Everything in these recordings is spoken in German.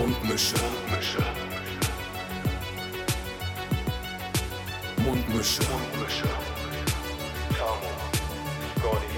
Mundmische. Tamo, Scotty.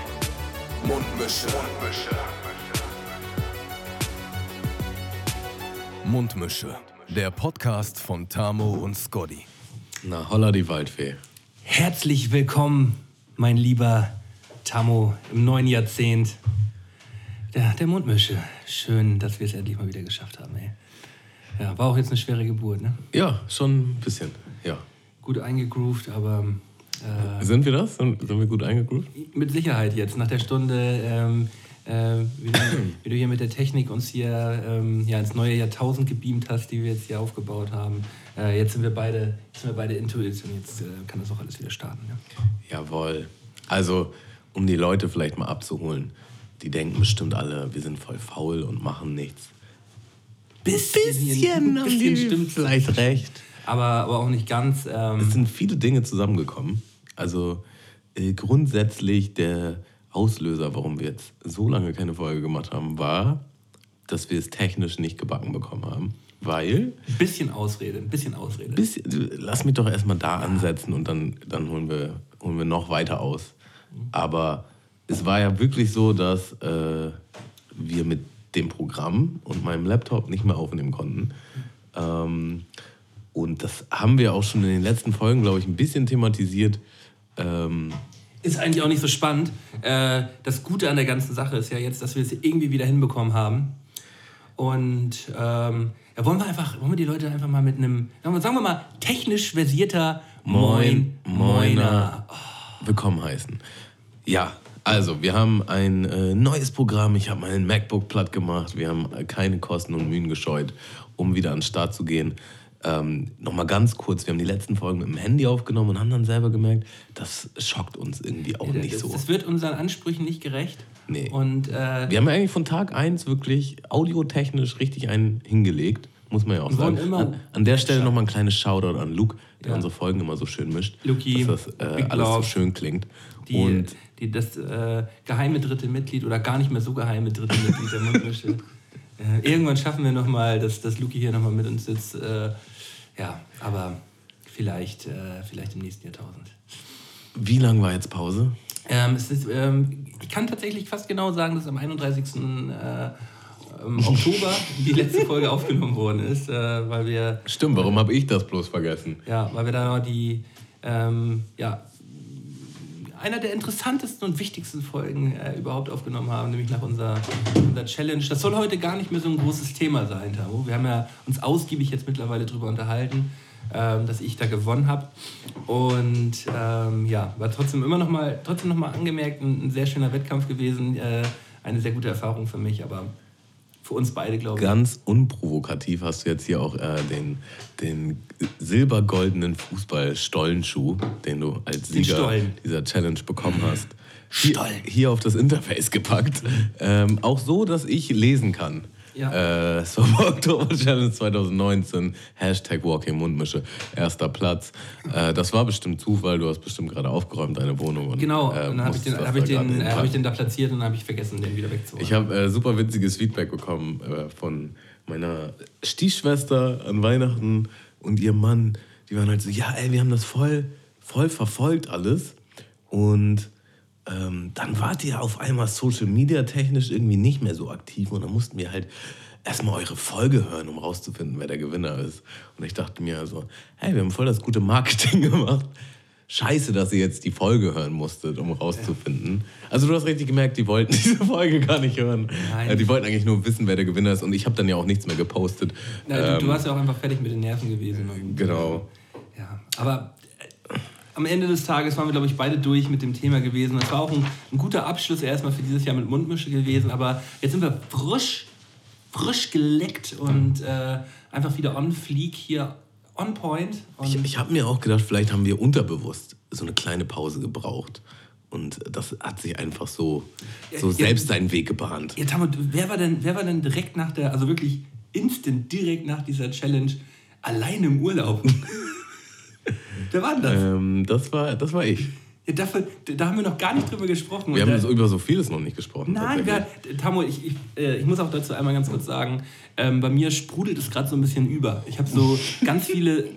Mundmische. Der Podcast von Tamo und Scotty. Na, holla die Waldfee. Herzlich willkommen, mein lieber Tamo, im neuen Jahrzehnt der Mundmische. Schön, dass wir es endlich mal wieder geschafft haben, ey. Ja, war auch jetzt eine schwere Geburt, ne? Ja, schon ein bisschen, ja. Gut eingegroovt, aber... Sind wir das? Sind wir gut eingegroovt? Mit Sicherheit jetzt, nach der Stunde, wie du hier mit der Technik uns hier ins neue Jahrtausend gebeamt hast, die wir jetzt hier aufgebaut haben. Jetzt sind wir beide intuit und jetzt kann das auch alles wieder starten. Ne? Jawohl. Also, um die Leute vielleicht mal abzuholen, die denken bestimmt alle, wir sind voll faul und machen nichts. Bisschen stimmt vielleicht recht. Aber auch nicht ganz. Es sind viele Dinge zusammengekommen. Also grundsätzlich der Auslöser, warum wir jetzt so lange keine Folge gemacht haben, war, dass wir es technisch nicht gebacken bekommen haben. Weil... Ein bisschen Ausrede. Lass mich doch erstmal da ansetzen und dann holen wir noch weiter aus. Aber es war ja wirklich so, dass wir mit dem Programm und meinem Laptop nicht mehr aufnehmen konnten. Und das haben wir auch schon in den letzten Folgen, glaube ich, ein bisschen thematisiert. Ist eigentlich auch nicht so spannend. Das Gute an der ganzen Sache ist ja jetzt, dass wir es irgendwie wieder hinbekommen haben. Und wollen wir die Leute einfach mal mit einem, sagen wir mal, technisch versierter Moiner willkommen heißen. Ja, also wir haben ein neues Programm. Ich habe mein MacBook platt gemacht. Wir haben keine Kosten und Mühen gescheut, um wieder an den Start zu gehen. Nochmal ganz kurz, wir haben die letzten Folgen mit dem Handy aufgenommen und haben dann selber gemerkt, das schockt uns irgendwie auch nicht so. Das wird unseren Ansprüchen nicht gerecht. Nee. Und, wir haben eigentlich von Tag 1 wirklich audiotechnisch richtig einen hingelegt, muss man ja auch sagen. An der Stelle nochmal ein kleines Shoutout an Luke, der unsere Folgen immer so schön mischt, Luki, dass das alles so schön klingt. Das geheime dritte Mitglied oder gar nicht mehr so geheime dritte Mitglied der Mundmische. Irgendwann schaffen wir nochmal, dass Luki hier nochmal mit uns sitzt. Aber vielleicht im nächsten Jahrtausend. Wie lang war jetzt Pause? Ich kann tatsächlich fast genau sagen, dass am 31. Oktober die letzte Folge aufgenommen worden ist, weil wir... Stimmt, warum habe ich das bloß vergessen? Ja, weil wir da noch die... einer der interessantesten und wichtigsten Folgen überhaupt aufgenommen haben, nämlich nach unserer Challenge. Das soll heute gar nicht mehr so ein großes Thema sein, Tamo. Wir haben ja uns ausgiebig jetzt mittlerweile darüber unterhalten, dass ich da gewonnen habe. Und war trotzdem noch mal angemerkt, ein sehr schöner Wettkampf gewesen, eine sehr gute Erfahrung für mich, aber für uns beide, glaube ich. Ganz unprovokativ hast du jetzt hier auch den silbergoldenen Fußball-Stollenschuh, den du als Sieger dieser Challenge bekommen hast, hier auf das Interface gepackt. Auch so, dass ich lesen kann. Ja. Sober Oktober Challenge 2019, #WalkingMundmische, 1. Platz. Das war bestimmt Zufall, du hast bestimmt gerade aufgeräumt, deine Wohnung. Und, genau, und dann habe ich den da platziert und dann habe ich vergessen, den wieder wegzuholen. Ich habe super witziges Feedback bekommen von meiner Stiefschwester an Weihnachten und ihrem Mann. Die waren halt so, ja ey, wir haben das voll verfolgt alles. Und dann wart ihr auf einmal Social Media technisch irgendwie nicht mehr so aktiv und dann mussten wir halt erstmal eure Folge hören, um rauszufinden, wer der Gewinner ist. Und ich dachte mir so, hey, wir haben voll das gute Marketing gemacht. Scheiße, dass ihr jetzt die Folge hören musstet, um rauszufinden. Also du hast richtig gemerkt, die wollten diese Folge gar nicht hören. Nein. Die wollten eigentlich nur wissen, wer der Gewinner ist und ich habe dann ja auch nichts mehr gepostet. Na, du warst ja auch einfach fertig mit den Nerven gewesen. Genau. Ja, aber... Am Ende des Tages waren wir, glaube ich, beide durch mit dem Thema gewesen. Es war auch ein guter Abschluss erstmal für dieses Jahr mit Mundmische gewesen. Aber jetzt sind wir frisch geleckt und einfach wieder on fleek hier, on point. Ich habe mir auch gedacht, vielleicht haben wir unterbewusst so eine kleine Pause gebraucht. Und das hat sich einfach so selbst seinen Weg gebahnt. Ja, Tamo, wer war denn direkt nach wirklich instant direkt nach dieser Challenge alleine im Urlaub? Wer war denn das? Das war ich. Ja, da haben wir noch gar nicht drüber gesprochen. Wir haben über so vieles noch nicht gesprochen. Nein, Tamo, ich muss auch dazu einmal ganz kurz sagen, bei mir sprudelt es gerade so ein bisschen über. Ich habe so ganz viele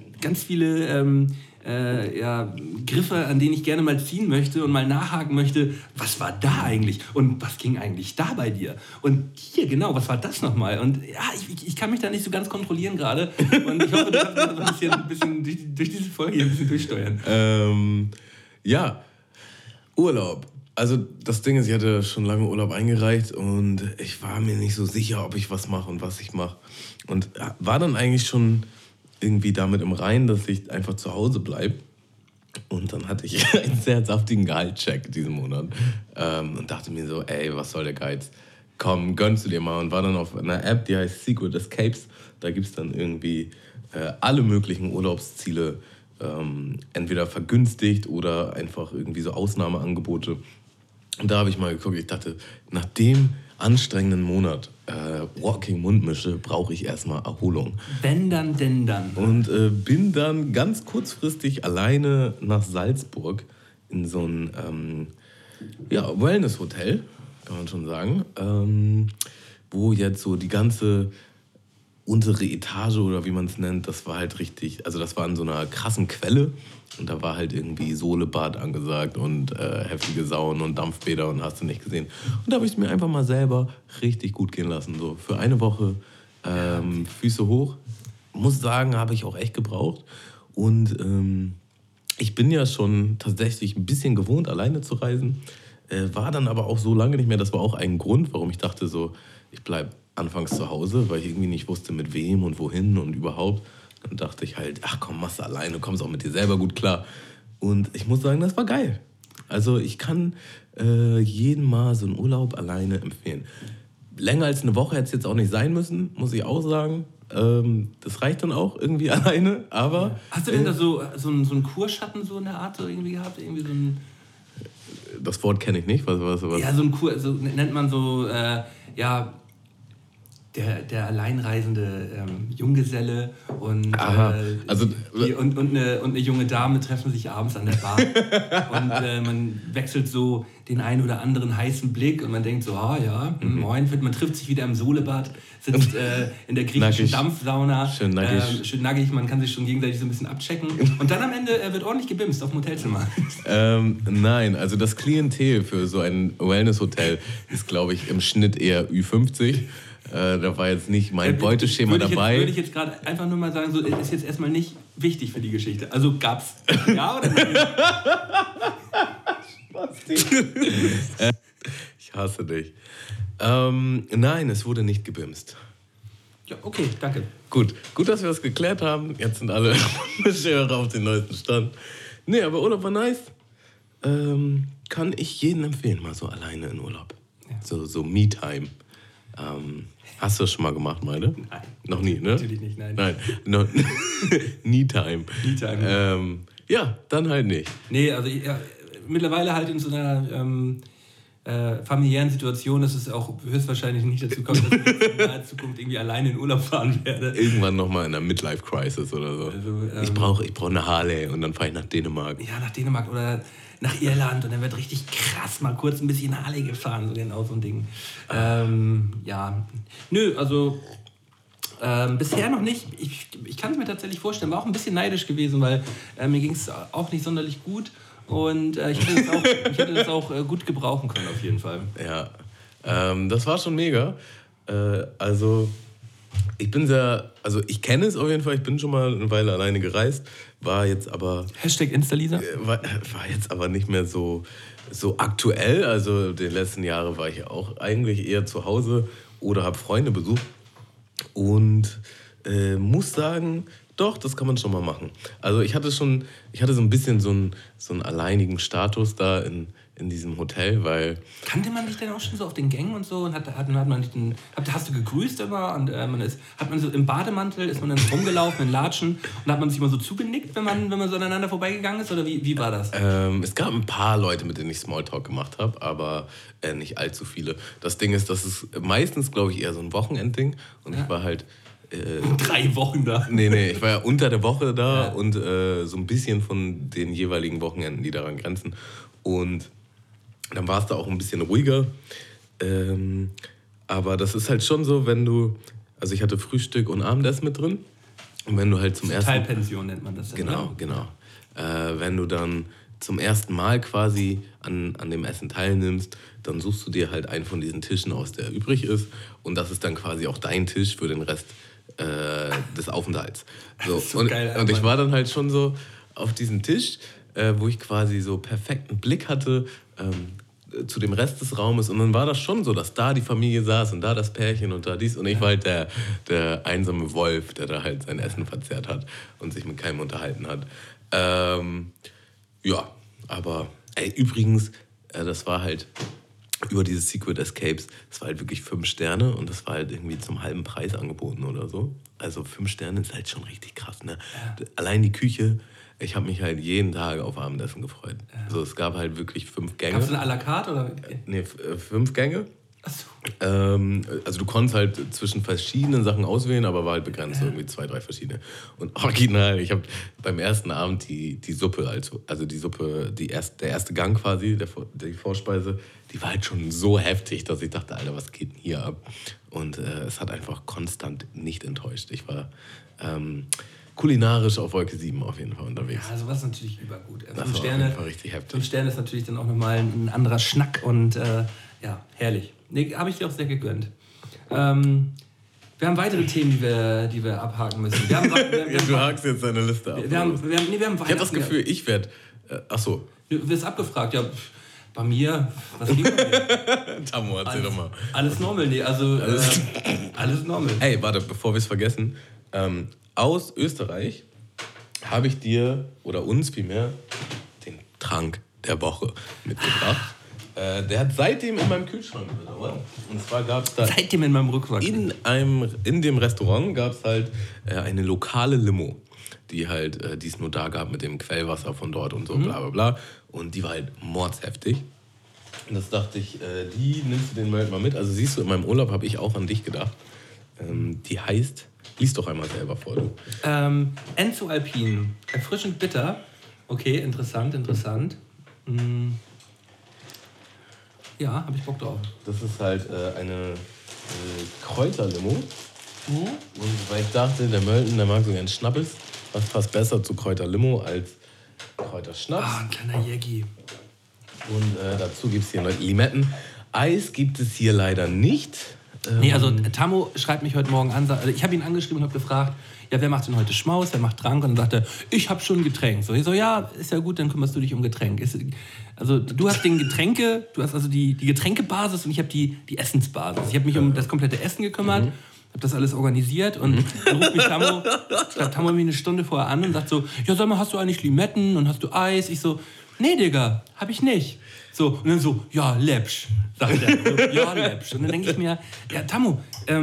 Griffe, an denen ich gerne mal ziehen möchte und mal nachhaken möchte, was war da eigentlich und was ging eigentlich da bei dir? Und hier, genau, was war das nochmal? Und ja, ich kann mich da nicht so ganz kontrollieren gerade und ich hoffe, du kannst ein bisschen durch diese Folge hier ein bisschen durchsteuern. Ja, Urlaub. Also das Ding ist, ich hatte schon lange Urlaub eingereicht und ich war mir nicht so sicher, ob ich was mache und was ich mache. Und war dann eigentlich schon irgendwie damit im Reinen, dass ich einfach zu Hause bleibe. Und dann hatte ich einen sehr saftigen Gehaltscheck diesen Monat und dachte mir so, ey, was soll der Geiz? Komm, gönnst du dir mal. Und war dann auf einer App, die heißt Secret Escapes. Da gibt es dann irgendwie alle möglichen Urlaubsziele entweder vergünstigt oder einfach irgendwie so Ausnahmeangebote. Und da habe ich mal geguckt, ich dachte, nach dem anstrengenden Monat Walking Mundmische brauche ich erstmal Erholung. Wenn dann, denn dann. Und bin dann ganz kurzfristig alleine nach Salzburg in so ein Wellness-Hotel, kann man schon sagen, wo jetzt so die ganze untere Etage oder wie man es nennt, das war halt richtig, also das war an so einer krassen Quelle und da war halt irgendwie Solebad angesagt und heftige Saunen und Dampfbäder und hast du nicht gesehen. Und da habe ich es mir einfach mal selber richtig gut gehen lassen, so für eine Woche Füße hoch. Muss sagen, habe ich auch echt gebraucht und ich bin ja schon tatsächlich ein bisschen gewohnt, alleine zu reisen, war dann aber auch so lange nicht mehr, das war auch ein Grund, warum ich dachte so, ich bleibe anfangs zu Hause, weil ich irgendwie nicht wusste, mit wem und wohin und überhaupt. Dann dachte ich halt, ach komm, machst du alleine, du kommst auch mit dir selber gut klar. Und ich muss sagen, das war geil. Also ich kann jedem mal so einen Urlaub alleine empfehlen. Länger als eine Woche hätte es jetzt auch nicht sein müssen, muss ich auch sagen. Das reicht dann auch irgendwie alleine, aber... Hast du denn da so einen Kurschatten so in der Art so irgendwie gehabt? Irgendwie so ein das Wort kenne ich nicht. Was? Ja, so ein Kur, so nennt man so, der alleinreisende Junggeselle und, und eine junge Dame treffen sich abends an der Bar und man wechselt so den einen oder anderen heißen Blick und man denkt so, moin, man trifft sich wieder im Solebad, sitzt in der griechischen nackig. Dampfsauna, schön nackig, man kann sich schon gegenseitig so ein bisschen abchecken und dann am Ende wird ordentlich gebimst auf dem Hotelzimmer. Nein, also das Klientel für so ein Wellness-Hotel ist, glaube ich, im Schnitt eher Ü50. Da war jetzt nicht mein Beuteschema dabei. Würde ich jetzt gerade einfach nur mal sagen, so ist jetzt erstmal nicht wichtig für die Geschichte. Also gab's ja oder nein? Ich hasse dich. Nein, es wurde nicht gebimst. Ja, okay, danke. Gut, dass wir das geklärt haben. Jetzt sind alle Hörer auf den neuesten Stand. Nee, aber Urlaub war nice. Kann ich jedem empfehlen, mal so alleine in Urlaub. Ja. So Me-Time. Hast du das schon mal gemacht, meine? Nein. Noch nie, ne? Natürlich nicht, nein. Me-Time. Ja, dann halt nicht. Nee, also mittlerweile halt in so einer familiären Situation, dass es auch höchstwahrscheinlich nicht dazu kommt, dass ich in naher Zukunft irgendwie alleine in Urlaub fahren werde. Irgendwann nochmal in einer Midlife-Crisis oder so. Also, ich brauche eine Harley und dann fahre ich nach Dänemark. Ja, nach Dänemark oder nach Irland und dann wird richtig krass mal kurz ein bisschen Harley gefahren, so genau so ein Ding. Also bisher noch nicht. Ich kann es mir tatsächlich vorstellen, war auch ein bisschen neidisch gewesen, weil mir ging es auch nicht sonderlich gut und ich hätte das auch gut gebrauchen können auf jeden Fall. Ja, das war schon mega. Ich kenne es auf jeden Fall, ich bin schon mal eine Weile alleine gereist, war jetzt aber... #Instalisa? War jetzt aber nicht mehr so aktuell, also die letzten Jahre war ich auch eigentlich eher zu Hause oder habe Freunde besucht und muss sagen, doch, das kann man schon mal machen. Also ich hatte so ein bisschen so einen alleinigen Status da in diesem Hotel, weil... Kannte man dich denn auch schon so auf den Gängen und so? Und hast du gegrüßt immer? Und hat man so im Bademantel, ist man dann rumgelaufen in Latschen und hat man sich immer so zugenickt, wenn man so aneinander vorbeigegangen ist? Oder wie war das? Es gab ein paar Leute, mit denen ich Smalltalk gemacht habe, aber nicht allzu viele. Das Ding ist, das ist meistens, glaube ich, eher so ein Wochenendding. Und ich war halt... 3 Wochen da. Nee, ich war ja unter der Woche da und so ein bisschen von den jeweiligen Wochenenden, die daran grenzen. Und dann war es da auch ein bisschen ruhiger. Aber das ist halt schon so, wenn du... Also ich hatte Frühstück und Abendessen mit drin. Und wenn du halt zum ersten... Teilpension nennt man das. Genau. Wenn du dann zum ersten Mal quasi an dem Essen teilnimmst, dann suchst du dir halt einen von diesen Tischen aus, der übrig ist. Und das ist dann quasi auch dein Tisch für den Rest des Aufenthalts. So geil, und ich war dann halt schon so auf diesem Tisch, wo ich quasi so perfekten Blick hatte zu dem Rest des Raumes. Und dann war das schon so, dass da die Familie saß und da das Pärchen und da dies. Und ich war halt der einsame Wolf, der da halt sein Essen verzehrt hat und sich mit keinem unterhalten hat. Ja, aber übrigens, das war halt über diese Secret Escapes, das war halt wirklich 5 Sterne und das war halt irgendwie zum halben Preis angeboten oder so. Also 5 Sterne ist halt schon richtig krass, ne? Ja. Allein die Küche, ich habe mich halt jeden Tag auf Abendessen gefreut. Ja. Also es gab halt wirklich 5 Gänge. Gab es eine à la carte oder? Nee, 5 Gänge. Ach so. Also du konntest halt zwischen verschiedenen Sachen auswählen, aber war halt begrenzt, irgendwie 2, 3 verschiedene. Und original, ich habe beim ersten Abend die Suppe, also die Suppe, der erste Gang quasi, die Vorspeise, die war halt schon so heftig, dass ich dachte, Alter, was geht denn hier ab? Und es hat einfach konstant nicht enttäuscht. Ich war kulinarisch auf Wolke 7 auf jeden Fall unterwegs. Ja, also was natürlich übergut. Das war auf jeden Fall richtig heftig. 5 Sterne ist natürlich dann auch nochmal ein anderer Schnack und ja, herrlich. Nee, habe ich dir auch sehr gegönnt. Wir haben weitere Themen, die wir abhaken müssen. Du hakst jetzt deine Liste ab. Wir haben ich habe das Gefühl, ich werde... achso. Du wirst abgefragt, ja... Bei mir, was ging bei mir? Tammo, erzähl doch mal. Alles normal, nee, also alles normal. Ey, warte, bevor wir es vergessen. Aus Österreich habe ich dir, oder uns vielmehr, den Trank der Woche mitgebracht. Der hat seitdem in meinem Kühlschrank gedauert. Und zwar gab es da... Seitdem in meinem Rückwand. In dem Restaurant gab es halt eine lokale Limo, die es nur da gab mit dem Quellwasser von dort und so, bla bla bla. Und die war halt mordsheftig. Und das dachte ich, die nimmst du den mal mit. Also siehst du, in meinem Urlaub habe ich auch an dich gedacht. Die heißt, lies doch einmal selber vor, du. Enzo Alpin, erfrischend bitter. Okay, interessant. Ja, habe ich Bock drauf. Das ist halt eine Kräuterlimo. Und weil ich dachte, der Mölten, der mag so gern Schnappes. Was passt besser zu Kräuterlimo als Kräuterschnaps? Ein kleiner Jägi. Und dazu gibt es hier Limetten. Eis gibt es hier leider nicht. Nee, also Tammo schreibt mich heute Morgen an. Also ich habe ihn angeschrieben und habe gefragt, ja, wer macht denn heute Schmaus, wer macht Trank? Und dann sagte er, ich habe schon ein Getränk. So, ich so, ja, ist ja gut, dann kümmerst du dich um Getränk. Also du hast du hast also die Getränkebasis und ich habe die Essensbasis. Ich habe mich um das komplette Essen gekümmert, habe das alles organisiert und dann ruft mich Tammo mich eine Stunde vorher an und sagt so, ja, sag mal, hast du eigentlich Limetten und hast du Eis? Ich so, nee, Digga, hab ich nicht. So, und dann so, ja, läppsch, sagt er. So, ja, läppsch. Und dann denke ich mir, ja, Tammo,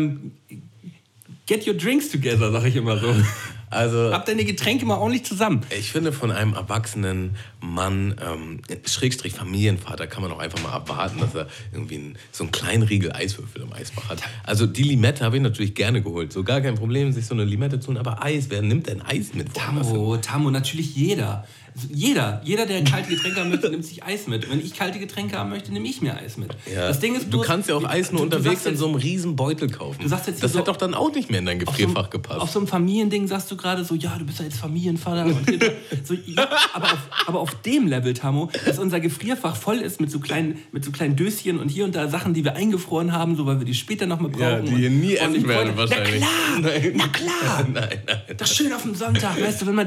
get your drinks together, sag ich immer so. Also, hab deine Getränke mal ordentlich zusammen. Ich finde, von einem erwachsenen Mann, Schrägstrich Familienvater, kann man auch einfach mal erwarten, dass er irgendwie so einen kleinen Riegel Eiswürfel im Eisfach hat. Also die Limette habe ich natürlich gerne geholt. So gar kein Problem, sich so eine Limette zu holen. Aber Eis, wer nimmt denn Eis mit? Tammo, natürlich jeder. Jeder, der kalte Getränke haben möchte, nimmt sich Eis mit. Wenn ich kalte Getränke haben möchte, nehme ich mir Eis mit. Ja. Das Ding ist, du kannst ja auch Eis nur unterwegs in so einem riesen Beutel kaufen. Du sagst jetzt das hat doch dann auch nicht mehr in dein Gefrierfach gepasst. Auf so einem Familiending sagst du gerade so, ja, du bist ja jetzt Familienvater. Und so, ja, aber auf dem Level, Tammo, dass unser Gefrierfach voll ist mit so kleinen Döschen und hier und da Sachen, die wir eingefroren haben, so weil wir die später noch mal brauchen. Ja, die ihr nie essen werden wahrscheinlich. Na klar. Nein. Das ist schön auf dem Sonntag, weißt du, wenn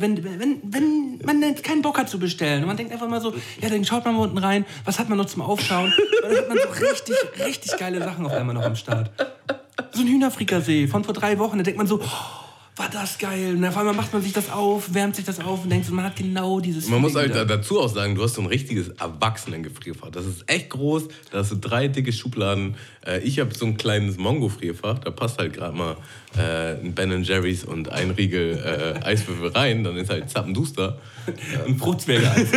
man jetzt keinen Bock hat zu bestellen. Und man denkt einfach mal so, ja, dann schaut man mal unten rein, was hat man noch zum Aufschauen? Und dann hat man so richtig geile Sachen auf einmal noch am Start. So ein Hühnerfrikassee von vor 3 Wochen, da denkt man so, oh, war das geil. Und auf einmal macht man sich das auf, wärmt sich das auf und denkt so, man hat genau dieses Man muss halt dazu auch sagen, du hast so ein richtiges Erwachsenen-Gefrierfach. Das ist echt groß, da hast du 3 dicke Schubladen. Ich habe so ein kleines Mongo-Frierfach, da passt halt gerade mal ein Ben & Jerry's und ein Riegel Eiswürfel rein, dann ist halt zappenduster. Ein Fruchtzwerge-Eis.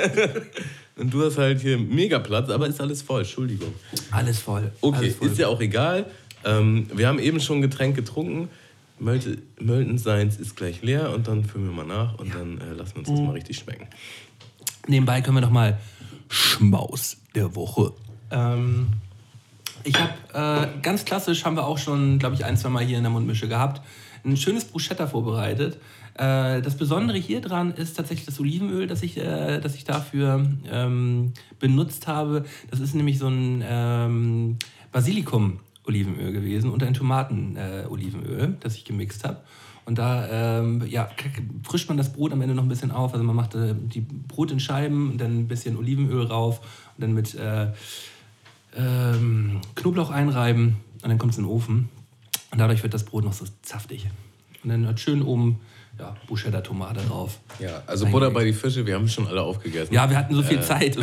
Und du hast halt hier mega Platz, aber ist alles voll, Entschuldigung. Alles voll. Okay, alles voll. Ist ja auch egal. Wir haben eben schon ein Getränk getrunken. Mölten Seins ist gleich leer und dann füllen wir mal nach und dann lassen wir uns das mal richtig schmecken. Nebenbei können wir noch mal Schmaus der Woche. Ich habe ganz klassisch, haben wir auch schon, glaube ich, 1-2 Mal hier in der Mundmische gehabt, ein schönes Bruschetta vorbereitet. Das Besondere hier dran ist tatsächlich das Olivenöl, das ich dafür benutzt habe. Das ist nämlich so ein Basilikum-Olivenöl gewesen und ein Tomaten-Olivenöl, das ich gemixt habe. Und da frischt man das Brot am Ende noch ein bisschen auf. Also man macht die Brot in Scheiben und dann ein bisschen Olivenöl rauf und dann mit Knoblauch einreiben und dann kommt es in den Ofen. Und dadurch wird das Brot noch so saftig. Und dann hat schön oben Bruschetta-Tomate drauf. Ja, also Butter bei die Fische, wir haben schon alle aufgegessen. Ja, wir hatten so viel Zeit.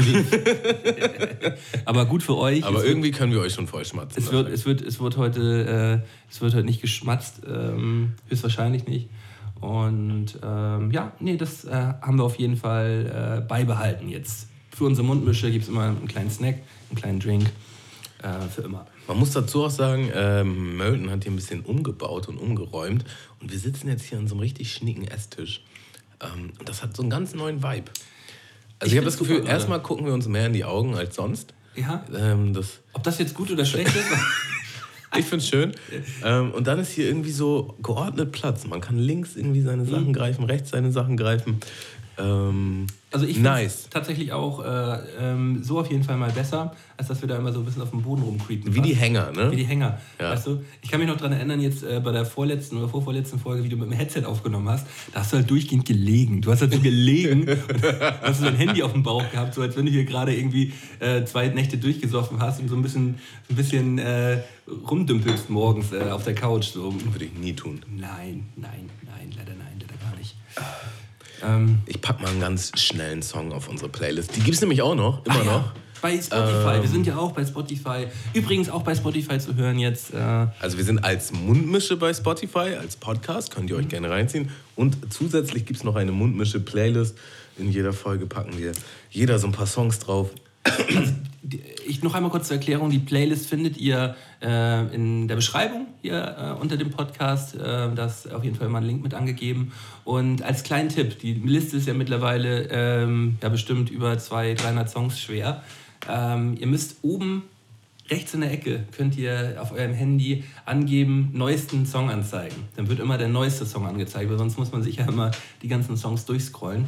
Aber gut für euch. Aber irgendwie können wir euch schon voll schmatzen. Es wird heute nicht geschmatzt, höchstwahrscheinlich nicht. Und das haben wir auf jeden Fall beibehalten jetzt. Für unsere Mundmische gibt es immer einen kleinen Snack, einen kleinen Drink, für immer. Man muss dazu auch sagen, Mölten hat hier ein bisschen umgebaut und umgeräumt. Und wir sitzen jetzt hier an so einem richtig schnieken Esstisch. Und das hat so einen ganz neuen Vibe. Also ich habe das Gefühl, erstmal gucken wir uns mehr in die Augen als sonst. Ja. Das Ob das jetzt gut oder schlecht ist? Ich finde es schön. Und dann ist hier irgendwie so geordnet Platz. Man kann links irgendwie seine Sachen greifen, rechts seine Sachen greifen. Also ich finde es tatsächlich auch so auf jeden Fall mal besser, als dass wir da immer so ein bisschen auf dem Boden rumcreepen. Wie die Hänger, ne? Wie die Hänger. Ja. Weißt du? Ich kann mich noch daran erinnern, jetzt bei der vorletzten oder vorvorletzten Folge, wie du mit dem Headset aufgenommen hast, da hast du halt durchgehend gelegen. Du hast halt so gelegen und hast so dein Handy auf dem Bauch gehabt, so als wenn du hier gerade irgendwie 2 Nächte durchgesoffen hast und so ein bisschen rumdümpelst morgens auf der Couch. So. Würde ich nie tun. Nein, leider gar nicht. Ich pack mal einen ganz schnellen Song auf unsere Playlist. Die gibt's nämlich auch noch, immer noch. Bei Spotify. Wir sind ja auch bei Spotify. Übrigens auch bei Spotify zu hören jetzt. Also wir sind als Mundmische bei Spotify, als Podcast, könnt ihr euch gerne reinziehen. Und zusätzlich gibt's noch eine Mundmische-Playlist. In jeder Folge packen wir jeder so ein paar Songs drauf. Also, noch einmal kurz zur Erklärung, die Playlist findet ihr in der Beschreibung hier unter dem Podcast. Da ist auf jeden Fall mal ein Link mit angegeben. Und als kleinen Tipp, die Liste ist ja mittlerweile bestimmt über 200-300 Songs schwer. Ihr müsst oben rechts in der Ecke, könnt ihr auf eurem Handy angeben, neuesten Song anzeigen. Dann wird immer der neueste Song angezeigt, weil sonst muss man sich ja immer die ganzen Songs durchscrollen.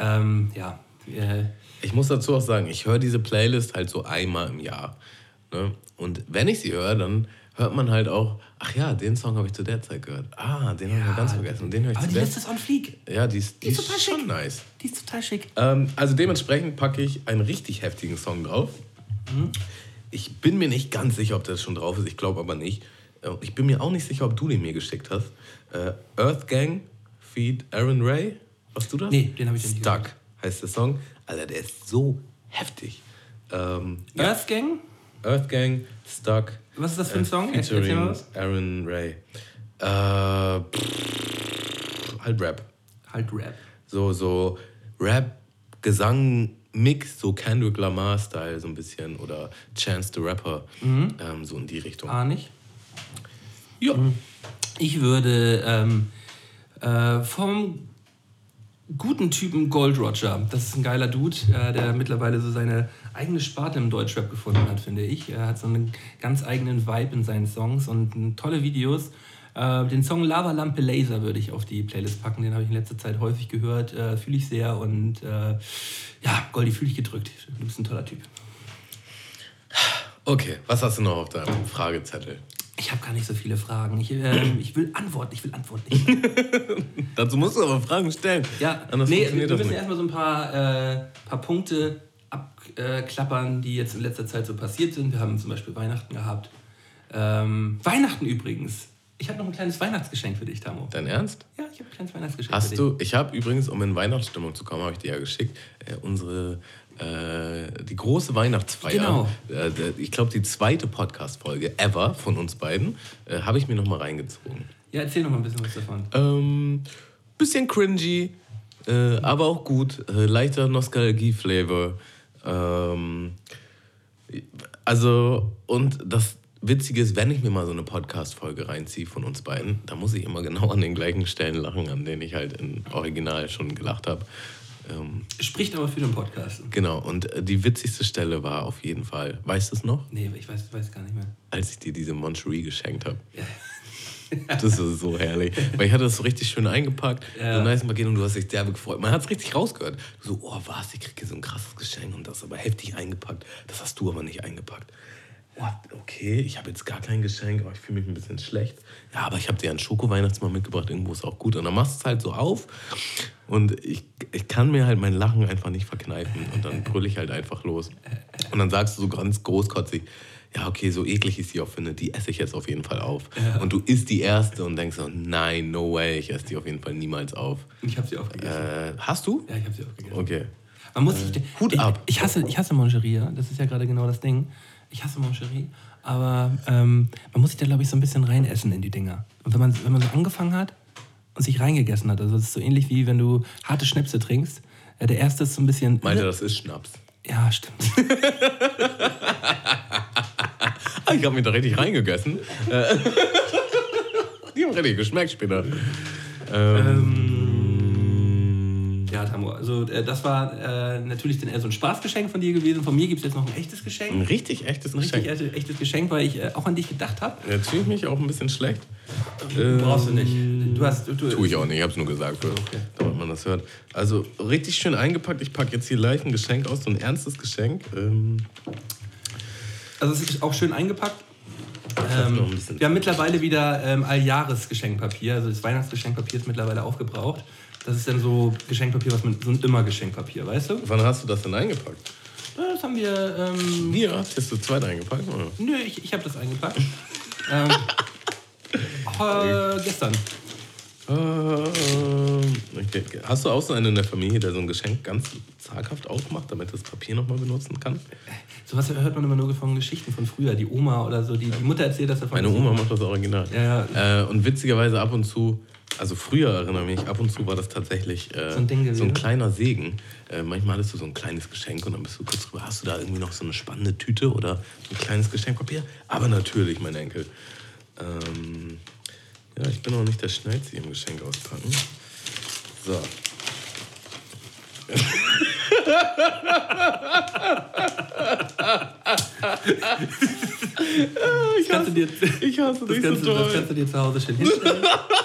Ich muss dazu auch sagen, ich höre diese Playlist halt so einmal im Jahr. Ne? Und wenn ich sie höre, dann hört man halt auch, ach ja, den Song habe ich zu der Zeit gehört. Ah, den habe ich ganz vergessen. Und den höre ich aber zu die der Liste ist on fleek. Ja, die ist total schon schick. nice. Die ist total schick. Also dementsprechend packe ich einen richtig heftigen Song drauf. Ich bin mir nicht ganz sicher, ob das schon drauf ist. Ich glaube aber nicht. Ich bin mir auch nicht sicher, ob du den mir geschickt hast. Earth Gang feat. Aaron Ray. Hast du das? Nee, den habe ich nicht Stuck heißt der Song. Alter, der ist so heftig. Earth Gang? Earth Gang, Stuck. Was ist das für ein Song? Erzähl mal was. Aaron Ray. Halt Rap. So Rap, Gesang, Mix, so Kendrick Lamar-Style so ein bisschen. Oder Chance the Rapper. So in die Richtung. Nicht? Ja. Ich würde vom guten Typen Gold Roger, das ist ein geiler Dude, der mittlerweile so seine eigene Sparte im Deutschrap gefunden hat, finde ich. Er hat so einen ganz eigenen Vibe in seinen Songs und tolle Videos. Den Song Lava Lampe Laser würde ich auf die Playlist packen, den habe ich in letzter Zeit häufig gehört, fühle ich sehr und Goldi, fühle ich gedrückt. Du bist ein toller Typ. Okay, was hast du noch auf deinem Fragezettel? Ich habe gar nicht so viele Fragen. Ich will Antworten. Dazu musst du aber Fragen stellen. Ja, wir müssen erstmal so ein paar Punkte abklappern, die jetzt in letzter Zeit so passiert sind. Wir haben zum Beispiel Weihnachten gehabt. Weihnachten übrigens. Ich habe noch ein kleines Weihnachtsgeschenk für dich, Tamo. Dein Ernst? Ja, ich habe ein kleines Weihnachtsgeschenk für dich. Ich habe übrigens, um in Weihnachtsstimmung zu kommen, habe ich dir ja geschickt, die große Weihnachtsfeier. Genau. Ich glaube, die 2. Podcast-Folge ever von uns beiden habe ich mir noch mal reingezogen. Ja, erzähl noch mal ein bisschen was davon. Bisschen cringy, aber auch gut. Leichter Nostalgie-Flavor. Und das Witzige ist, wenn ich mir mal so eine Podcast-Folge reinziehe von uns beiden, da muss ich immer genau an den gleichen Stellen lachen, an denen ich halt im Original schon gelacht habe. Spricht aber für den Podcast. Genau, und die witzigste Stelle war auf jeden Fall, weißt du es noch? Nee, ich weiß gar nicht mehr. Als ich dir diese Moncherie geschenkt habe. Ja. Das ist so herrlich. Weil ich hatte das so richtig schön eingepackt. Ja. So nice Paket und du hast dich derbe gefreut. Man hat es richtig rausgehört. Du so, oh was, ich krieg hier so ein krasses Geschenk und das ist aber heftig eingepackt. Das hast du aber nicht eingepackt. What? Okay, ich habe jetzt gar kein Geschenk, aber ich fühle mich ein bisschen schlecht. Ja, aber ich habe dir einen Schoko-Weihnachtsmann mitgebracht, irgendwo ist auch gut. Und dann machst du es halt so auf und ich kann mir halt mein Lachen einfach nicht verkneifen. Und dann brülle ich halt einfach los. Und dann sagst du so ganz großkotzig, ja, okay, so eklig ich sie auch finde, die esse ich jetzt auf jeden Fall auf. Ja. Und du isst die erste und denkst so, nein, no way, ich esse die auf jeden Fall niemals auf. Ich habe sie aufgegessen. Hast du? Ja, ich habe sie aufgegessen. Okay. Man muss Hut ab. Ich hasse Moncherie, das ist ja gerade genau das Ding. Ich hasse Moncherie, aber man muss sich da, glaube ich, so ein bisschen reinessen in die Dinger. Und wenn man so angefangen hat und sich reingegessen hat, also das ist so ähnlich wie wenn du harte Schnäpse trinkst. Der erste ist so ein bisschen... Meinte, das ist Schnaps. Ja, stimmt. Ich habe mich da richtig reingegessen. Die haben richtig geschmeckt später. Ja, Tamu, also das war natürlich dann eher so ein Spaßgeschenk von dir gewesen. Von mir gibt es jetzt noch ein echtes Geschenk. Ein richtig echtes Geschenk? Ein richtig echtes Geschenk, weil ich auch an dich gedacht habe. Jetzt fühle ich mich auch ein bisschen schlecht. Brauchst du nicht. Tue ich auch nicht, ich habe es nur gesagt, damit man das hört. Also richtig schön eingepackt. Ich packe jetzt hier gleich ein Geschenk aus, so ein ernstes Geschenk. Also es ist auch schön eingepackt. Wir haben mittlerweile wieder Alljahres-Geschenkpapier. Also das Weihnachtsgeschenkpapier ist mittlerweile aufgebraucht. Das ist dann so Geschenkpapier, was mit so ein Immer-Geschenkpapier, weißt du? Wann hast du das denn eingepackt? Das haben wir... Hier, hast du zweit eingepackt? Oder? Nö, ich habe das eingepackt. Gestern. Okay. Hast du auch so einen in der Familie, der so ein Geschenk ganz zaghaft aufmacht, damit das Papier nochmal benutzen kann? Sowas hört man immer nur von Geschichten von früher. Die Oma oder so, die Mutter erzählt das davon. Meine Oma macht das original. Ja. Und witzigerweise ab und zu, also früher erinnere ich mich, ab und zu war das tatsächlich so ein kleiner Segen. Manchmal hattest du so ein kleines Geschenk und dann bist du kurz drüber, hast du da irgendwie noch so eine spannende Tüte oder ein kleines Geschenkpapier? Aber natürlich, mein Enkel. Ja, ich bin auch nicht der Schnellste im Geschenk auspacken. So. Ich hasse dich so doll. Das kannst du dir zu Hause schön hinstellen.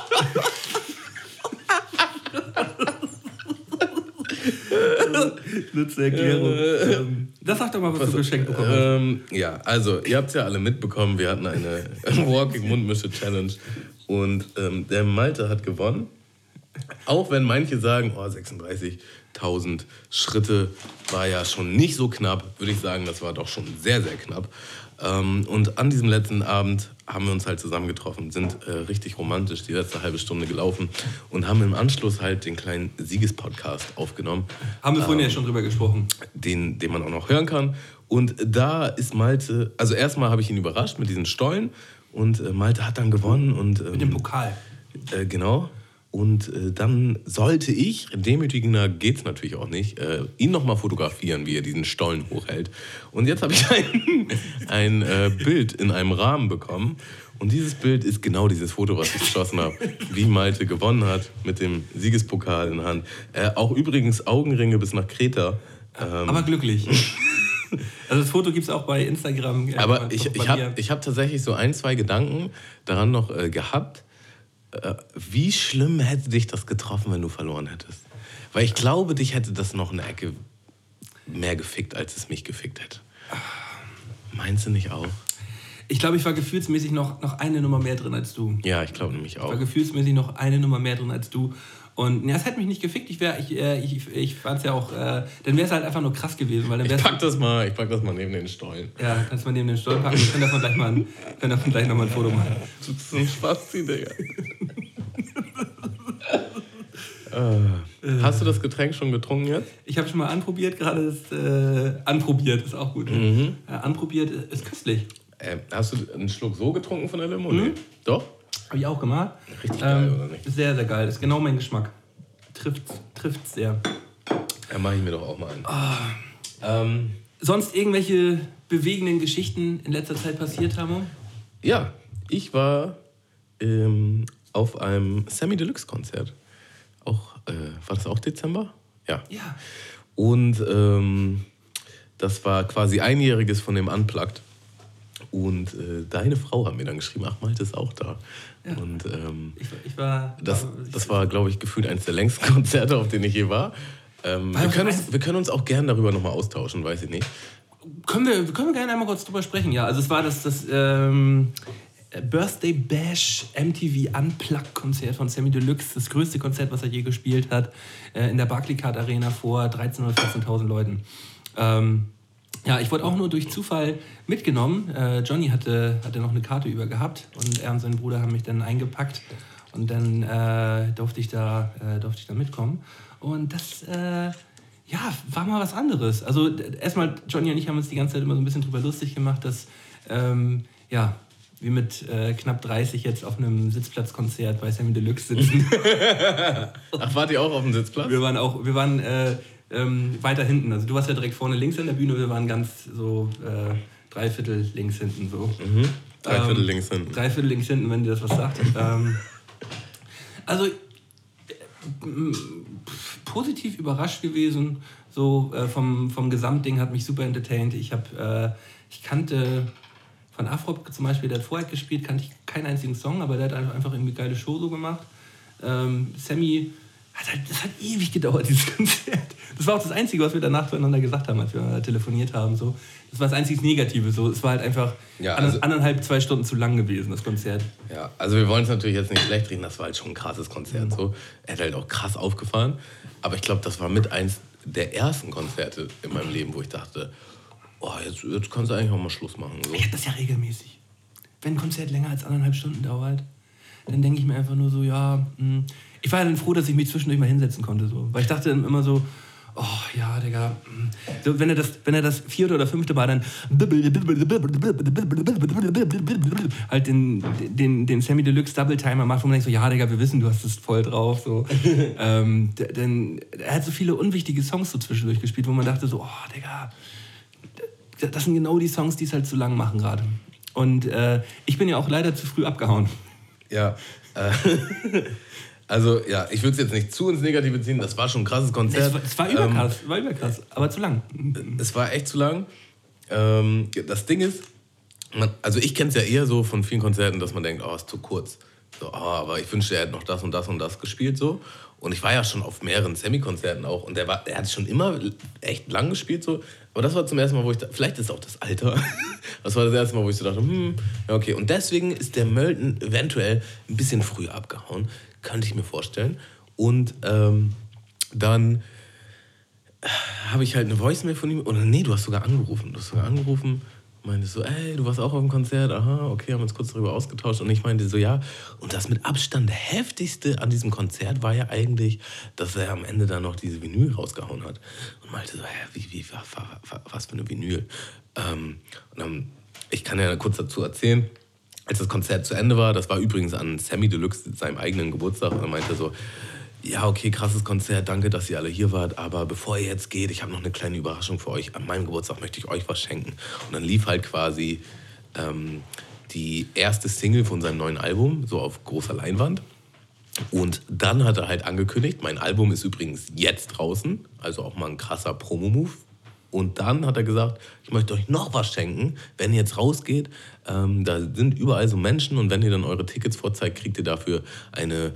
Nütze Erklärung. Das sag doch mal, was du geschenkt bekommen hast. Ja, also, ihr habt es ja alle mitbekommen, wir hatten eine Walking-Mundmische-Challenge und der Malte hat gewonnen. Auch wenn manche sagen, 36.000 Schritte war ja schon nicht so knapp, würde ich sagen, das war doch schon sehr, sehr knapp. Und an diesem letzten Abend haben wir uns halt zusammengetroffen, sind richtig romantisch die letzte halbe Stunde gelaufen und haben im Anschluss halt den kleinen Siegespodcast aufgenommen. Haben wir vorhin ja schon drüber gesprochen. Den man auch noch hören kann. Und da ist Malte, also erstmal habe ich ihn überrascht mit diesen Stollen und Malte hat dann gewonnen. Und, mit dem Pokal. Genau. Und dann sollte ich, demütigender geht's natürlich auch nicht, ihn nochmal fotografieren, wie er diesen Stollen hochhält. Und jetzt habe ich ein Bild in einem Rahmen bekommen. Und dieses Bild ist genau dieses Foto, was ich geschossen habe, wie Malte gewonnen hat mit dem Siegespokal in der Hand. Auch übrigens Augenringe bis nach Kreta. Aber glücklich. Also das Foto gibt es auch bei Instagram. Aber ich hab tatsächlich so 1, 2 Gedanken daran noch gehabt. Wie schlimm hätte dich das getroffen, wenn du verloren hättest? Weil ich glaube, dich hätte das noch eine Ecke mehr gefickt, als es mich gefickt hätte. Meinst du nicht auch? Ich glaube, ich war gefühlsmäßig noch eine Nummer mehr drin als du. Ja, ich glaube nämlich auch. Ich war gefühlsmäßig noch eine Nummer mehr drin als du. Und ja, es hätte mich nicht gefickt. Ich fand es ja auch, dann wäre es halt einfach nur krass gewesen. Weil dann ich pack das mal neben den Stollen. Ja, kannst du mal neben den Stollen packen. Wir können davon gleich noch mal ein Foto machen. Das ist so ein Spasti, Digga. Hast du das Getränk schon getrunken jetzt? Ich habe schon mal anprobiert, gerade anprobiert, ist auch gut. Anprobiert ist köstlich. Hast du einen Schluck so getrunken von der Limo? Nee. Doch? Habe ich auch gemacht. Richtig geil, oder nicht? Sehr, sehr geil. Ist genau mein Geschmack. Trifft's sehr. Ja, mache ich mir doch auch mal einen. Sonst irgendwelche bewegenden Geschichten in letzter Zeit passiert haben? Ja, ich war auf einem Sammy Deluxe Konzert. War das auch Dezember? Ja. Ja. Und das war quasi einjähriges von dem Unplugged. Und deine Frau hat mir dann geschrieben, ach, Malte ist auch da. Ja. Und das war, glaube ich, gefühlt eines der längsten Konzerte, auf denen ich je war. Wir können uns auch gerne darüber nochmal austauschen, weiß ich nicht. Können wir gerne einmal kurz drüber sprechen, ja. Also es war das Birthday Bash MTV Unplugged Konzert von Samy Deluxe, das größte Konzert, was er je gespielt hat, in der Barclaycard Arena vor 13.000 oder 14.000 Leuten. Ja, ich wurde auch nur durch Zufall mitgenommen. Johnny hatte noch eine Karte über gehabt und er und sein Bruder haben mich dann eingepackt und dann durfte ich da mitkommen. Und das war mal was anderes. Also erstmal, Johnny und ich haben uns die ganze Zeit immer so ein bisschen drüber lustig gemacht, dass wir mit knapp 30 jetzt auf einem Sitzplatzkonzert bei Samy Deluxe sitzen. Ach, wart ihr auch auf dem Sitzplatz? Wir waren weiter hinten. Also du warst ja direkt vorne links an der Bühne, wir waren ganz so dreiviertel links hinten. So. Mhm. Dreiviertel links hinten. Dreiviertel links hinten, wenn dir das was sagt. Also positiv überrascht gewesen. So vom Gesamtding hat mich super entertained. Ich kannte von Afrop zum Beispiel, der hat vorher gespielt, kannte ich keinen einzigen Song, aber der hat einfach irgendwie eine geile Show so gemacht. Samy, das hat ewig gedauert, dieses Konzert. Das war auch das Einzige, was wir danach zueinander gesagt haben, als wir telefoniert haben. So. Das war das einzige Negative. So. Es war halt einfach 2 Stunden zu lang gewesen, das Konzert. Ja, also wir wollen es natürlich jetzt nicht schlecht reden, das war halt schon ein krasses Konzert. So. Er hat halt auch krass aufgefahren, aber ich glaube, das war mit eins der ersten Konzerte in meinem Leben, wo ich dachte, oh, jetzt kannst du eigentlich auch mal Schluss machen. So. Ich hab das ja regelmäßig. Wenn ein Konzert länger als 1,5 Stunden dauert, dann denke ich mir einfach nur so, ich war ja dann froh, dass ich mich zwischendurch mal hinsetzen konnte. So. Weil ich dachte dann immer so, oh ja, Digga. So, wenn er das 4. oder 5. Mal dann halt den Samy Deluxe Double Timer macht, wo man denkt so, ja, Digga, wir wissen, du hast es voll drauf. So. Denn er hat so viele unwichtige Songs so zwischendurch gespielt, wo man dachte so, oh, Digga, das sind genau die Songs, die es halt zu lang machen gerade. Und ich bin ja auch leider zu früh abgehauen. Ja, also ja, ich würde es jetzt nicht zu ins Negative ziehen, das war schon ein krasses Konzert. Es war überkrass, aber zu lang. Es war echt zu lang. Das Ding ist, also ich kenne es ja eher so von vielen Konzerten, dass man denkt, oh, ist zu kurz. So, oh, aber ich wünschte, er hätte noch das und das und das gespielt. So. Und ich war ja schon auf mehreren Samy-Konzerten auch und er hat schon immer echt lang gespielt. So. Aber das war zum ersten Mal, wo ich vielleicht ist es auch das Alter. Das war das erste Mal, wo ich so dachte, ja, okay. Und deswegen ist der Mölten eventuell ein bisschen früher abgehauen. Könnte ich mir vorstellen. Und dann habe ich halt eine Voicemail von ihm. Oder nee, du hast sogar angerufen. Meinte so, ey, du warst auch auf dem Konzert. Aha, okay, haben uns kurz darüber ausgetauscht. Und ich meinte so, ja. Und das mit Abstand heftigste an diesem Konzert war ja eigentlich, dass er am Ende dann noch diese Vinyl rausgehauen hat. Und meinte so, was für eine Vinyl? Und dann, ich kann ja kurz dazu erzählen, als das Konzert zu Ende war, das war übrigens an Samy Deluxe, seinem eigenen Geburtstag, und er meinte so, ja, okay, krasses Konzert, danke, dass ihr alle hier wart, aber bevor ihr jetzt geht, ich habe noch eine kleine Überraschung für euch. An meinem Geburtstag möchte ich euch was schenken. Und dann lief halt quasi die erste Single von seinem neuen Album, so auf großer Leinwand. Und dann hat er halt angekündigt, mein Album ist übrigens jetzt draußen, also auch mal ein krasser Promo-Move. Und dann hat er gesagt, ich möchte euch noch was schenken, wenn ihr jetzt rausgeht. Da sind überall so Menschen und wenn ihr dann eure Tickets vorzeigt, kriegt ihr dafür eine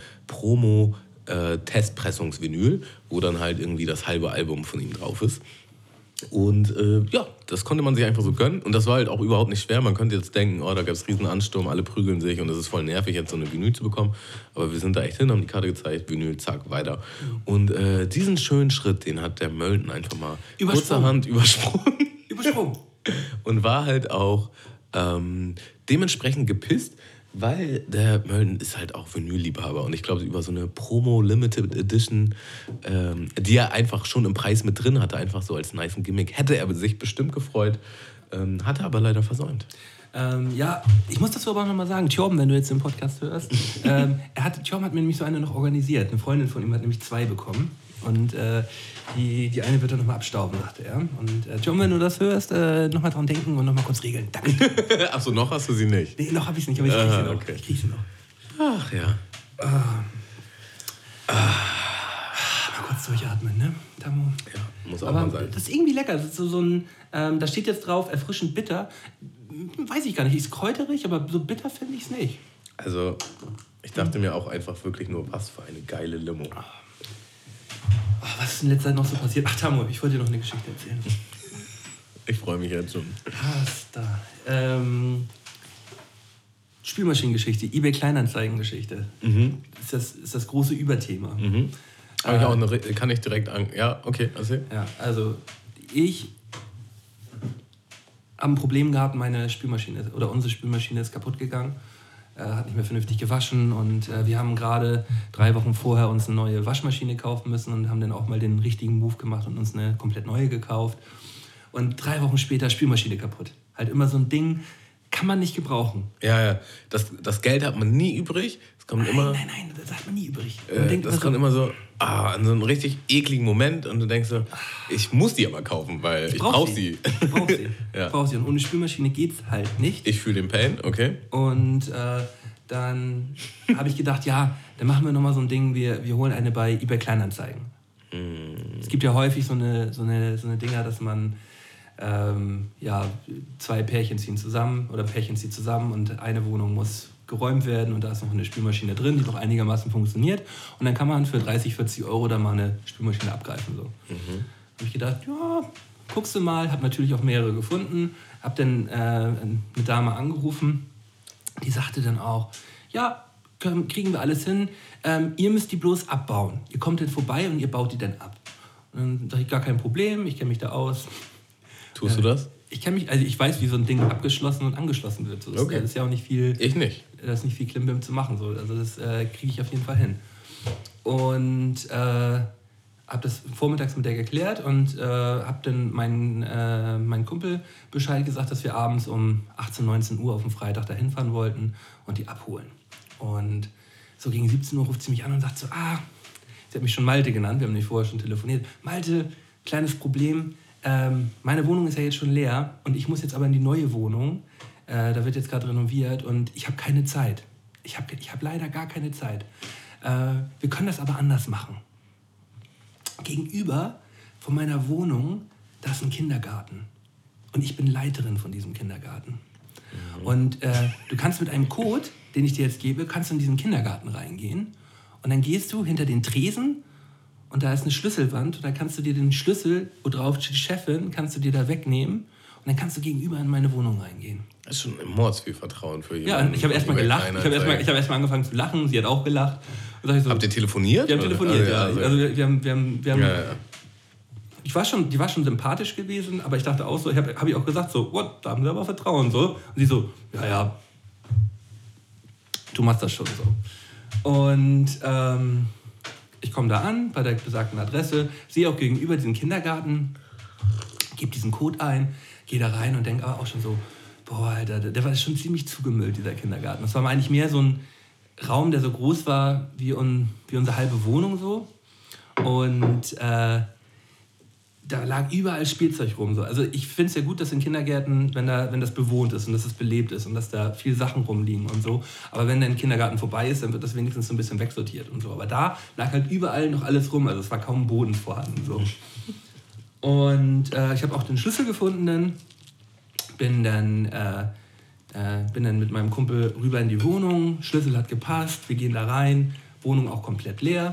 Promo-Testpressungsvinyl, wo dann halt irgendwie das halbe Album von ihm drauf ist. Und das konnte man sich einfach so gönnen. Und das war halt auch überhaupt nicht schwer. Man könnte jetzt denken, oh, da gab es riesen Ansturm, alle prügeln sich und es ist voll nervig, jetzt so eine Vinyl zu bekommen. Aber wir sind da echt hin, haben die Karte gezeigt, Vinyl, zack, weiter. Und diesen schönen Schritt, den hat der Mölten einfach mal kurzerhand übersprungen. Und war halt auch dementsprechend gepisst, weil der Mölten ist halt auch Vinyl-Liebhaber und ich glaube, über so eine Promo-Limited Edition, die er einfach schon im Preis mit drin hatte, einfach so als nice Gimmick, hätte er sich bestimmt gefreut, hat er aber leider versäumt. Ich muss dazu aber noch mal sagen, Thjorben, wenn du jetzt den Podcast hörst, Thjorben hat mir nämlich so eine noch organisiert. Eine Freundin von ihm hat nämlich 2 bekommen und die eine wird er noch mal abstauben, sagte er. Und Thjorben, wenn du das hörst, noch mal dran denken und noch mal kurz regeln. Danke. Achso, noch hast du sie nicht? Nee, noch habe ich es nicht, aber ich kriege sie noch. Okay. Ich krieg sie noch. Ach ja. Mal kurz kurz durchatmen, ne, Tamo? Ja, muss auch Aber mal sein. das ist irgendwie lecker. Das ist so ein, da steht jetzt drauf, erfrischend bitter. Weiß ich gar nicht, ist kräuterig, aber so bitter finde ich es nicht. Also, ich dachte mir auch einfach wirklich nur, was für eine geile Limo. Was ist in letzter Zeit noch so passiert? Ach, Tamo, ich wollte dir noch eine Geschichte erzählen. Ich freue mich jetzt schon. Pasta. Spülmaschinengeschichte, eBay-Kleinanzeigen-Geschichte. Ist das große Überthema. Habe ich auch kann ich direkt an. Ja, okay, erzähl. Ja, also ich habe ein Problem gehabt, meine Spülmaschine oder unsere Spülmaschine ist kaputt gegangen. Hat nicht mehr vernünftig gewaschen und wir haben gerade 3 Wochen vorher uns eine neue Waschmaschine kaufen müssen und haben dann auch mal den richtigen Move gemacht und uns eine komplett neue gekauft. Und 3 Wochen später Spülmaschine kaputt. Halt immer so ein Ding, kann man nicht gebrauchen. Ja. Das Geld hat man nie übrig. Es kommt Nein, das hat man nie übrig. Das kommt immer so an so einen richtig ekligen Moment und du denkst so, ich muss die aber kaufen, weil ich brauche sie. Ich brauche sie. Ja. Ich brauche sie. Und ohne Spülmaschine geht's halt nicht. Ich fühle den Pain, okay. Und dann habe ich gedacht, ja, dann machen wir nochmal so ein Ding, wir holen eine bei eBay Kleinanzeigen. Es gibt ja häufig so eine Dinger, dass man 2 Pärchen ziehen zusammen oder Pärchen ziehen zusammen und eine Wohnung muss geräumt werden und da ist noch eine Spülmaschine drin, die noch einigermaßen funktioniert und dann kann man für 30, 40 Euro da mal eine Spülmaschine abgreifen. So. Habe ich gedacht, ja, guckst du mal, habe natürlich auch mehrere gefunden, habe dann eine Dame angerufen, die sagte dann auch, ja, kriegen wir alles hin, ihr müsst die bloß abbauen. Ihr kommt dann vorbei und ihr baut die dann ab. Und dann sage ich, gar kein Problem, ich kenne mich da aus. Tust du das? Ich weiß, wie so ein Ding abgeschlossen und angeschlossen wird. So, Okay. Das ist ja auch nicht viel. Ich nicht. Das ist nicht viel Klimbim zu machen. So. Also das kriege ich auf jeden Fall hin. Und habe das vormittags mit der geklärt und habe dann meinen Kumpel Bescheid gesagt, dass wir abends um 18, 19 Uhr auf dem Freitag da hinfahren wollten und die abholen. Und so gegen 17 Uhr ruft sie mich an und sagt so, sie hat mich schon Malte genannt, wir haben nicht vorher schon telefoniert. Malte, kleines Problem, meine Wohnung ist ja jetzt schon leer und ich muss jetzt aber in die neue Wohnung. Da wird jetzt gerade renoviert und ich habe keine Zeit. Ich hab leider gar keine Zeit. Wir können das aber anders machen. Gegenüber von meiner Wohnung, da ist ein Kindergarten. Und ich bin Leiterin von diesem Kindergarten. Und du kannst mit einem Code, den ich dir jetzt gebe, kannst du in diesen Kindergarten reingehen. Und dann gehst du hinter den Tresen und da ist eine Schlüsselwand. Und dann kannst du dir den Schlüssel, wo drauf steht Chefin, kannst du dir da wegnehmen. Und dann kannst du gegenüber in meine Wohnung reingehen. Das ist schon mords viel Vertrauen für jemanden. Ja, und ich habe erstmal gelacht. Ich habe erstmal angefangen zu lachen. Sie hat auch gelacht. Und sag ich so, habt ihr telefoniert? Wir haben telefoniert, ja. Also wir haben Ja. die war schon sympathisch gewesen, aber ich dachte auch so, hab ich auch gesagt so, what, da haben sie aber Vertrauen, so. Und sie so, ja, du machst das schon so. Und ich komme da an, bei der besagten Adresse, sehe auch gegenüber diesen Kindergarten, gebe diesen Code ein, gehe da rein und denke auch schon so, boah, Alter, der war schon ziemlich zugemüllt, dieser Kindergarten. Das war eigentlich mehr so ein Raum, der so groß war wie unsere halbe Wohnung so. Und da lag überall Spielzeug rum. So. Also ich finde es ja gut, dass in Kindergärten, wenn das bewohnt ist und dass es belebt ist und dass da viel Sachen rumliegen und so. Aber wenn der Kindergarten vorbei ist, dann wird das wenigstens so ein bisschen wegsortiert und so. Aber da lag halt überall noch alles rum. Also es war kaum Boden vorhanden. So. Und ich habe auch den Schlüssel gefunden dann. Bin dann mit meinem Kumpel rüber in die Wohnung. Schlüssel hat gepasst. Wir gehen da rein. Wohnung auch komplett leer.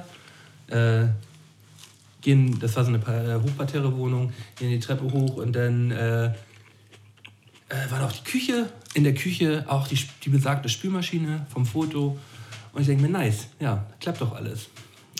Das war so eine Hochparterre-Wohnung, gehen die Treppe hoch und dann war da auch die Küche. In der Küche auch die besagte Spülmaschine vom Foto. Und ich denke mir, nice, ja, klappt doch alles.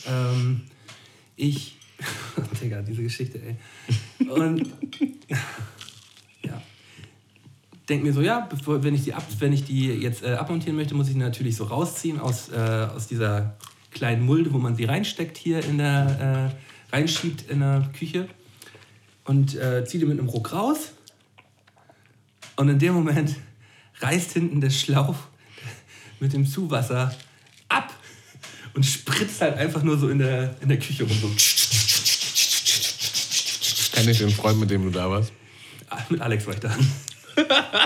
Digga, diese Geschichte, ey. Und ja, denke mir so, ja, wenn ich die jetzt abmontieren möchte, muss ich die natürlich so rausziehen aus dieser kleinen Mulde, wo man sie reinsteckt hier reinschiebt in der Küche und zieht die mit einem Ruck raus und in dem Moment reißt hinten der Schlauch mit dem Zuwasser ab und spritzt halt einfach nur so in der Küche rum. So. Kenn ich den Freund, mit dem du da warst? Mit Alex war ich da.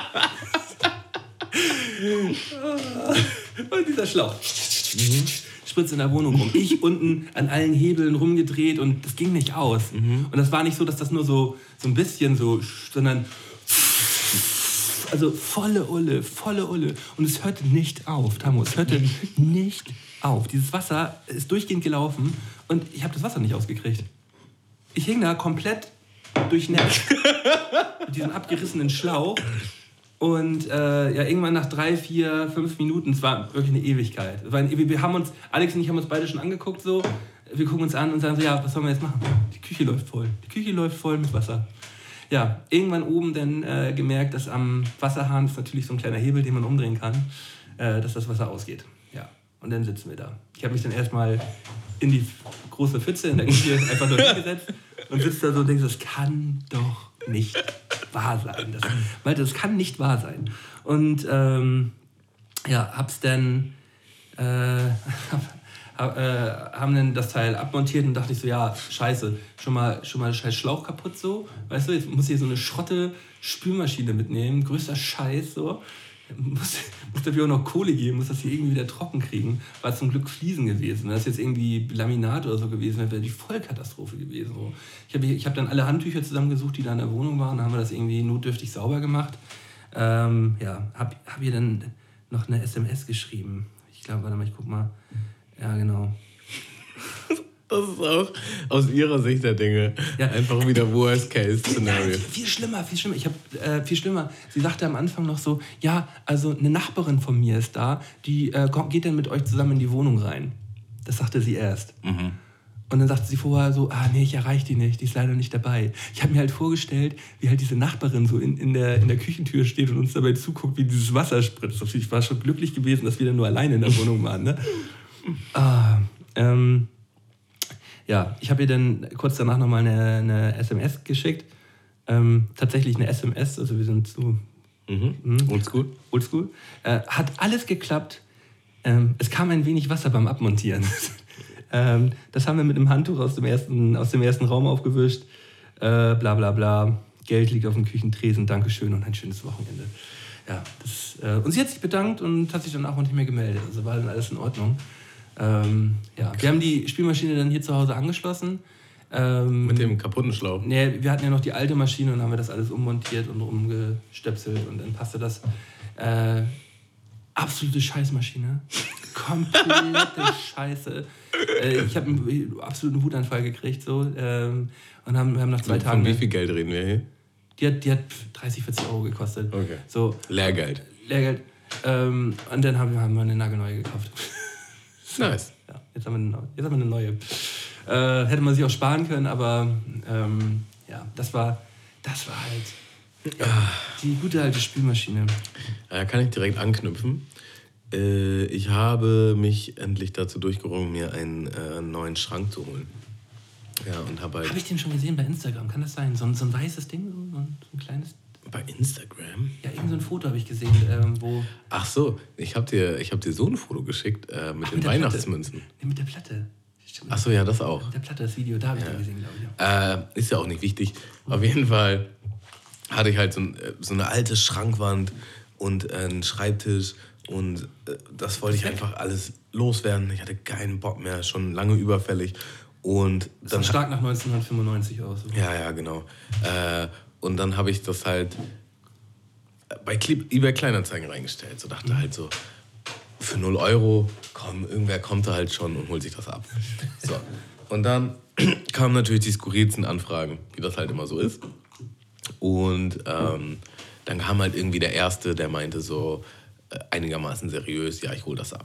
Und dieser Schlauch Spritze in der Wohnung rum. Ich unten an allen Hebeln rumgedreht und das ging nicht aus. Und das war nicht so, dass das nur so ein bisschen so, sondern also volle Ulle. Und es hörte nicht auf, Tammo, es hörte nicht auf. Dieses Wasser ist durchgehend gelaufen und ich habe das Wasser nicht ausgekriegt. Ich hing da komplett durchnässt mit diesem abgerissenen Schlauch. Und irgendwann nach 3, 4, 5 Minuten, es war wirklich eine Ewigkeit. Wir haben uns, Alex und ich haben uns beide schon angeguckt, so. Wir gucken uns an und sagen so, ja, was sollen wir jetzt machen? Die Küche läuft voll mit Wasser. Ja, irgendwann oben dann gemerkt, dass am Wasserhahn ist natürlich so ein kleiner Hebel, den man umdrehen kann, dass das Wasser ausgeht. Ja, und dann sitzen wir da. Ich habe mich dann erstmal in die große Pfütze in der Küche einfach nur hingesetzt und sitze da so und denke, das kann doch nicht wahr sein. Das kann nicht wahr sein. Und hab's dann haben dann das Teil abmontiert und dachte ich so, ja, scheiße, schon mal scheiß Schlauch kaputt so, weißt du, jetzt muss ich hier so eine Schrotte Spülmaschine mitnehmen, größter Scheiß so, muss dafür auch noch Kohle geben, muss das hier irgendwie wieder trocken kriegen, war zum Glück Fliesen gewesen, wenn das jetzt irgendwie Laminat oder so gewesen wäre, wäre die Vollkatastrophe gewesen. So. Ich hab dann alle Handtücher zusammengesucht, die da in der Wohnung waren, dann haben wir das irgendwie notdürftig sauber gemacht. Hab ihr dann noch eine SMS geschrieben, ich glaube, warte mal, ich guck mal. Ja, genau. Das ist auch aus ihrer Sicht der Dinge einfach wieder Worst-Case-Szenario. Viel schlimmer. Viel schlimmer. Sie sagte am Anfang noch so, ja, also eine Nachbarin von mir ist da, die geht dann mit euch zusammen in die Wohnung rein. Das sagte sie erst. Mhm. Und dann sagte sie vorher so, nee, ich erreiche die nicht, die ist leider nicht dabei. Ich habe mir halt vorgestellt, wie halt diese Nachbarin so in der Küchentür steht und uns dabei zuguckt, wie dieses Wasser spritzt. Ich war schon glücklich gewesen, dass wir dann nur alleine in der Wohnung waren, ne? Ich habe ihr dann kurz danach nochmal eine SMS geschickt. Tatsächlich eine SMS, also wir sind so... Oldschool. Hat alles geklappt. Es kam ein wenig Wasser beim Abmontieren. Das haben wir mit einem Handtuch aus dem ersten Raum aufgewischt. Bla bla bla. Geld liegt auf dem Küchentresen. Dankeschön und ein schönes Wochenende. Ja, und sie hat sich bedankt und hat sich dann auch nicht mehr gemeldet. Also war dann alles in Ordnung. Wir haben die Spülmaschine dann hier zu Hause angeschlossen. Mit dem kaputten Schlauch? Nee, wir hatten ja noch die alte Maschine und haben wir das alles ummontiert und umgestöpselt und dann passte das. Absolute Scheißmaschine. Komplette Scheiße. Ich habe einen absoluten Wutanfall gekriegt. So, und haben nach 2 Tagen... Von wie viel Geld reden wir hier? Die hat 30, 40 Euro gekostet. Okay. So, Lehrgeld. Und dann haben wir eine nagelneue gekauft. Nice. Ja, jetzt haben wir eine neue. Hätte man sich auch sparen können, aber das war halt die gute alte Spülmaschine. Kann ich direkt anknüpfen. Ich habe mich endlich dazu durchgerungen, mir einen neuen Schrank zu holen. Ja, und habe ich den schon gesehen bei Instagram? Kann das sein? So ein weißes Ding? So ein kleines... Bei Instagram? Ja, irgend so ein Foto habe ich gesehen, wo... Ach so, ich hab dir so ein Foto geschickt mit den Weihnachtsmünzen. Nee, mit der Platte. Ach so, ja, das auch. Mit der Platte, das Video, da habe ich den gesehen, glaube ich. Ist ja auch nicht wichtig. Auf jeden Fall hatte ich halt so eine alte Schrankwand und einen Schreibtisch und das wollte ich einfach alles loswerden. Ich hatte keinen Bock mehr, schon lange überfällig. Und das sah stark nach 1995 aus. So. Ja, genau. Und dann habe ich das halt bei eBay Kleinanzeigen reingestellt. So dachte halt so, für 0 Euro, komm, irgendwer kommt da halt schon und holt sich das ab. So. Und dann kamen natürlich die skurrilsten Anfragen, wie das halt immer so ist. Und dann kam halt irgendwie der Erste, der meinte so einigermaßen seriös, ja, ich hol das ab.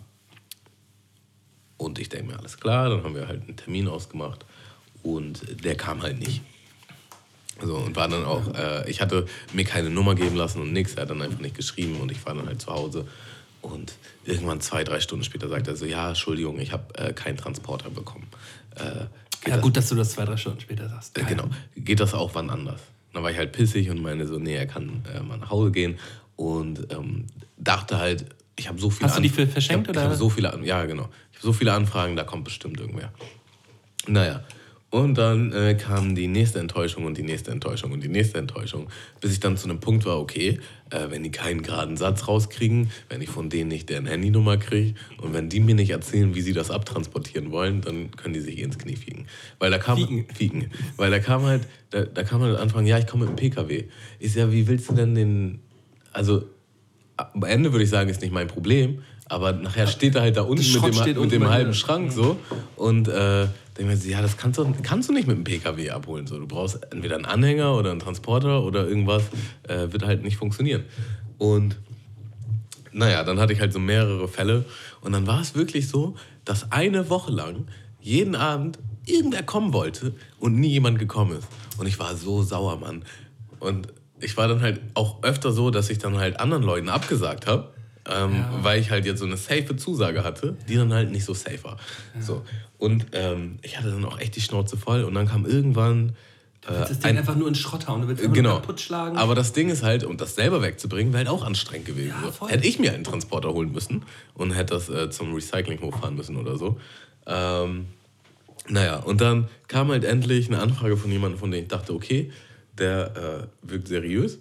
Und ich denke mir, alles klar, dann haben wir halt einen Termin ausgemacht und der kam halt nicht. So, und war dann auch, ich hatte mir keine Nummer geben lassen und nix, er hat dann einfach nicht geschrieben und ich war dann halt zu Hause. Und irgendwann 2-3 Stunden später sagt er so, ja, Entschuldigung, ich habe keinen Transporter bekommen. Gut, dass du das 2-3 Stunden später sagst. Genau, geht das auch wann anders? Dann war ich halt pissig und meine so, nee, er kann mal nach Hause gehen und dachte halt, ich habe so viele Hast du die verschenkt oder? Ich habe so viele, ja genau, ich habe so viele Anfragen, da kommt bestimmt irgendwer. Naja, Und dann kam die nächste Enttäuschung und die nächste Enttäuschung und die nächste Enttäuschung, bis ich dann zu einem Punkt war, okay, wenn die keinen geraden Satz rauskriegen, wenn ich von denen nicht deren Handynummer kriege und wenn die mir nicht erzählen, wie sie das abtransportieren wollen, dann können die sich ins Knie fiegen. Weil da kam Fiegen. Weil da kam halt Anfang, ja, ich komme mit dem PKW. Ich sag, wie willst du denn also am Ende würde ich sagen, ist nicht mein Problem, aber nachher steht er halt da unten mit dem halben Schrank so und denke mir so, ja, das kannst du nicht mit dem PKW abholen. So. Du brauchst entweder einen Anhänger oder einen Transporter oder irgendwas, wird halt nicht funktionieren. Und naja, dann hatte ich halt so mehrere Fälle und dann war es wirklich so, dass eine Woche lang jeden Abend irgendwer kommen wollte und nie jemand gekommen ist. Und ich war so sauer, Mann. Und ich war dann halt auch öfter so, dass ich dann halt anderen Leuten abgesagt habe, weil ich halt jetzt so eine safe Zusage hatte, die dann halt nicht so safe war. Ja. So. Und ich hatte dann auch echt die Schnauze voll und dann kam irgendwann... Du willst das Ding einfach nur in Schrott hauen, du willst einfach nur kaputt schlagen. Aber das Ding ist halt, um das selber wegzubringen, wäre halt auch anstrengend gewesen. Ja, so. Hätte ich mir einen Transporter holen müssen und hätte das zum Recyclinghof fahren müssen oder so. Naja, und dann kam halt endlich eine Anfrage von jemandem, von dem ich dachte, okay, der wirkt seriös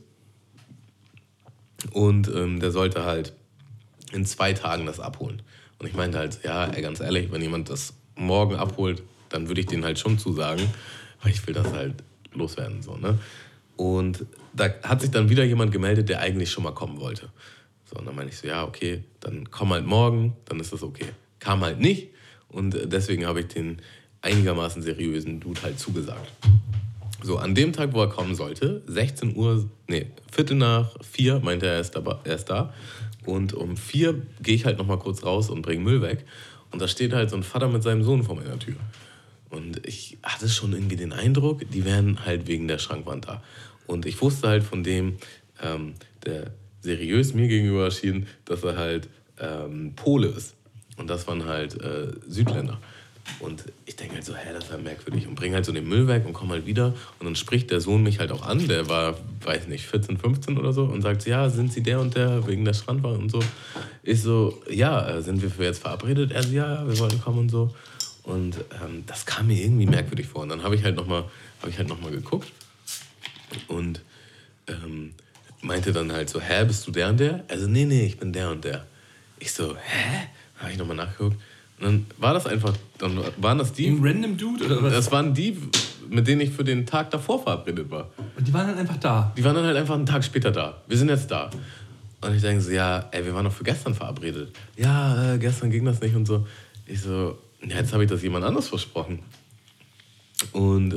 und der sollte halt in 2 Tagen das abholen. Und ich meinte halt, ja, ganz ehrlich, wenn jemand das morgen abholt, dann würde ich denen halt schon zusagen, weil ich will das halt loswerden. So, ne? Und da hat sich dann wieder jemand gemeldet, der eigentlich schon mal kommen wollte. So, und dann meinte ich so, ja, okay, dann komm halt morgen, dann ist das okay. Kam halt nicht und deswegen habe ich den einigermaßen seriösen Dude halt zugesagt. So, an dem Tag, wo er kommen sollte, 4:45 meinte er, er ist da. Und um 4 gehe ich halt nochmal kurz raus und bringe Müll weg. Und da steht halt so ein Vater mit seinem Sohn vor meiner Tür. Und ich hatte schon irgendwie den Eindruck, die wären halt wegen der Schrankwand da. Und ich wusste halt von dem, der seriös mir gegenüber erschien, dass er halt Pole ist. Und das waren halt Südländer. Und ich denke halt so, das ist ja merkwürdig. Und bringe halt so den Müll weg und komme halt wieder. Und dann spricht der Sohn mich halt auch an, der war, weiß nicht, 14, 15 oder so. Und sagt, ja, sind Sie der und der wegen der Strandbar und so. Ich so, ja, sind wir für jetzt verabredet? Er so, ja, wir wollen kommen und so. Und das kam mir irgendwie merkwürdig vor. Und dann habe ich halt nochmal geguckt. Und meinte dann halt so, bist du der und der? Also, nee, ich bin der und der. Ich so, Habe ich nochmal nachgeguckt. Und dann war das einfach, dann waren das die... Ein random Dude oder was? Das waren die, mit denen ich für den Tag davor verabredet war. Und die waren dann einfach da? Die waren dann halt einfach einen Tag später da. Wir sind jetzt da. Und ich denke so, ja, wir waren doch für gestern verabredet. Ja, gestern ging das nicht und so. Ich so, ja, jetzt habe ich das jemand anders versprochen. Und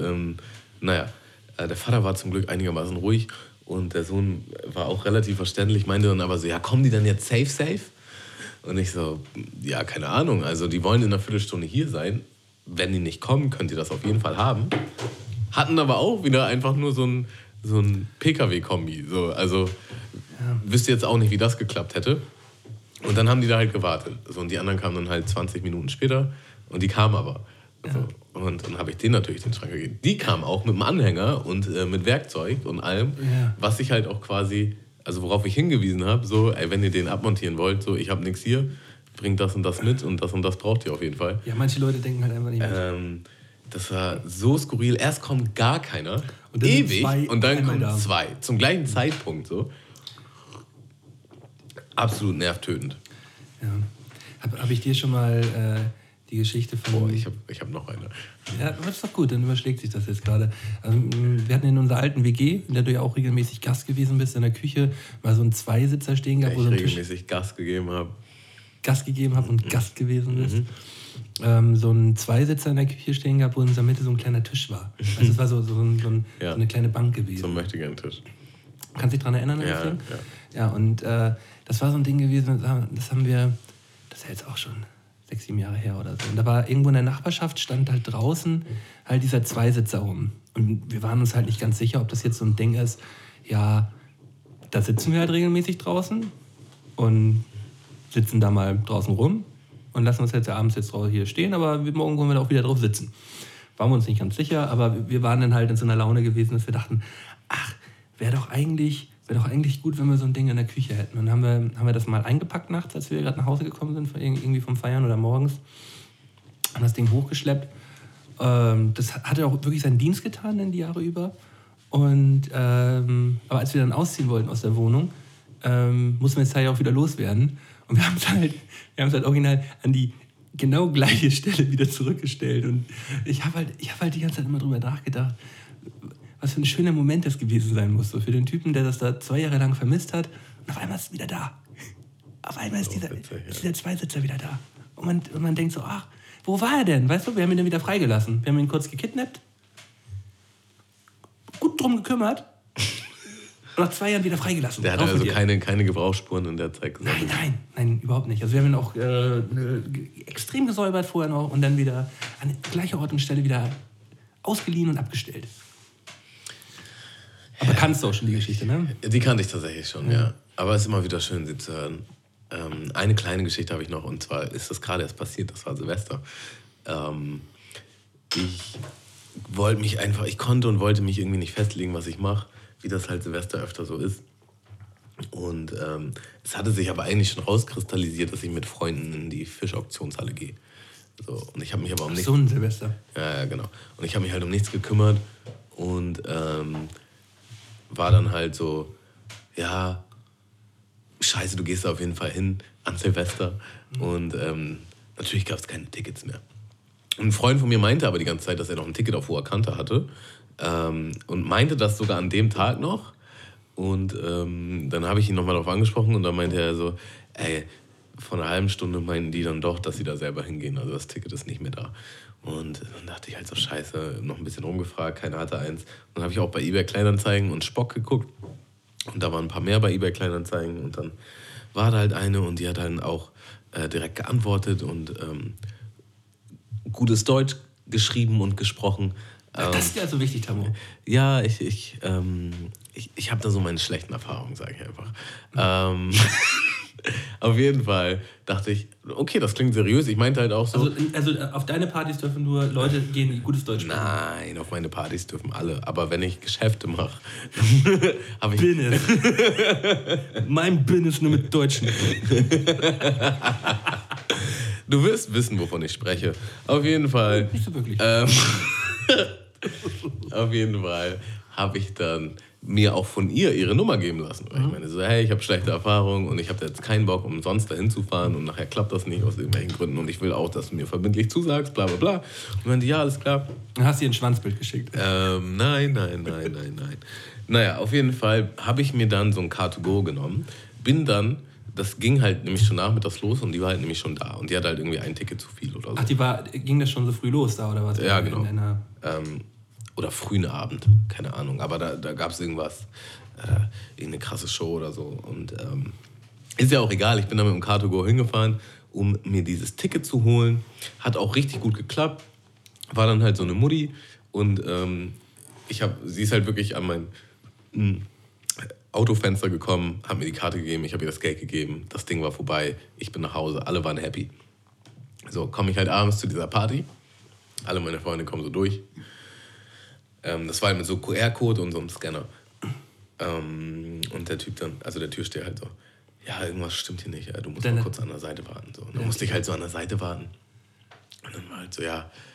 der Vater war zum Glück einigermaßen ruhig und der Sohn war auch relativ verständlich, meinte dann aber so, ja, kommen die dann jetzt safe? Und ich so, ja, keine Ahnung, also die wollen in einer Viertelstunde hier sein. Wenn die nicht kommen, könnt ihr das auf jeden Fall haben. Hatten aber auch wieder einfach nur so ein PKW-Kombi. So, also wüsste jetzt auch nicht, wie das geklappt hätte. Und dann haben die da halt gewartet. So, und die anderen kamen dann halt 20 Minuten später und die kamen aber. So, und dann habe ich denen natürlich den Schrank gegeben. Die kamen auch mit dem Anhänger und mit Werkzeug und allem, was ich halt auch quasi... Also worauf ich hingewiesen habe, so, wenn ihr den abmontieren wollt, so, ich habe nichts hier, bringt das und das mit und das braucht ihr auf jeden Fall. Ja, manche Leute denken halt einfach nicht mit. Das war so skurril. Erst kommt gar keiner, und ewig, und dann kommen 2. Zum gleichen Zeitpunkt, so. Absolut nervtötend. Ja. Hab ich dir schon mal die Geschichte von... Ich hab noch eine. Ja, das ist doch gut, dann überschlägt sich das jetzt gerade. Also, wir hatten in unserer alten WG, in der du ja auch regelmäßig Gast gewesen bist, in der Küche mal so einen Zweisitzer stehen gehabt, wo so ein regelmäßig Gast gegeben habe. Und Gast gewesen bist. So ein Zweisitzer in der Küche stehen gehabt, wo in der Mitte so ein kleiner Tisch war. Also es war so eine kleine Bank gewesen. So ein Möchtegern-Tisch. Kannst du dich daran erinnern? Ja, und das war so ein Ding gewesen, das haben wir, das ist ja jetzt auch schon 6-7 Jahre her oder so. Und da war irgendwo in der Nachbarschaft, stand halt draußen halt dieser Zweisitzer rum. Und wir waren uns halt nicht ganz sicher, ob das jetzt so ein Ding ist, ja, da sitzen wir halt regelmäßig draußen und sitzen da mal draußen rum und lassen uns jetzt abends hier stehen, aber morgen wollen wir da auch wieder drauf sitzen. Waren wir uns nicht ganz sicher, aber wir waren dann halt in so einer Laune gewesen, dass wir dachten, ach, wäre doch eigentlich gut, wenn wir so ein Ding in der Küche hätten. Und dann haben wir das mal eingepackt nachts, als wir gerade nach Hause gekommen sind, irgendwie vom Feiern oder morgens. Haben das Ding hochgeschleppt Das hat er auch wirklich seinen Dienst getan in die Jahre über. Und, aber als wir dann ausziehen wollten aus der Wohnung, mussten wir jetzt halt auch wieder loswerden. Und wir haben es halt original an die genau gleiche Stelle wieder zurückgestellt. Und ich habe halt die ganze Zeit immer drüber nachgedacht, was für ein schöner Moment das gewesen sein muss. So für den Typen, der das da 2 Jahre lang vermisst hat. Und auf einmal ist es wieder da. Auf einmal ist dieser Zweisitzer wieder da. Und man denkt so, ach, wo war er denn? Weißt du, wir haben ihn dann wieder freigelassen. Wir haben ihn kurz gekidnappt. Gut drum gekümmert. Und nach 2 Jahren wieder freigelassen. Der hat also keine Gebrauchsspuren in der Zeit gesammelt. Nein, überhaupt nicht. Also wir haben ihn auch extrem gesäubert vorher noch und dann wieder an gleicher Ort und Stelle wieder ausgeliehen und abgestellt. Aber kannst du auch schon die Geschichte, ne? Die kannte ich tatsächlich schon, ja. Aber es ist immer wieder schön, sie zu hören. Eine kleine Geschichte habe ich noch, und zwar ist das gerade erst passiert, das war Silvester. Ich konnte und wollte mich irgendwie nicht festlegen, was ich mache, wie das halt Silvester öfter so ist. Und es hatte sich aber eigentlich schon rauskristallisiert, dass ich mit Freunden in die Fischauktionshalle gehe. So, und ich habe mich aber um nichts... So ein Silvester. Ja, genau. Und ich habe mich halt um nichts gekümmert und war dann halt so, ja, scheiße, du gehst da auf jeden Fall hin an Silvester. Und natürlich gab es keine Tickets mehr. Und ein Freund von mir meinte aber die ganze Zeit, dass er noch ein Ticket auf hoher Kante hatte. Und meinte das sogar an dem Tag noch. Und dann habe ich ihn nochmal darauf angesprochen und dann meinte er so, ey, vor einer halben Stunde meinten die dann doch, dass sie da selber hingehen. Also das Ticket ist nicht mehr da. Und dann dachte ich halt so, scheiße, noch ein bisschen rumgefragt, keiner hatte eins. Und dann habe ich auch bei eBay Kleinanzeigen und Spock geguckt. Und da waren ein paar mehr bei eBay Kleinanzeigen. Und dann war da halt eine und die hat dann auch direkt geantwortet und gutes Deutsch geschrieben und gesprochen. Das ist ja so wichtig, Tammo. Ja, ich habe da so meine schlechten Erfahrungen, sage ich einfach. Auf jeden Fall dachte ich, okay, das klingt seriös. Ich meinte halt auch so... Also auf deine Partys dürfen nur Leute gehen, die gutes Deutsch sprechen? Nein, auf meine Partys dürfen alle. Aber wenn ich Geschäfte mache, habe ich... Business. Mein Business nur mit Deutschen. Du wirst wissen, wovon ich spreche. Auf jeden Fall... Nicht so wirklich. Auf jeden Fall habe ich dann mir auch von ihr ihre Nummer geben lassen. Weil ich meine so, hey, ich habe schlechte Erfahrungen und ich habe jetzt keinen Bock, umsonst dahin zu fahren und nachher klappt das nicht aus irgendwelchen Gründen und ich will auch, dass du mir verbindlich zusagst, bla bla bla. Und meinte, ja, alles klar. Dann hast du ihr ein Schwanzbild geschickt. Nein. Naja, auf jeden Fall habe ich mir dann so ein Car2Go genommen, bin dann, das ging halt nämlich schon nachmittags los und die war halt nämlich schon da und die hat halt irgendwie ein Ticket zu viel oder so. Ach, ging das schon so früh los da oder was? Ja, genau. Oder frühen Abend, keine Ahnung. Aber da gab es irgendwas, irgendeine krasse Show oder so. Und ist ja auch egal, ich bin da mit dem Car2Go hingefahren, um mir dieses Ticket zu holen. Hat auch richtig gut geklappt. War dann halt so eine Mutti und sie ist halt wirklich an mein Autofenster gekommen, hat mir die Karte gegeben, ich habe ihr das Geld gegeben, das Ding war vorbei, ich bin nach Hause, alle waren happy. So, komme ich halt abends zu dieser Party, alle meine Freunde kommen so durch. Das war halt mit so QR-Code und so einem Scanner. Und der Typ dann, also der Türsteher halt so, ja, irgendwas stimmt hier nicht, du musst mal kurz an der Seite warten. So. Und dann musste ich halt so an der Seite warten. Und dann war halt so,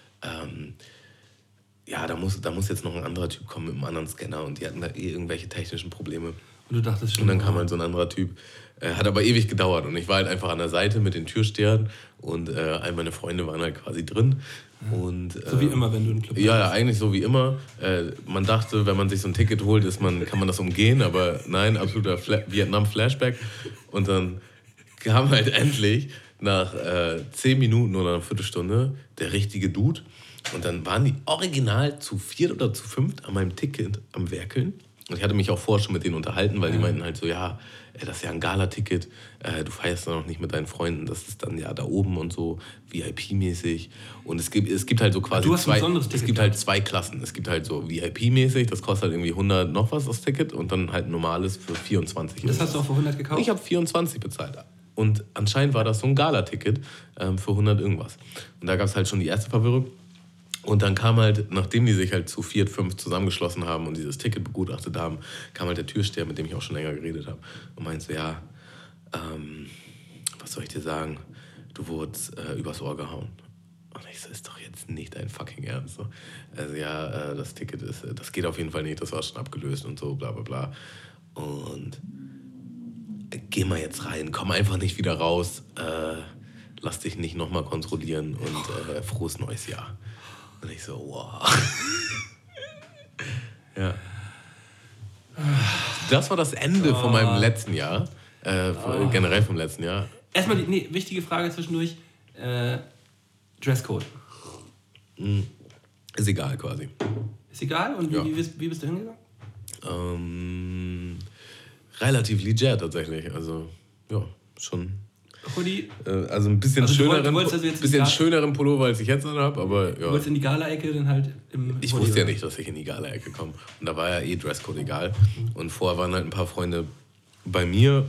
da muss jetzt noch ein anderer Typ kommen mit einem anderen Scanner und die hatten da irgendwelche technischen Probleme. Und du dachtest schon. Und dann kam halt so ein anderer Typ. Hat aber ewig gedauert und ich war halt einfach an der Seite mit den Türstehern und all meine Freunde waren halt quasi drin. Und, so wie immer, wenn du einen Club hast. Ja, eigentlich so wie immer. Man dachte, wenn man sich so ein Ticket holt, kann man das umgehen, aber nein, absoluter Vietnam-Flashback. Und dann kam halt endlich nach 10 Minuten oder einer Viertelstunde der richtige Dude. Und dann waren die original zu 4 oder zu 5 an meinem Ticket am Werkeln. Und ich hatte mich auch vorher schon mit denen unterhalten, weil die meinten halt so, ja, das ist ja ein Gala-Ticket, du feierst da noch nicht mit deinen Freunden, das ist dann ja da oben und so, VIP-mäßig. Und es gibt halt so quasi zwei Klassen. Es gibt halt so VIP-mäßig, das kostet halt irgendwie 100 noch was, das Ticket, und dann halt ein normales für 24. Das hast du auch für 100 gekauft? Ich habe 24 bezahlt. Und anscheinend war das so ein Gala-Ticket für 100 irgendwas. Und da gab es halt schon die erste Verwirrung. Und dann kam halt, nachdem die sich halt zu 4, 5 zusammengeschlossen haben und dieses Ticket begutachtet haben, kam halt der Türsteher, mit dem ich auch schon länger geredet habe, und meinte so, ja, was soll ich dir sagen, du wurdest übers Ohr gehauen. Und ich so, ist doch jetzt nicht dein fucking Ernst. So. Also ja, das Ticket das geht auf jeden Fall nicht, das war schon abgelöst und so, bla bla bla. Und geh mal jetzt rein, komm einfach nicht wieder raus, lass dich nicht nochmal kontrollieren und frohes neues Jahr. Und ich so, wow. Ja. Das war das Ende von meinem letzten Jahr, generell vom letzten Jahr. Erstmal die wichtige Frage zwischendurch, Dresscode. Ist egal quasi. Ist egal? Und ja. wie bist du hingegangen? Relativ leger tatsächlich, also ja, schon. Hoodie? Also ein bisschen schöneren Pullover, als ich jetzt habe, aber ja. Du wolltest in die Gala-Ecke, dann halt im Ich Hoodie, wusste ja oder? nicht, dass ich in die Gala-Ecke komme. Und da war ja Dresscode egal. Und vorher waren halt ein paar Freunde bei mir.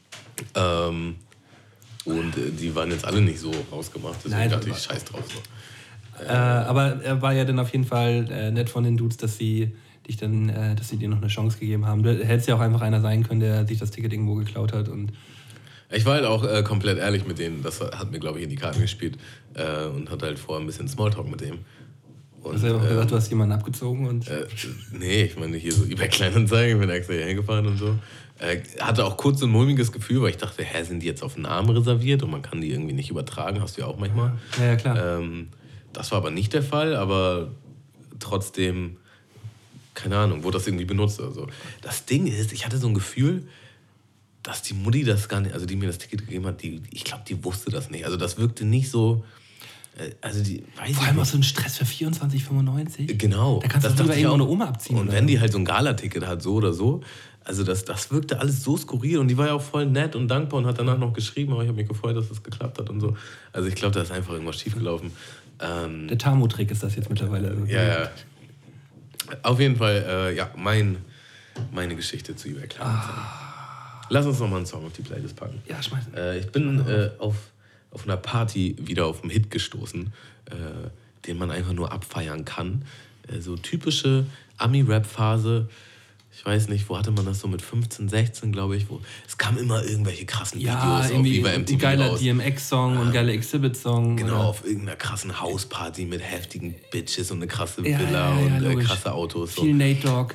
Und die waren jetzt alle nicht so rausgemacht. Deswegen dachte ich, scheiß drauf. So. Aber er war ja dann auf jeden Fall nett von den Dudes, dass sie dir noch eine Chance gegeben haben. Du hättest ja auch einfach einer sein können, der sich das Ticket irgendwo geklaut hat. Und ich war halt auch komplett ehrlich mit denen. Das hat mir, glaube ich, in die Karten gespielt. Und hatte halt vorher ein bisschen Smalltalk mit dem. Und, hast du ja auch gesagt, du hast jemanden abgezogen? Und nee, ich meine, hier so eBay Kleinanzeigen, ich bin extra hier hingefahren und so. Hatte auch kurz so ein mulmiges Gefühl, weil ich dachte, sind die jetzt auf Namen reserviert und man kann die irgendwie nicht übertragen, hast du ja auch manchmal. Ja, klar. Das war aber nicht der Fall, aber trotzdem, keine Ahnung, wurde das irgendwie benutzt oder so. Das Ding ist, ich hatte so ein Gefühl, dass die Mutti das gar nicht, also die mir das Ticket gegeben hat, ich glaube, die wusste das nicht. Also das wirkte nicht so, also die, weiß vor allem auch so ein Stress für 24,95. Genau. Da kannst du lieber irgendwo eine Oma abziehen. Und wenn die halt so ein Gala-Ticket hat, so oder so, also das wirkte alles so skurril und die war ja auch voll nett und dankbar und hat danach noch geschrieben, aber ich habe mich gefreut, dass das geklappt hat und so. Also ich glaube, da ist einfach irgendwas schiefgelaufen. Der Tamo-Trick ist das jetzt mittlerweile. Ja. Auf jeden Fall, meine Geschichte zu eBay Kleinanzeigen. Lass uns nochmal einen Song auf die Playlist packen. Ja, schmeißen. Ich bin auf einer Party wieder auf einen Hit gestoßen, den man einfach nur abfeiern kann. So typische Ami-Rap-Phase. Ich weiß nicht, wo hatte man das so mit 15, 16, glaube ich. Es kamen immer irgendwelche krassen Videos auf Viva MTV ein geiler raus. DMX-Song und ein geiler Exhibit-Song. Genau, oder? auf irgendeiner krassen Hausparty mit heftigen Bitches und eine krasse Villa und krasse Autos. Viel Nate Dogg.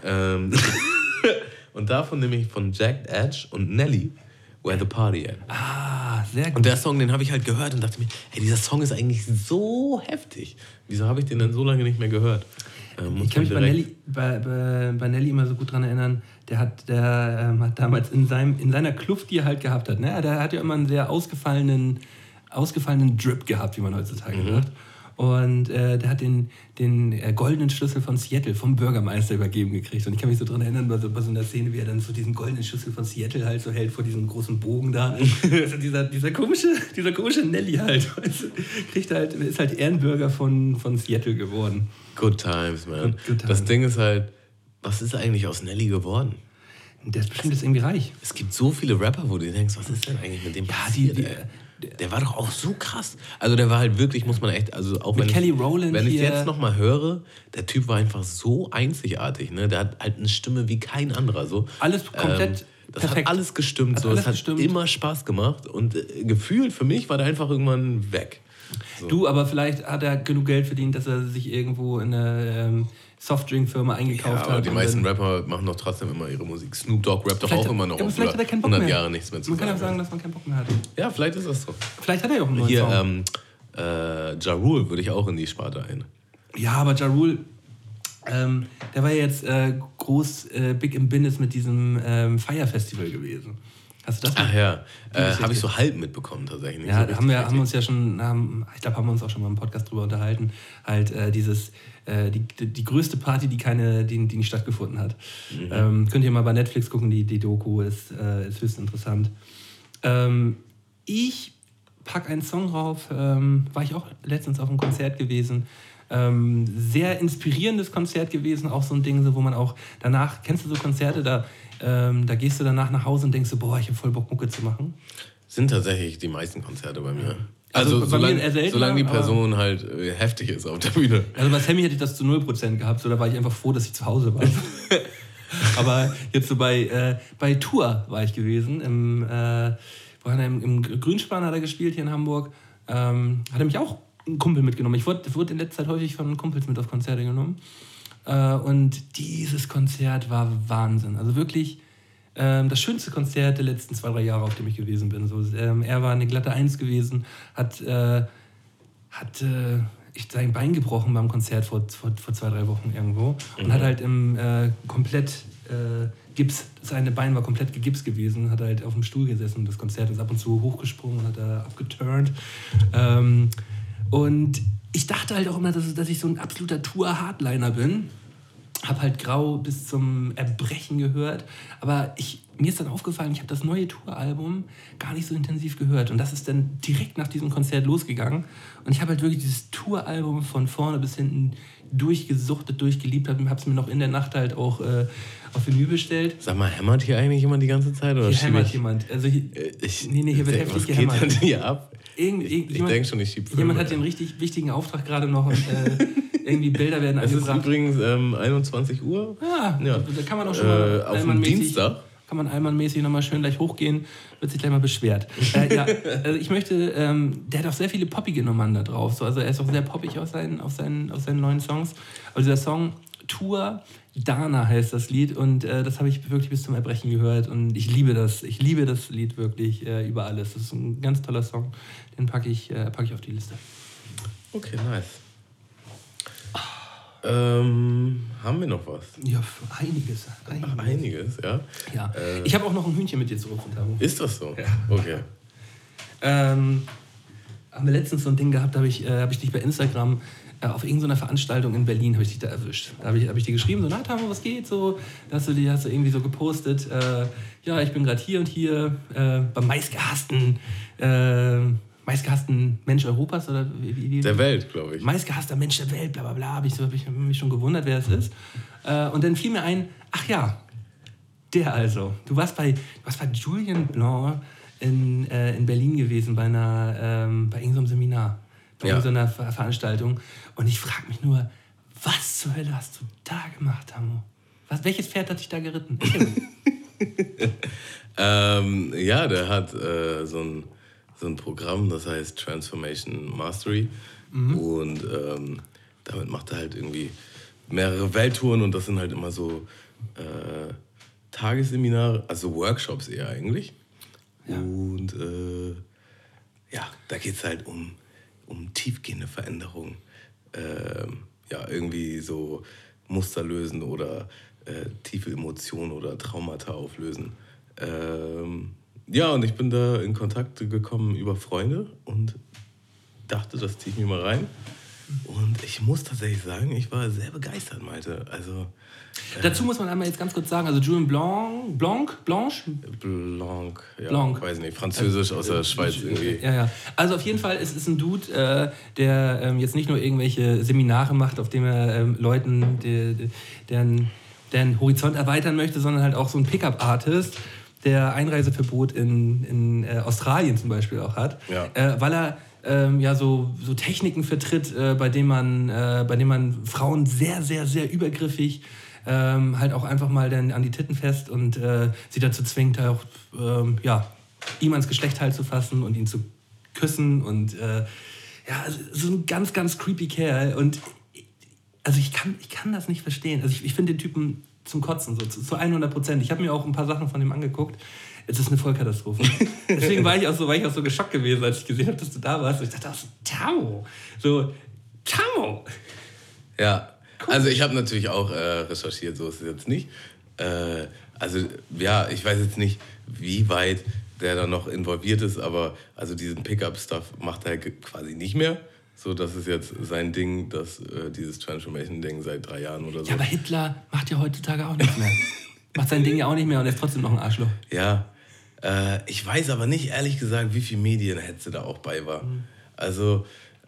Und davon nämlich von Jagged Edge und Nelly, Where the Party At. Ah, sehr gut. Und der Song, den habe ich halt gehört und dachte mir, hey, dieser Song ist eigentlich so heftig. Wieso habe ich den denn so lange nicht mehr gehört? Ich kann mich bei Nelly immer so gut dran erinnern, der hat damals in seiner Kluft, die er halt gehabt hat, ne? Der hat ja immer einen sehr ausgefallenen Drip gehabt, wie man heutzutage sagt. Und der hat den goldenen Schlüssel von Seattle vom Bürgermeister übergeben gekriegt. Und ich kann mich so dran erinnern, bei so einer Szene, wie er dann so diesen goldenen Schlüssel von Seattle halt so hält vor diesem großen Bogen da. Also dieser komische Nelly halt. Ist halt Ehrenbürger von Seattle geworden. Good times, man. Good times. Das Ding ist halt, was ist eigentlich aus Nelly geworden? Der ist bestimmt jetzt irgendwie reich. Es gibt so viele Rapper, wo du denkst, was ist denn eigentlich mit dem passiert, der war doch auch so krass. Also der war halt wirklich, muss man echt, also auch mit Kelly Rowland wenn ich jetzt nochmal höre, der Typ war einfach so einzigartig, ne? Der hat halt eine Stimme wie kein anderer. So. Alles komplett das perfekt. hat alles gestimmt. So. Es hat immer Spaß gemacht und gefühlt für mich war der einfach irgendwann weg. So. Du, aber vielleicht hat er genug Geld verdient, dass er sich irgendwo in eine Softdrink-Firma eingekauft hat. Aber die meisten Rapper machen doch trotzdem immer ihre Musik. Snoop Dogg rappt doch auch immer noch. Aber vielleicht hat er keinen Bock 100 mehr. Jahre nichts mehr zu Man sagen. kann auch sagen, dass man keinen Bock mehr hat. Ja, vielleicht ist das so. Vielleicht hat er ja auch einen neuen Song. Hier, Ja Rule würde ich auch in die Sparte ein. Ja, aber Ja Rule, der war ja jetzt groß big im Business mit diesem Fire Festival gewesen. Hast du das? Ach ja, habe ich so halb mitbekommen tatsächlich. Nicht Ja, so haben wir uns ja schon, ich glaube, haben wir uns auch schon mal im Podcast drüber unterhalten, halt die größte Party, die nicht stattgefunden hat. Könnt ihr mal bei Netflix gucken, die Doku ist höchst interessant. Ich packe einen Song drauf, war ich auch letztens auf einem Konzert gewesen. Sehr inspirierendes Konzert gewesen, auch so ein Ding, so, wo man auch danach, kennst du so Konzerte, da gehst du danach nach Hause und denkst so, boah, ich habe voll Bock, Mucke zu machen. Sind tatsächlich die meisten Konzerte bei mir. Also bei mir eher seltener, solange die Person halt heftig ist auf der Bühne. Also bei Sammy hätte ich das zu 0% gehabt, so, da war ich einfach froh, dass ich zu Hause war. Aber jetzt so bei Tour war ich gewesen, im Grünspan hat er gespielt hier in Hamburg, hat er mich auch einen Kumpel mitgenommen. Ich wurde in letzter Zeit häufig von Kumpels mit auf Konzerte genommen. Und dieses Konzert war Wahnsinn. Also wirklich das schönste Konzert der letzten 2-3 Jahre, auf dem ich gewesen bin. So, er war eine glatte 1 gewesen, hat sein Bein gebrochen beim Konzert vor 2-3 Wochen irgendwo und hat halt im komplett Gips, seine Bein war komplett gegipst gewesen, hat halt auf dem Stuhl gesessen. Das Konzert ist ab und zu hochgesprungen, hat abgeturnt. Und ich dachte halt auch immer, dass ich so ein absoluter Tour-Hardliner bin. Hab halt Grau bis zum Erbrechen gehört. Aber mir ist dann aufgefallen, ich habe das neue Tour-Album gar nicht so intensiv gehört. Und das ist dann direkt nach diesem Konzert losgegangen. Und ich habe halt wirklich dieses Tour-Album von vorne bis hinten durchgesuchtet, durchgeliebt. Habe es mir noch in der Nacht halt auch auf Vinyl bestellt. Sag mal, hämmert hier eigentlich jemand die ganze Zeit? Oder hier hämmert jemand. Also hier wird heftig gehämmert. Was geht denn hier ab? Ich denke schon, ich schiebe Filme. Jemand hat den richtig wichtigen Auftrag gerade noch und irgendwie Bilder werden angebracht. Es ist übrigens 21 Uhr. Ja, da kann man auch schon mal auf dem Dienstag. Kann man allmannmäßig nochmal schön gleich hochgehen, wird sich gleich mal beschwert. Also ich möchte, der hat auch sehr viele poppige Nummern da drauf. So, also er ist auch sehr poppig auf seinen neuen Songs. Aber dieser Song Tour Dana heißt das Lied und das habe ich wirklich bis zum Erbrechen gehört und ich liebe das. Ich liebe das Lied wirklich über alles. Das ist ein ganz toller Song, den packe ich auf die Liste. Okay, nice. Haben wir noch was? Ja, einiges. Ach, einiges, ja? Ja. Ich habe auch noch ein Hühnchen mit dir zurückgetragen. Ist das so? Ja. Okay. Haben wir letztens so ein Ding gehabt, habe ich dich bei Instagram auf irgendeiner Veranstaltung in Berlin habe ich dich da erwischt. Da habe ich dir geschrieben, so, na Tamo, was geht? So, da hast du irgendwie so gepostet, ja, ich bin gerade hier und hier beim meistgehassten Mensch Europas oder wie? Der Welt, glaube ich. Meistgehasster Mensch der Welt, bla bla bla. Hab ich mich schon gewundert, wer das ist. Und dann fiel mir ein, ach ja, der also. Du warst bei Julien Blanc in Berlin gewesen bei irgendeinem Seminar, bei irgendeiner Veranstaltung. Und ich frage mich nur, was zur Hölle hast du da gemacht, Tamo? Welches Pferd hat dich da geritten? Ja, der hat so ein Programm, das heißt Transformation Mastery. Und damit macht er halt irgendwie mehrere Welttouren und das sind halt immer so Tagesseminare, also Workshops eher eigentlich. Ja. Und da geht es halt um tiefgehende Veränderungen. Irgendwie so Muster lösen oder tiefe Emotionen oder Traumata auflösen. Und ich bin da in Kontakt gekommen über Freunde und dachte, das ziehe ich mir mal rein. Und ich muss tatsächlich sagen, ich war sehr begeistert, Malte. Also, dazu muss man einmal jetzt ganz kurz sagen, also Julien Blanc, weiß nicht, Französisch aus der Schweiz irgendwie. Ja. Also auf jeden Fall ist es ein Dude, der jetzt nicht nur irgendwelche Seminare macht, auf denen er Leuten deren Horizont erweitern möchte, sondern halt auch so ein Pickup-Artist, der Einreiseverbot in Australien zum Beispiel auch hat, weil er so Techniken vertritt, bei denen man Frauen sehr, sehr, sehr übergriffig halt auch einfach mal dann an die Titten fest und sie dazu zwingt, auch ihm ans Geschlecht zu fassen und ihn zu küssen und so ein ganz, ganz creepy Kerl und also ich kann das nicht verstehen. Also ich finde den Typen zum Kotzen, so zu 100%. Ich habe mir auch ein paar Sachen von ihm angeguckt. Es ist eine Vollkatastrophe. Deswegen war ich auch so geschockt gewesen, als ich gesehen habe, dass du da warst. Und ich dachte, Tamo! Tamo! Ja, cool. Also ich habe natürlich auch recherchiert, so ist es jetzt nicht. Ich weiß jetzt nicht, wie weit der da noch involviert ist, aber also diesen Pickup-Stuff macht er quasi nicht mehr. So, das ist jetzt sein Ding, dieses Transformation-Ding seit 3 Jahren oder so. Ja, aber Hitler macht ja heutzutage auch nichts mehr. Macht sein Ding ja auch nicht mehr und er ist trotzdem noch ein Arschloch. Ja, ich weiß aber nicht, ehrlich gesagt, wie viel Medienhetze da auch bei war. Also,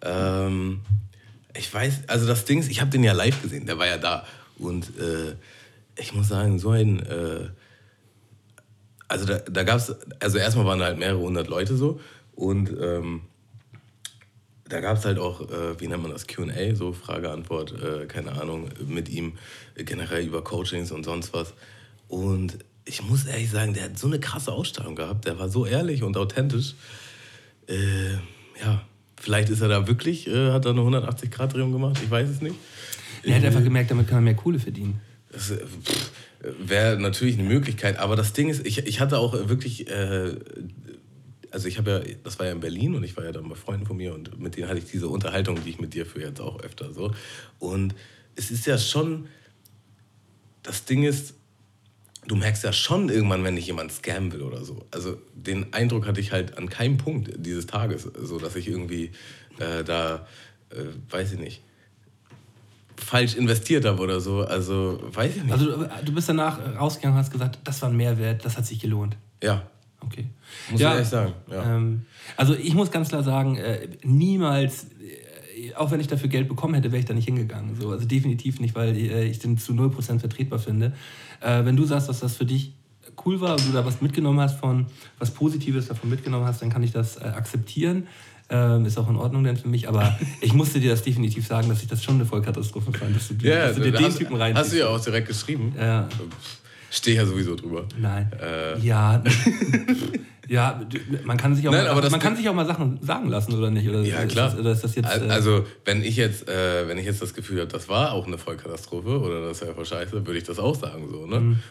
ich weiß, also das Ding ist, ich habe den ja live gesehen, der war ja da. Und ich muss sagen, so ein... Also da gab es... Also erstmal waren da halt mehrere hundert Leute so und... Da gab es halt auch, wie nennt man das, Q&A, so Frage-Antwort, keine Ahnung, mit ihm generell über Coachings und sonst was. Und ich muss ehrlich sagen, der hat so eine krasse Ausstrahlung gehabt, der war so ehrlich und authentisch. Vielleicht ist er da wirklich, hat er eine 180-Grad-Drehung gemacht, ich weiß es nicht. Er hat einfach gemerkt, damit kann er mehr Kohle verdienen. Das wäre natürlich eine Möglichkeit, aber das Ding ist, ich hatte auch wirklich, also ich habe ja, das war ja in Berlin und ich war ja dann bei Freunden von mir und mit denen hatte ich diese Unterhaltung, die ich mit dir führe jetzt auch öfter so. Und es ist ja schon, das Ding ist, du merkst ja schon irgendwann, wenn dich jemand scammen will oder so. Also den Eindruck hatte ich halt an keinem Punkt dieses Tages, so dass ich irgendwie weiß ich nicht, falsch investiert habe oder so. Also weiß ich nicht. Also du bist danach rausgegangen und hast gesagt, das war ein Mehrwert, das hat sich gelohnt. Ja. Okay. Muss ich ehrlich sagen. Ja. Also ich muss ganz klar sagen, niemals, auch wenn ich dafür Geld bekommen hätte, wäre ich da nicht hingegangen. So, also definitiv nicht, weil ich den zu 0% vertretbar finde. Wenn du sagst, dass das für dich cool war und du da was mitgenommen hast, was Positives davon mitgenommen hast, dann kann ich das akzeptieren. Ist auch in Ordnung dann für mich, aber ich musste dir das definitiv sagen, dass ich das schon eine Vollkatastrophe fand, dass du dir den Typen reinziehst. Hast du ja auch direkt geschrieben. Ja. Stehe ja sowieso drüber. Nein. Ja, man kann sich auch mal Sachen sagen lassen, oder nicht? Oder ja, klar. Ist das jetzt, also, wenn ich jetzt das Gefühl habe, das war auch eine Vollkatastrophe oder das wäre voll scheiße, würde ich das auch sagen. So, ne?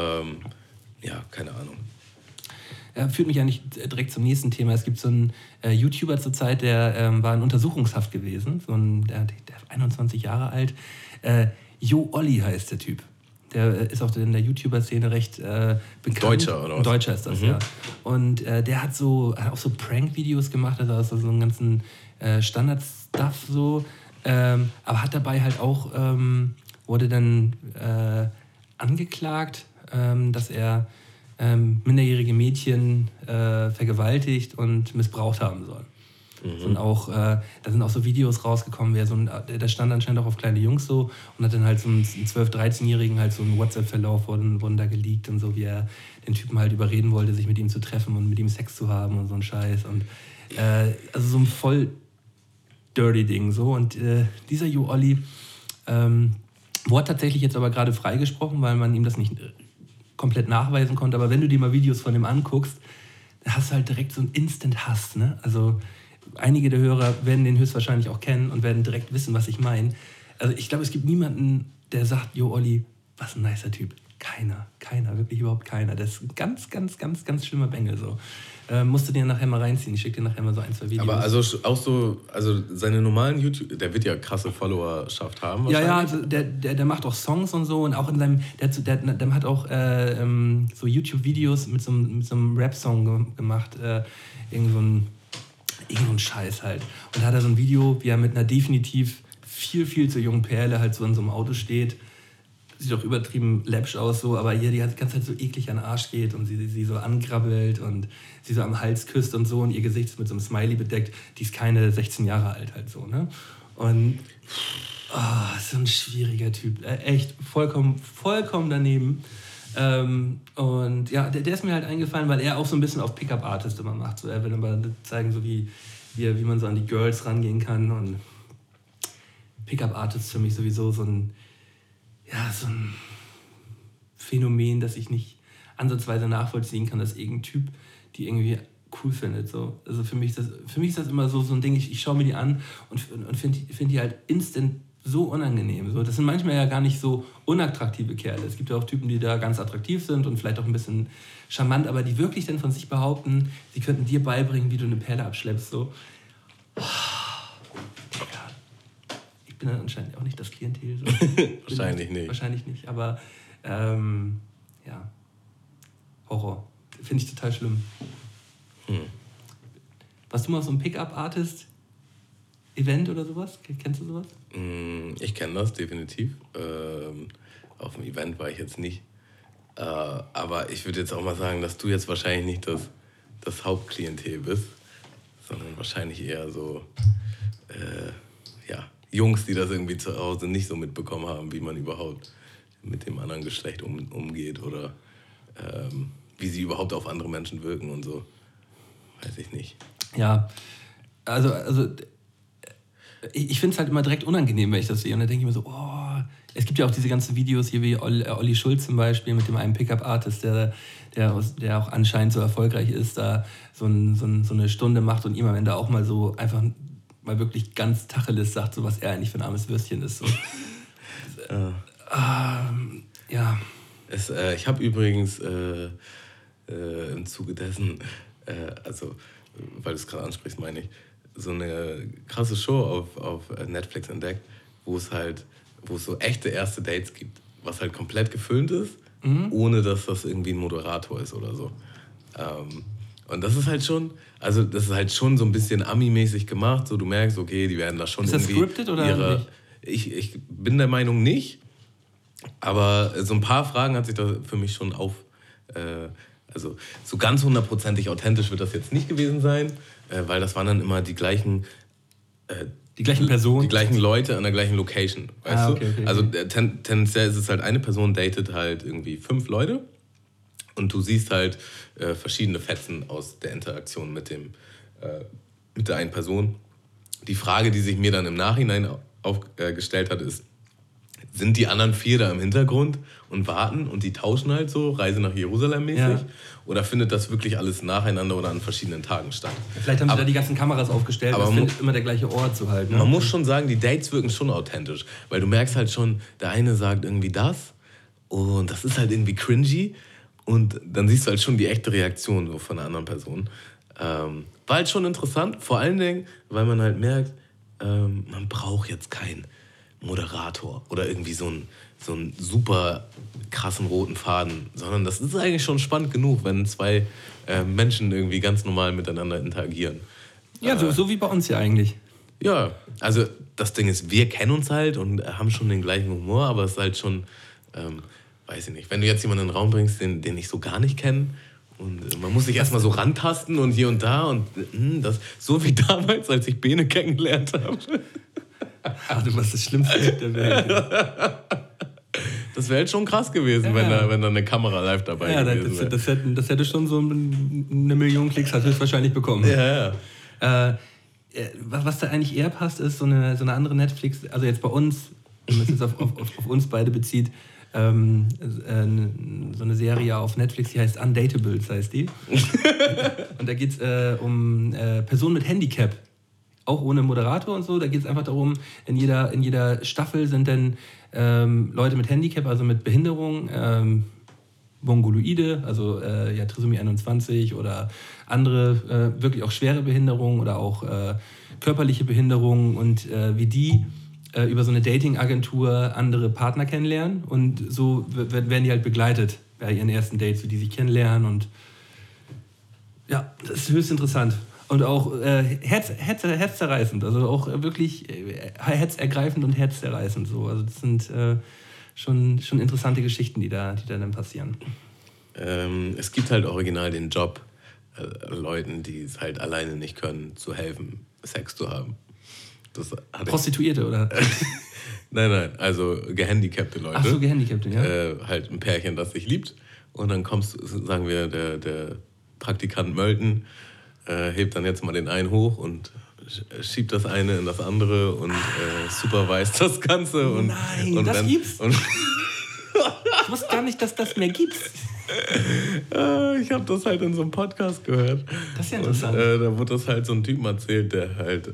Ja, keine Ahnung. Führt mich eigentlich direkt zum nächsten Thema. Es gibt so einen YouTuber zurzeit, der war in Untersuchungshaft gewesen. Der 21 Jahre alt. Jo Olli heißt der Typ. Der ist auch in der YouTuber-Szene recht bekannt. Deutscher, oder was? Deutscher ist das, ja. Und der hat auch so Prank-Videos gemacht, also so einen ganzen Standard-Stuff so. Aber hat dabei halt auch, wurde dann angeklagt, dass er minderjährige Mädchen vergewaltigt und missbraucht haben soll. Und auch, da sind auch so Videos rausgekommen, der stand anscheinend auch auf kleine Jungs so und hat dann halt so einen 12-, 13-Jährigen halt so einen WhatsApp-Verlauf wurden da geleakt und so, wie er den Typen halt überreden wollte, sich mit ihm zu treffen und mit ihm Sex zu haben und so ein Scheiß. Und also so ein voll dirty Ding so. Und dieser Jo Olli wurde tatsächlich jetzt aber gerade freigesprochen, weil man ihm das nicht komplett nachweisen konnte. Aber wenn du dir mal Videos von dem anguckst, dann hast du halt direkt so einen Instant-Hass, ne? Also einige der Hörer werden den höchstwahrscheinlich auch kennen und werden direkt wissen, was ich meine. Also ich glaube, es gibt niemanden, der sagt, Jo Olli, was ein nicer Typ. Keiner, wirklich überhaupt keiner. Das ist ein ganz, ganz, ganz, ganz schlimmer Bengel so. Musst du dir nachher mal reinziehen. Ich schicke dir nachher mal so 1, 2 Videos. Aber also auch so, also seine normalen YouTube, der wird ja krasse Followerschaft haben. Ja, also der macht auch Songs und so und auch in seinem, der hat auch so YouTube-Videos mit so einem Rap-Song gemacht, irgend so ein Scheiß halt. Und da hat er so ein Video, wie er mit einer definitiv viel, viel zu jungen Perle halt so in so einem Auto steht. Sieht doch übertrieben läppsch aus, so, aber hier die ganze Zeit so eklig an den Arsch geht und sie so angrabbelt und sie so am Hals küsst und so und ihr Gesicht ist mit so einem Smiley bedeckt. Die ist keine 16 Jahre alt halt so, ne? Und so ein schwieriger Typ. Echt vollkommen daneben. Und ja, der ist mir halt eingefallen, weil er auch so ein bisschen auf Pickup-Artist immer macht. So, er will immer zeigen, so wie man so an die Girls rangehen kann. Und Pickup-Artist für mich sowieso so ein Phänomen, das ich nicht ansatzweise nachvollziehen kann, dass irgendein Typ die irgendwie cool findet. So. Also für mich ist das immer so ein Ding, ich schaue mir die an und finde die halt instant so unangenehm. So. Das sind manchmal ja gar nicht so unattraktive Kerle. Es gibt ja auch Typen, die da ganz attraktiv sind und vielleicht auch ein bisschen charmant, aber die wirklich dann von sich behaupten, sie könnten dir beibringen, wie du eine Perle abschleppst. So. Ich bin dann anscheinend auch nicht das Klientel. So. Wahrscheinlich nicht, aber ja, Horror. Finde ich total schlimm. Warst du mal auf so einem Pickup-Artist-Event oder sowas? Kennst du sowas? Ich kenne das definitiv. Auf dem Event war ich jetzt nicht. Aber ich würde jetzt auch mal sagen, dass du jetzt wahrscheinlich nicht das Hauptklientel bist, sondern wahrscheinlich eher so Jungs, die das irgendwie zu Hause nicht so mitbekommen haben, wie man überhaupt mit dem anderen Geschlecht umgeht oder wie sie überhaupt auf andere Menschen wirken und so. Weiß ich nicht. Ja, also ich finde es halt immer direkt unangenehm, wenn ich das sehe. Und dann denke ich mir so, es gibt ja auch diese ganzen Videos hier wie Olli Schulz zum Beispiel mit dem einen Pickup-Artist, der auch anscheinend so erfolgreich ist, da so eine Stunde macht und ihm am Ende auch mal so einfach mal wirklich ganz Tacheles sagt, so was er eigentlich für ein armes Würstchen ist. So. Ja. Ich habe übrigens im Zuge dessen, also weil du es gerade ansprichst, meine ich, so eine krasse Show auf Netflix entdeckt, wo es so echte erste Dates gibt, was halt komplett gefilmt ist, ohne dass das irgendwie ein Moderator ist oder so. Und das ist halt schon, so ein bisschen Ami-mäßig gemacht, so du merkst, okay, die werden da schon irgendwie... Ist das scripted oder nicht? Ich bin der Meinung nicht, aber so ein paar Fragen hat sich da für mich schon also so ganz 100%ig authentisch wird das jetzt nicht gewesen sein, weil das waren dann immer die gleichen Personen? Die gleichen Leute an der gleichen Location, weißt du? Okay. Also tendenziell ist es halt, eine Person datet halt irgendwie 5 Leute und du siehst halt verschiedene Fetzen aus der Interaktion mit der einen Person. Die Frage, die sich mir dann im Nachhinein gestellt hat, ist, sind die anderen 4 da im Hintergrund und warten und die tauschen halt so, Reise nach Jerusalem mäßig? Ja. Oder findet das wirklich alles nacheinander oder an verschiedenen Tagen statt? Vielleicht haben sie da die ganzen Kameras aufgestellt, aber das findet immer der gleiche Ort so halt. Ne? Man muss schon sagen, die Dates wirken schon authentisch, weil du merkst halt schon, der eine sagt irgendwie das und das ist halt irgendwie cringy und dann siehst du halt schon die echte Reaktion so von einer anderen Person. War halt schon interessant, vor allen Dingen, weil man halt merkt, man braucht jetzt keinen Moderator oder irgendwie so einen super krassen roten Faden, sondern das ist eigentlich schon spannend genug, wenn 2 Menschen irgendwie ganz normal miteinander interagieren. Ja, so wie bei uns ja eigentlich. Ja, also das Ding ist, wir kennen uns halt und haben schon den gleichen Humor, aber es ist halt schon, weiß ich nicht, wenn du jetzt jemanden in den Raum bringst, den ich so gar nicht kenne, und man muss sich erstmal so rantasten und hier und da und das so wie damals, als ich Bene kennengelernt habe. Ach, du warst das Schlimmste der Welt. Das wäre halt schon krass gewesen, wenn da eine Kamera live dabei gewesen wäre. Das hätte schon so 1 Million Klicks hat höchstwahrscheinlich bekommen. Ja. Was da eigentlich eher passt, ist so eine andere Netflix, also jetzt bei uns, wenn man es jetzt auf uns beide bezieht, so eine Serie auf Netflix, die heißt Undateables, heißt die. Und da geht es um Personen mit Handicap. Auch ohne Moderator und so. Da geht es einfach darum, in jeder Staffel sind dann Leute mit Handicap, also mit Behinderung, Mongoloide, also Trisomie 21 oder andere wirklich auch schwere Behinderungen oder auch körperliche Behinderungen und wie die über so eine Dating-Agentur andere Partner kennenlernen und so werden die halt begleitet bei ihren ersten Dates, wie die sich kennenlernen und ja, das ist höchst interessant. Und auch herzzerreißend, also auch wirklich herzergreifend und herzzerreißend. So. Also das sind schon interessante Geschichten, die da dann passieren. Es gibt halt original den Job, Leuten, die es halt alleine nicht können, zu helfen, Sex zu haben. Prostituierte, oder? Nein, also gehandicapte Leute. Ach so, gehandicapte, ja. Halt ein Pärchen, das sich liebt. Und dann sagen wir, der Praktikant Mölten hebt dann jetzt mal den einen hoch und schiebt das eine in das andere und supervist das Ganze. Und, nein, und das gibt's? Ich wusste gar nicht, dass das mehr gibt. Ich habe das halt in so einem Podcast gehört. Das ist ja interessant. Und, da wurde das halt so ein Typen erzählt, der halt,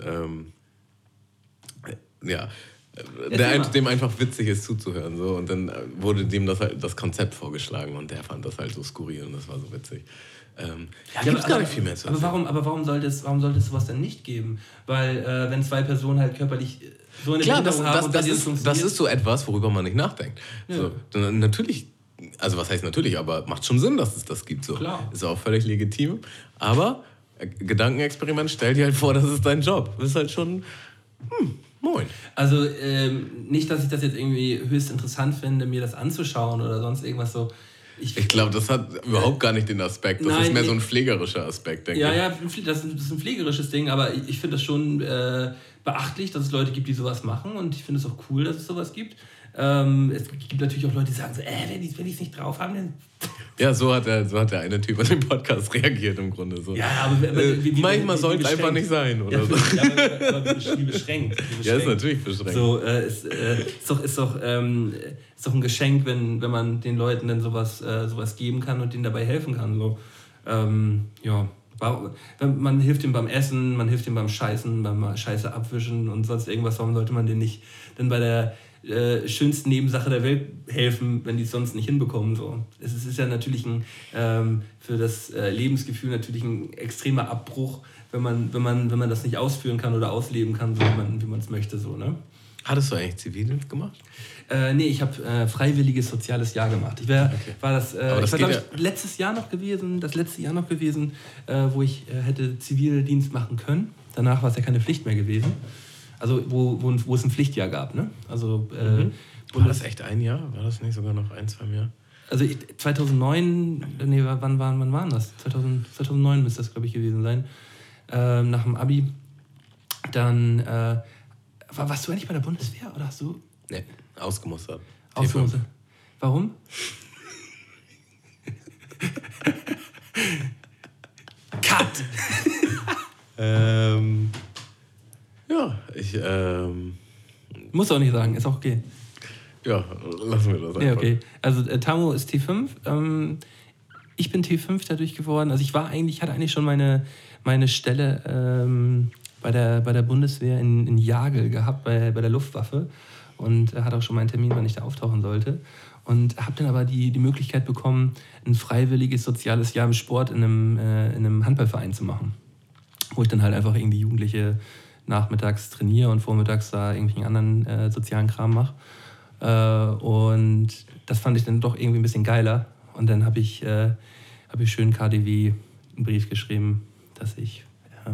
dem einfach witzig ist zuzuhören. So. Und dann wurde dem das Konzept vorgeschlagen und der fand das halt so skurril und das war so witzig. Gibt's gar nicht viel mehr zu erzählen. Aber warum sollte es sowas denn nicht geben? Weil wenn 2 Personen halt körperlich so eine Behinderung haben das ist so etwas, worüber man nicht nachdenkt. Ja. So, dann natürlich, also was heißt natürlich, aber macht schon Sinn, dass es das gibt. So. Klar. Ist auch völlig legitim. Aber Gedankenexperiment, stell dir halt vor, das ist dein Job. Das ist halt schon, moin. Also nicht, dass ich das jetzt irgendwie höchst interessant finde, mir das anzuschauen oder sonst irgendwas so. Ich glaube, das hat überhaupt gar nicht den Aspekt. Das ist mehr so ein pflegerischer Aspekt, denke ich. Ja, das ist ein pflegerisches Ding, aber ich finde das schon beachtlich, dass es Leute gibt, die sowas machen und ich finde es auch cool, dass es sowas gibt. Es gibt natürlich auch Leute, die sagen so, wenn die es nicht drauf haben, dann... Ja, so hat der eine Typ an dem Podcast reagiert im Grunde. So. Ja, aber manchmal soll es einfach nicht sein. Oder ja, so. aber wie beschränkt. Ja, ist natürlich beschränkt. So, ist doch ein Geschenk, wenn man den Leuten dann sowas geben kann und denen dabei helfen kann. So. Ja. Man hilft ihm beim Essen, man hilft ihm beim Scheißen, beim Scheiße abwischen und sonst irgendwas. Warum sollte man denen nicht dann bei der schönsten Nebensache der Welt helfen, wenn die es sonst nicht hinbekommen? So. Es ist ja natürlich für das Lebensgefühl natürlich ein extremer Abbruch, wenn man das nicht ausführen kann oder ausleben kann, so wie man es möchte. So, ne? Hattest du eigentlich Zivildienst gemacht? Nee, ich habe freiwilliges soziales Jahr gemacht. Ich war, glaube ich, letztes Jahr noch gewesen, wo ich hätte Zivildienst machen können. Danach war es ja keine Pflicht mehr gewesen. Also wo es ein Pflichtjahr gab, ne? Also war das echt ein Jahr? War das nicht sogar noch 1-2 Jahre? Also 2009, nee, wann war das? 2009 müsste das, glaube ich, gewesen sein. Nach dem Abi. Dann warst du eigentlich bei der Bundeswehr oder hast du? Nee, ausgemustert. Ausgemustert. Warum? Cut! Ja, ich muss auch nicht sagen, ist auch okay. Ja, lassen wir das einfach. Ja, okay. Also Tamo ist T5. Ich bin T5 dadurch geworden. Also ich hatte eigentlich schon meine Stelle bei der Bundeswehr in Jagel gehabt, bei der Luftwaffe. Und hatte auch schon meinen Termin, wann ich da auftauchen sollte. Und habe dann aber die Möglichkeit bekommen, ein freiwilliges soziales Jahr im Sport in einem Handballverein zu machen. Wo ich dann halt einfach irgendwie Jugendliche nachmittags trainiere und vormittags da irgendwie einen anderen sozialen Kram mache. Und das fand ich dann doch irgendwie ein bisschen geiler. Und dann habe ich schön KDW einen Brief geschrieben, dass ich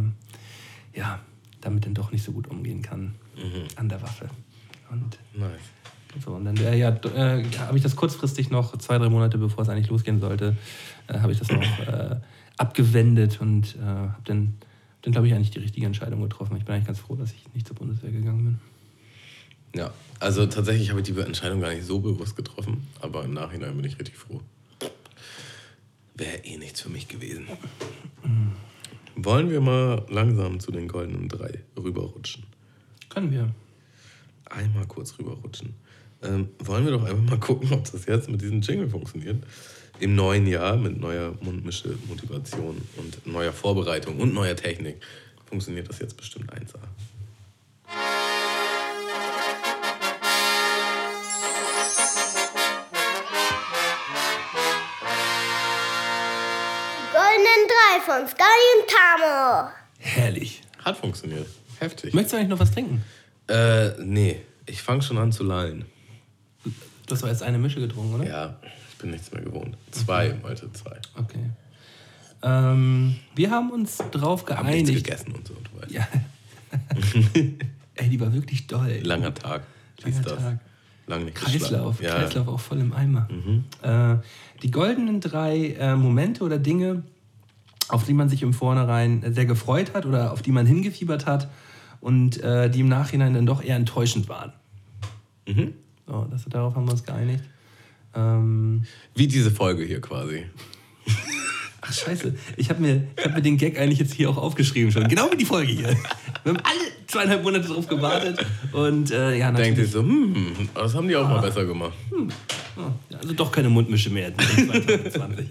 damit dann doch nicht so gut umgehen kann an der Waffe. Und nice. So, und dann habe ich das kurzfristig noch, 2-3 Monate bevor es eigentlich losgehen sollte, habe ich das noch abgewendet und habe dann glaube ich, eigentlich die richtige Entscheidung getroffen. Ich bin eigentlich ganz froh, dass ich nicht zur Bundeswehr gegangen bin. Ja, also tatsächlich habe ich die Entscheidung gar nicht so bewusst getroffen, aber im Nachhinein bin ich richtig froh. Wäre nichts für mich gewesen. Wollen wir mal langsam zu den goldenen 3 rüberrutschen? Können wir. Einmal kurz rüberrutschen. Wollen wir doch einfach mal gucken, ob das jetzt mit diesem Jingle funktioniert. Im neuen Jahr mit neuer Mundmische, Motivation und neuer Vorbereitung und neuer Technik funktioniert das jetzt bestimmt 1A. Goldenen 3 von Sky und Tamo. Herrlich. Hat funktioniert. Heftig. Möchtest du eigentlich noch was trinken? Nee. Ich fange schon an zu lallen. Du hast doch jetzt eine Mische getrunken, oder? Ja, ich bin nichts mehr gewohnt. 2, heute 2. Okay. Wir haben uns drauf geeinigt. Hab nichts gegessen und so, du weißt. Ja. Ey, die war wirklich doll. Langer Tag. Tag. Lang nicht Kreislauf. Ja. Kreislauf auch voll im Eimer. Die goldenen 3 Momente oder Dinge, auf die man sich im Vornherein sehr gefreut hat oder auf die man hingefiebert hat und die im Nachhinein dann doch eher enttäuschend waren. So, darauf haben wir uns geeinigt. Wie diese Folge hier quasi. Ach scheiße, ich hab mir den Gag eigentlich jetzt hier auch aufgeschrieben schon. Genau wie die Folge hier. Wir haben alle 2,5 Monate drauf gewartet. Und ja, natürlich. Denkt ihr so, das haben die auch mal besser gemacht. Also doch keine Mundmische mehr in 2020.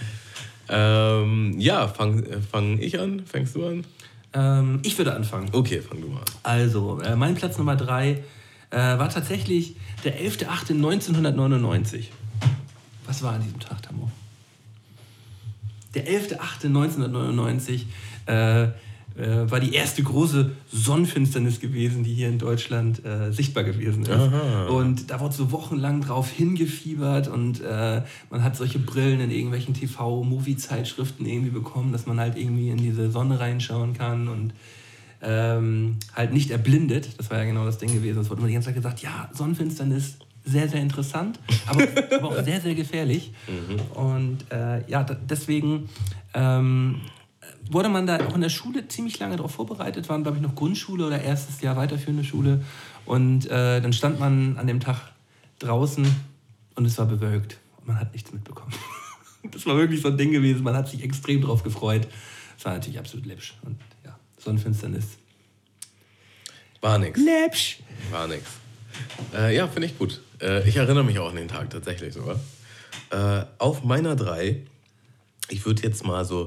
Ja, fang ich an? Fängst du an? Ich würde anfangen. Okay, fang du mal an. Also, mein Platz Nummer 3 war tatsächlich der 11.08.1999. Was war an diesem Tag, Tamo? Der 11.08.1999 war die erste große Sonnenfinsternis gewesen, die hier in Deutschland sichtbar gewesen ist. Aha. Und da wurde so wochenlang drauf hingefiebert und man hat solche Brillen in irgendwelchen TV-Movie-Zeitschriften irgendwie bekommen, dass man halt irgendwie in diese Sonne reinschauen kann und halt nicht erblindet. Das war ja genau das Ding gewesen. Es wurde immer die ganze Zeit gesagt, ja, Sonnenfinsternis, sehr, sehr interessant, aber auch sehr, sehr gefährlich. Und deswegen wurde man da auch in der Schule ziemlich lange darauf vorbereitet, waren, glaube ich, noch Grundschule oder erstes Jahr weiterführende Schule. Und dann stand man an dem Tag draußen und es war bewölkt. Und man hat nichts mitbekommen. Das war wirklich so ein Ding gewesen, man hat sich extrem drauf gefreut. Es war natürlich absolut läppsch. Und ja, Sonnenfinsternis. War nix. Läppsch. War nix. Ja, finde ich gut. Ich erinnere mich auch an den Tag tatsächlich sogar. Auf meiner 3, ich würde jetzt mal so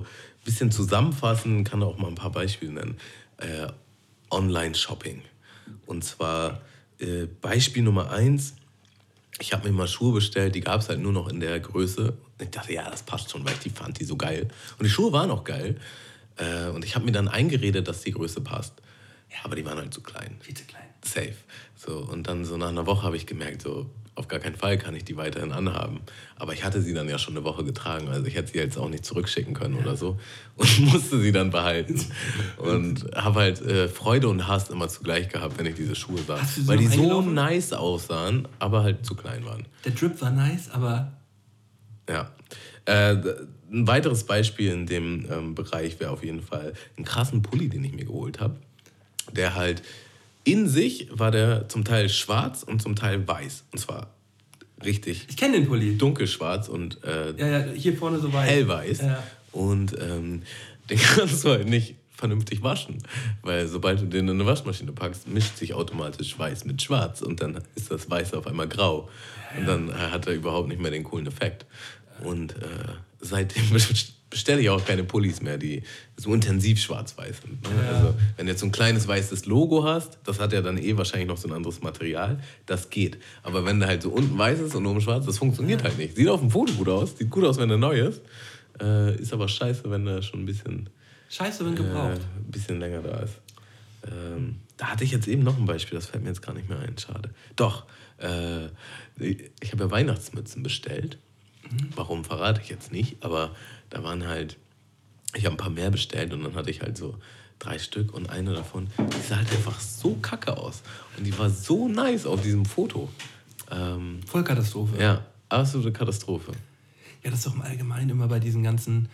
bisschen zusammenfassen, kann auch mal ein paar Beispiele nennen. Online-Shopping. Und zwar Beispiel Nummer 1. Ich habe mir mal Schuhe bestellt, die gab es halt nur noch in der Größe. Ich dachte, ja, das passt schon, weil ich fand die so geil. Und die Schuhe waren auch geil. Und ich habe mir dann eingeredet, dass die Größe passt. Ja, aber die waren halt zu klein. Viel zu klein. Safe. So, und dann so nach einer Woche habe ich gemerkt, so auf gar keinen Fall kann ich die weiterhin anhaben. Aber ich hatte sie dann ja schon eine Woche getragen, also ich hätte sie jetzt auch nicht zurückschicken können oder so und musste sie dann behalten. Und habe halt Freude und Hass immer zugleich gehabt, wenn ich diese Schuhe sah. Weil die so nice aussahen, aber halt zu klein waren. Der Drip war nice, aber... Ja. Ein weiteres Beispiel in dem Bereich wäre auf jeden Fall einen krassen Pulli, den ich mir geholt habe. Der halt in sich war der zum Teil schwarz und zum Teil weiß. Und zwar richtig. Ich kenne den Pulli. Dunkelschwarz und ja, hier vorne so weiß. Hellweiß. Ja. Und den kannst du halt nicht vernünftig waschen. Weil sobald du den in eine Waschmaschine packst, mischt sich automatisch weiß mit schwarz. Und dann ist das Weiß auf einmal grau. Ja. Und dann hat er überhaupt nicht mehr den coolen Effekt. Und seitdem bestelle ich auch keine Pullis mehr, die so intensiv schwarz-weiß sind. Ne? Ja. Also, wenn du jetzt so ein kleines weißes Logo hast, das hat ja dann wahrscheinlich noch so ein anderes Material, das geht. Aber wenn der halt so unten weiß ist und oben schwarz, das funktioniert halt nicht. Sieht auf dem Foto gut aus, sieht gut aus, wenn der neu ist, ist aber scheiße, wenn der schon ein bisschen... Scheiße, wenn gebraucht. Ein bisschen länger da ist. Da hatte ich jetzt eben noch ein Beispiel, das fällt mir jetzt gar nicht mehr ein, schade. Doch, ich habe ja Weihnachtsmützen bestellt. Warum, verrate ich jetzt nicht, aber da waren halt, ich habe ein paar mehr bestellt und dann hatte ich halt so 3 Stück und eine davon, die sah halt einfach so kacke aus und die war so nice auf diesem Foto. Vollkatastrophe. Ja, absolute Katastrophe. Ja, das ist doch im Allgemeinen immer bei diesen ganzen,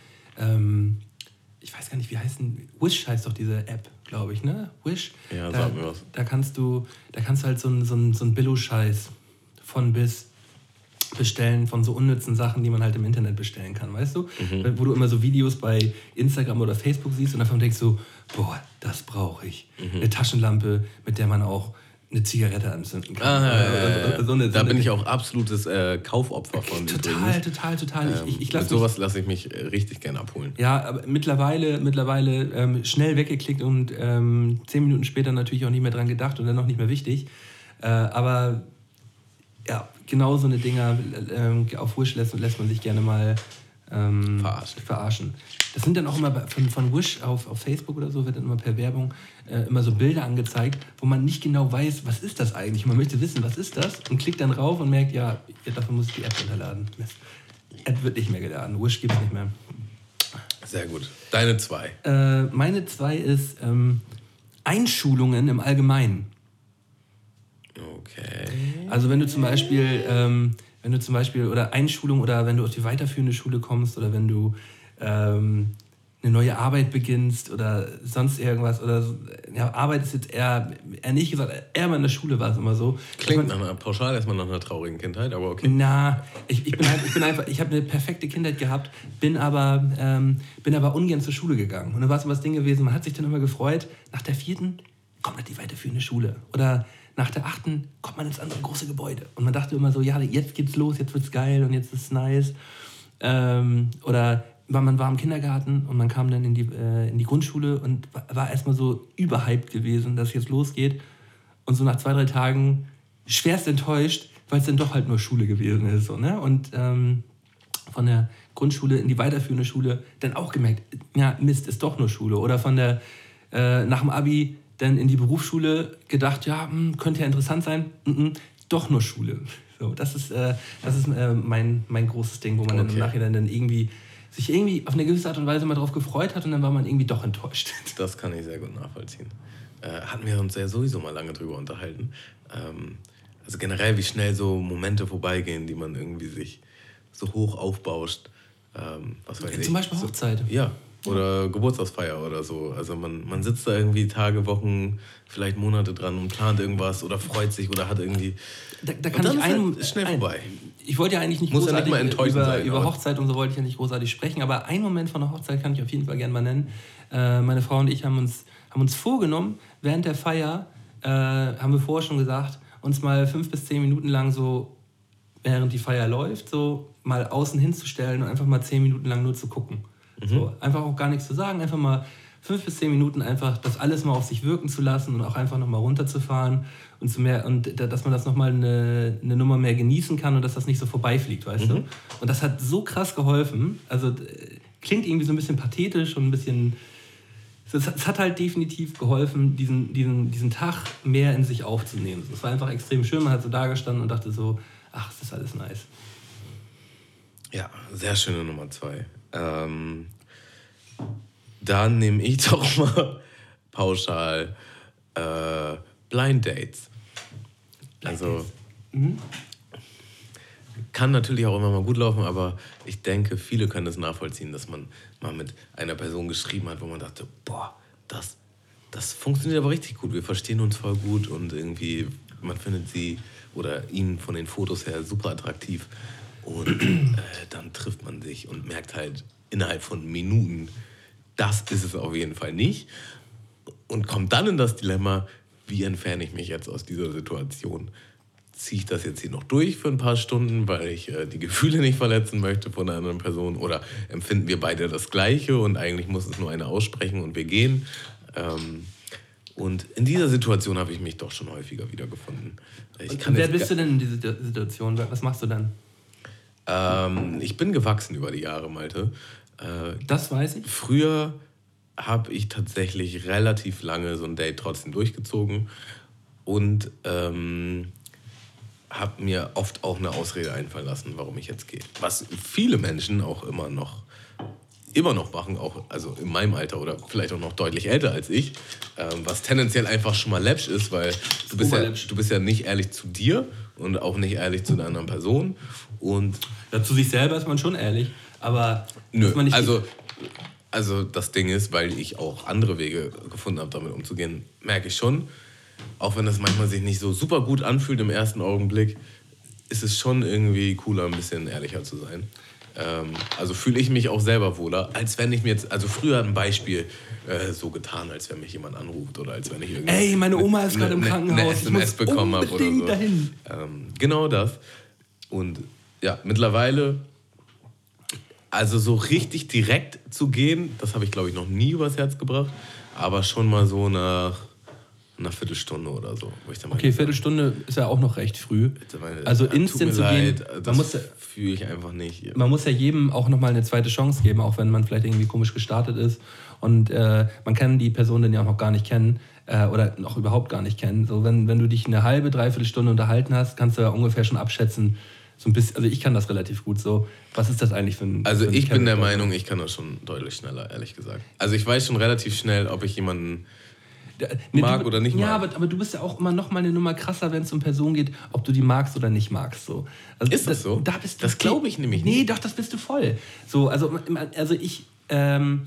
ich weiß gar nicht, wie heißen, Wish heißt doch diese App, glaube ich, ne? Wish. Ja, sag mir was. Da kannst du halt so einen Billo-Scheiß von bis bestellen von so unnützen Sachen, die man halt im Internet bestellen kann, weißt du? Wo du immer so Videos bei Instagram oder Facebook siehst und davon denkst du, boah, das brauche ich. Eine Taschenlampe, mit der man auch eine Zigarette anzünden kann. Da bin ich auch absolutes Kaufopfer von. Total. Ich mit sowas lasse ich mich richtig gerne abholen. Ja, aber mittlerweile schnell weggeklickt und 10 Minuten später natürlich auch nicht mehr dran gedacht und dann noch nicht mehr wichtig. Aber ja, genau so eine Dinger auf Wish lässt man sich gerne mal verarschen. Das sind dann auch immer von Wish auf Facebook oder so, wird dann immer per Werbung immer so Bilder angezeigt, wo man nicht genau weiß, was ist das eigentlich. Man möchte wissen, was ist das? Und klickt dann rauf und merkt, ja, dafür muss ich die App runterladen. App wird nicht mehr geladen, Wish gibt es nicht mehr. Sehr gut. Deine 2? Meine 2 ist Einschulungen im Allgemeinen. Okay. Also wenn du zum Beispiel oder Einschulung oder wenn du auf die weiterführende Schule kommst oder wenn du eine neue Arbeit beginnst oder sonst irgendwas oder ja, Arbeit ist jetzt eher nicht gesagt, eher mal in der Schule war es immer so. Klingt pauschal erstmal nach einer traurigen Kindheit, aber okay. Na, ich habe eine perfekte Kindheit gehabt, bin aber ungern zur Schule gegangen. Und dann war es immer das Ding gewesen, man hat sich dann immer gefreut, nach der 4. kommt halt die weiterführende Schule. Oder nach der 8. kommt man ins andere große Gebäude. Und man dachte immer so, ja, jetzt geht's los, jetzt wird's geil und jetzt ist es nice. Oder man war im Kindergarten und man kam dann in die Grundschule und war erstmal so überhyped gewesen, dass es jetzt losgeht. Und so nach 2-3 Tagen schwerst enttäuscht, weil es dann doch halt nur Schule gewesen ist. So, ne? Und von der Grundschule in die weiterführende Schule dann auch gemerkt, ja, Mist, ist doch nur Schule. Oder von der nach dem Abi dann in die Berufsschule gedacht, ja, könnte ja interessant sein, doch nur Schule. So, das ist mein großes Ding, wo man dann im Nachhinein dann sich irgendwie auf eine gewisse Art und Weise mal drauf gefreut hat und dann war man irgendwie doch enttäuscht. Das kann ich sehr gut nachvollziehen. Hatten wir uns ja sowieso mal lange drüber unterhalten. Also generell, wie schnell so Momente vorbeigehen, die man irgendwie sich so hoch aufbauscht. Was weiß ich. Zum Beispiel Hochzeit. Ja. Oder Geburtstagsfeier oder so. Also man sitzt da irgendwie Tage, Wochen, vielleicht Monate dran und plant irgendwas oder freut sich oder hat irgendwie... Da kann ich ist schnell vorbei. Ich wollte ja eigentlich nicht muss großartig ja nicht über Hochzeit und so wollte ich ja nicht großartig sprechen, aber einen Moment von der Hochzeit kann ich auf jeden Fall gerne mal nennen. Meine Frau und ich haben uns vorgenommen, während der Feier, haben wir vorher schon gesagt, uns mal 5 bis 10 Minuten lang so, während die Feier läuft, so mal außen hinzustellen und einfach mal 10 Minuten lang nur zu gucken. So, einfach auch gar nichts zu sagen, einfach mal 5 bis 10 Minuten einfach das alles mal auf sich wirken zu lassen und auch einfach nochmal runterzufahren und dass man das nochmal eine Nummer mehr genießen kann und dass das nicht so vorbeifliegt, weißt du? Und das hat so krass geholfen. Also klingt irgendwie so ein bisschen pathetisch und ein bisschen... Es hat halt definitiv geholfen, diesen Tag mehr in sich aufzunehmen. Es war einfach extrem schön, man hat so da gestanden und dachte so, ach, ist das alles nice. Ja, sehr schöne Nummer 2. Dann nehme ich doch mal pauschal Blind Dates. Also kann natürlich auch immer mal gut laufen, aber ich denke, viele können das nachvollziehen, dass man mal mit einer Person geschrieben hat, wo man dachte, boah, das funktioniert aber richtig gut, wir verstehen uns voll gut und irgendwie, man findet sie oder ihn von den Fotos her super attraktiv und dann trifft man sich und merkt halt innerhalb von Minuten, das ist es auf jeden Fall nicht und kommt dann in das Dilemma, wie entferne ich mich jetzt aus dieser Situation? Ziehe ich das jetzt hier noch durch für ein paar Stunden, weil ich die Gefühle nicht verletzen möchte von einer anderen Person? Oder empfinden wir beide das Gleiche und eigentlich muss es nur einer aussprechen und wir gehen? Und in dieser Situation habe ich mich doch schon häufiger wiedergefunden. Wer bist du denn in dieser Situation? Was machst du dann? Ich bin gewachsen über die Jahre, Malte. Das weiß ich. Früher habe ich tatsächlich relativ lange so ein Date trotzdem durchgezogen und habe mir oft auch eine Ausrede einfallen lassen, warum ich jetzt gehe. Was viele Menschen auch immer noch machen, auch also in meinem Alter oder vielleicht auch noch deutlich älter als ich, was tendenziell einfach schon mal läppsch ist, weil du bist ja nicht ehrlich zu dir und auch nicht ehrlich zu einer anderen Person. Und ja, zu sich selber ist man schon ehrlich, aber... Nö, man nicht also das Ding ist, weil ich auch andere Wege gefunden habe, damit umzugehen, merke ich schon, auch wenn das manchmal sich nicht so super gut anfühlt im ersten Augenblick, ist es schon irgendwie cooler, ein bisschen ehrlicher zu sein. Also fühle ich mich auch selber wohler, als wenn ich mir jetzt, also früher ein Beispiel so getan, als wenn mich jemand anruft oder als wenn ich irgendwie... Ey, meine Oma ist gerade im Krankenhaus, eine SMS bekommen habe oder so. Dahin. Genau das. Und ja, mittlerweile, also so richtig direkt zu gehen, das habe ich glaube ich noch nie übers Herz gebracht, aber schon mal so nach einer Viertelstunde oder so. Wo ich dann okay, Viertelstunde ist ja auch noch recht früh. Also instant zu gehen, das fühle ich einfach nicht. Man muss ja jedem auch nochmal eine zweite Chance geben, auch wenn man vielleicht irgendwie komisch gestartet ist. Und man kann die Person dann ja auch noch gar nicht kennen oder noch überhaupt gar nicht kennen. So, wenn du dich eine halbe, dreiviertel Stunde unterhalten hast, kannst du ja ungefähr schon abschätzen, so ein bisschen, also ich kann das relativ gut so. Was ist das eigentlich für ein... Also ich bin der Meinung, ich kann das schon deutlich schneller, ehrlich gesagt. Also ich weiß schon relativ schnell, ob ich jemanden... mag oder nicht mag. Ja, aber du bist ja auch immer noch mal eine Nummer krasser, wenn es um Personen geht, ob du die magst oder nicht magst. So. Also ist das so? Das glaube ich nämlich nicht. Nee, doch, das bist du voll. So, also ich, wenn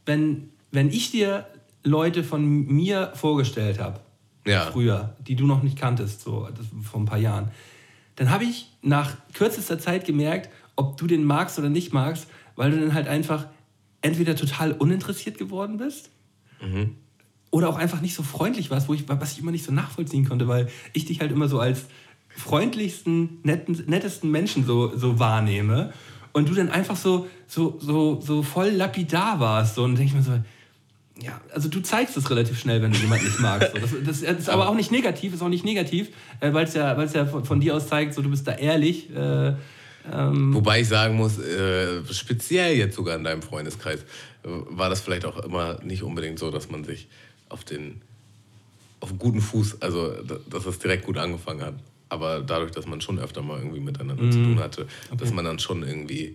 ich dir Leute von mir vorgestellt habe, früher, die du noch nicht kanntest, so vor ein paar Jahren, dann habe ich nach kürzester Zeit gemerkt, ob du den magst oder nicht magst, weil du dann halt einfach entweder total uninteressiert geworden bist, oder auch einfach nicht so freundlich warst, was ich immer nicht so nachvollziehen konnte, weil ich dich halt immer so als freundlichsten, nettesten Menschen so wahrnehme und du dann einfach so voll lapidar warst. So. Und denke ich mir so, ja, also du zeigst es relativ schnell, wenn du jemanden nicht magst. So. Das ist aber auch nicht negativ, weil es ja von dir aus zeigt, so, du bist da ehrlich. Wobei ich sagen muss, speziell jetzt sogar in deinem Freundeskreis, war das vielleicht auch immer nicht unbedingt so, dass man sich auf guten Fuß, also dass es direkt gut angefangen hat. Aber dadurch, dass man schon öfter mal irgendwie miteinander zu tun hatte, dass man dann schon irgendwie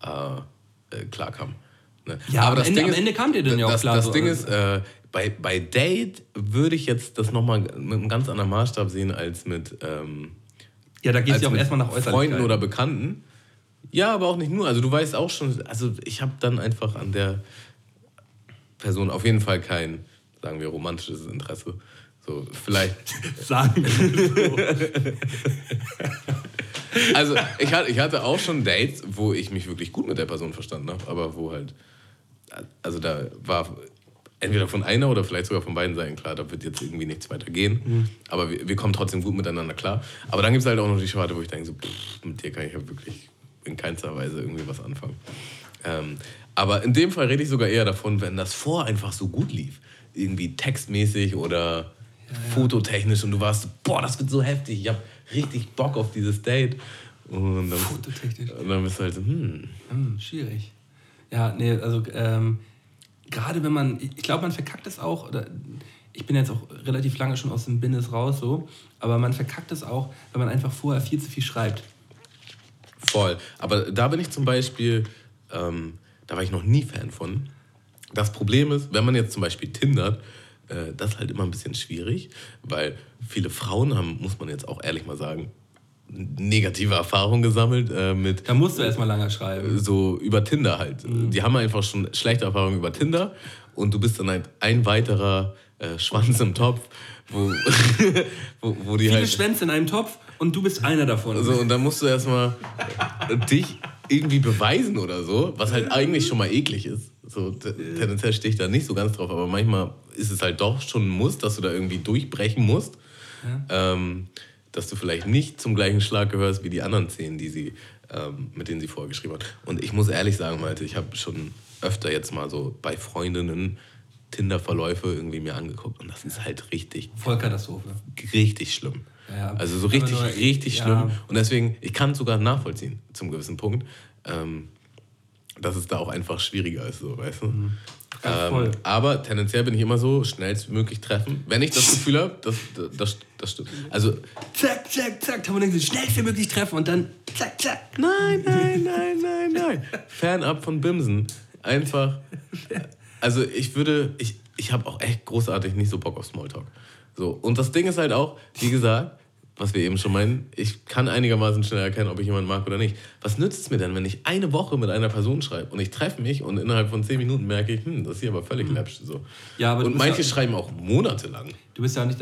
klar kam. Ne? Ja, aber am Ende kam dir dann ja auch klar. Das Ding ist, bei Date würde ich jetzt das nochmal mit einem ganz anderen Maßstab sehen als mit ja, da geht es ja auch erstmal nach Äußerlichkeiten. Freunden oder Bekannten. Ja, aber auch nicht nur. Also du weißt auch schon, also ich habe dann einfach an der Person auf jeden Fall kein, sagen wir, romantisches Interesse. So, vielleicht... Sagen wir Also ich hatte auch schon Dates, wo ich mich wirklich gut mit der Person verstanden habe, aber wo halt... Also da war entweder von einer oder vielleicht sogar von beiden Seiten klar, da wird jetzt irgendwie nichts weiter gehen. Aber wir kommen trotzdem gut miteinander klar. Aber dann gibt es halt auch noch die Schwarte, wo ich denke, so, mit dir kann ich ja wirklich in keinster Weise irgendwie was anfangen. Aber in dem Fall rede ich sogar eher davon, wenn das einfach so gut lief. Irgendwie textmäßig oder fototechnisch und du warst, boah, das wird so heftig, ich habe richtig Bock auf dieses Date. Und dann, fototechnisch. Und dann bist du halt so, schwierig. Ja, nee, also gerade wenn man, ich glaube, man verkackt es auch, oder ich bin jetzt auch relativ lange schon aus dem Business raus, so, aber man verkackt es auch, wenn man einfach vorher viel zu viel schreibt. Voll. Aber da bin ich zum Beispiel, da war ich noch nie Fan von. Das Problem ist, wenn man jetzt zum Beispiel tindert, das ist halt immer ein bisschen schwierig, weil viele Frauen haben, muss man jetzt auch ehrlich mal sagen, negative Erfahrungen gesammelt mit... Da musst du erstmal lange schreiben. So über Tinder halt. Die haben einfach schon schlechte Erfahrungen über Tinder und du bist dann halt ein weiterer Schwanz im Topf, wo die Viele halt... Schwänze in einem Topf und du bist einer davon. So, und dann musst du erstmal dich irgendwie beweisen oder so, was halt eigentlich schon mal eklig ist. So, tendenziell stehe ich da nicht so ganz drauf, aber manchmal ist es halt doch schon ein Muss, dass du da irgendwie durchbrechen musst. Ja. Dass du vielleicht nicht zum gleichen Schlag gehörst wie die anderen 10, mit denen sie vorgeschrieben hat. Und ich muss ehrlich sagen, Malte, ich habe schon öfter jetzt mal so bei Freundinnen Tinder-Verläufe irgendwie mir angeguckt und das ist halt richtig... Vollkatastrophe. Richtig schlimm. Ja, also so richtig schlimm. Und deswegen, ich kann es sogar nachvollziehen, zum gewissen Punkt, dass es da auch einfach schwieriger ist, so, weißt du? Voll. Aber tendenziell bin ich immer so, schnellstmöglich treffen. Wenn ich das Gefühl habe, das stimmt. Also, zack, zack, zack, da denkt schnellstmöglich treffen und dann zack, zack. Nein. Fernab von Bimsen. Einfach, also ich habe auch echt großartig nicht so Bock auf Smalltalk. So. Und das Ding ist halt auch, wie gesagt, was wir eben schon meinen, ich kann einigermaßen schnell erkennen, ob ich jemanden mag oder nicht. Was nützt es mir denn, wenn ich eine Woche mit einer Person schreibe und ich treffe mich und innerhalb von 10 Minuten merke ich, das ist hier aber völlig läppsch. So. Ja, aber und manche schreiben auch monatelang. Du bist ja auch nicht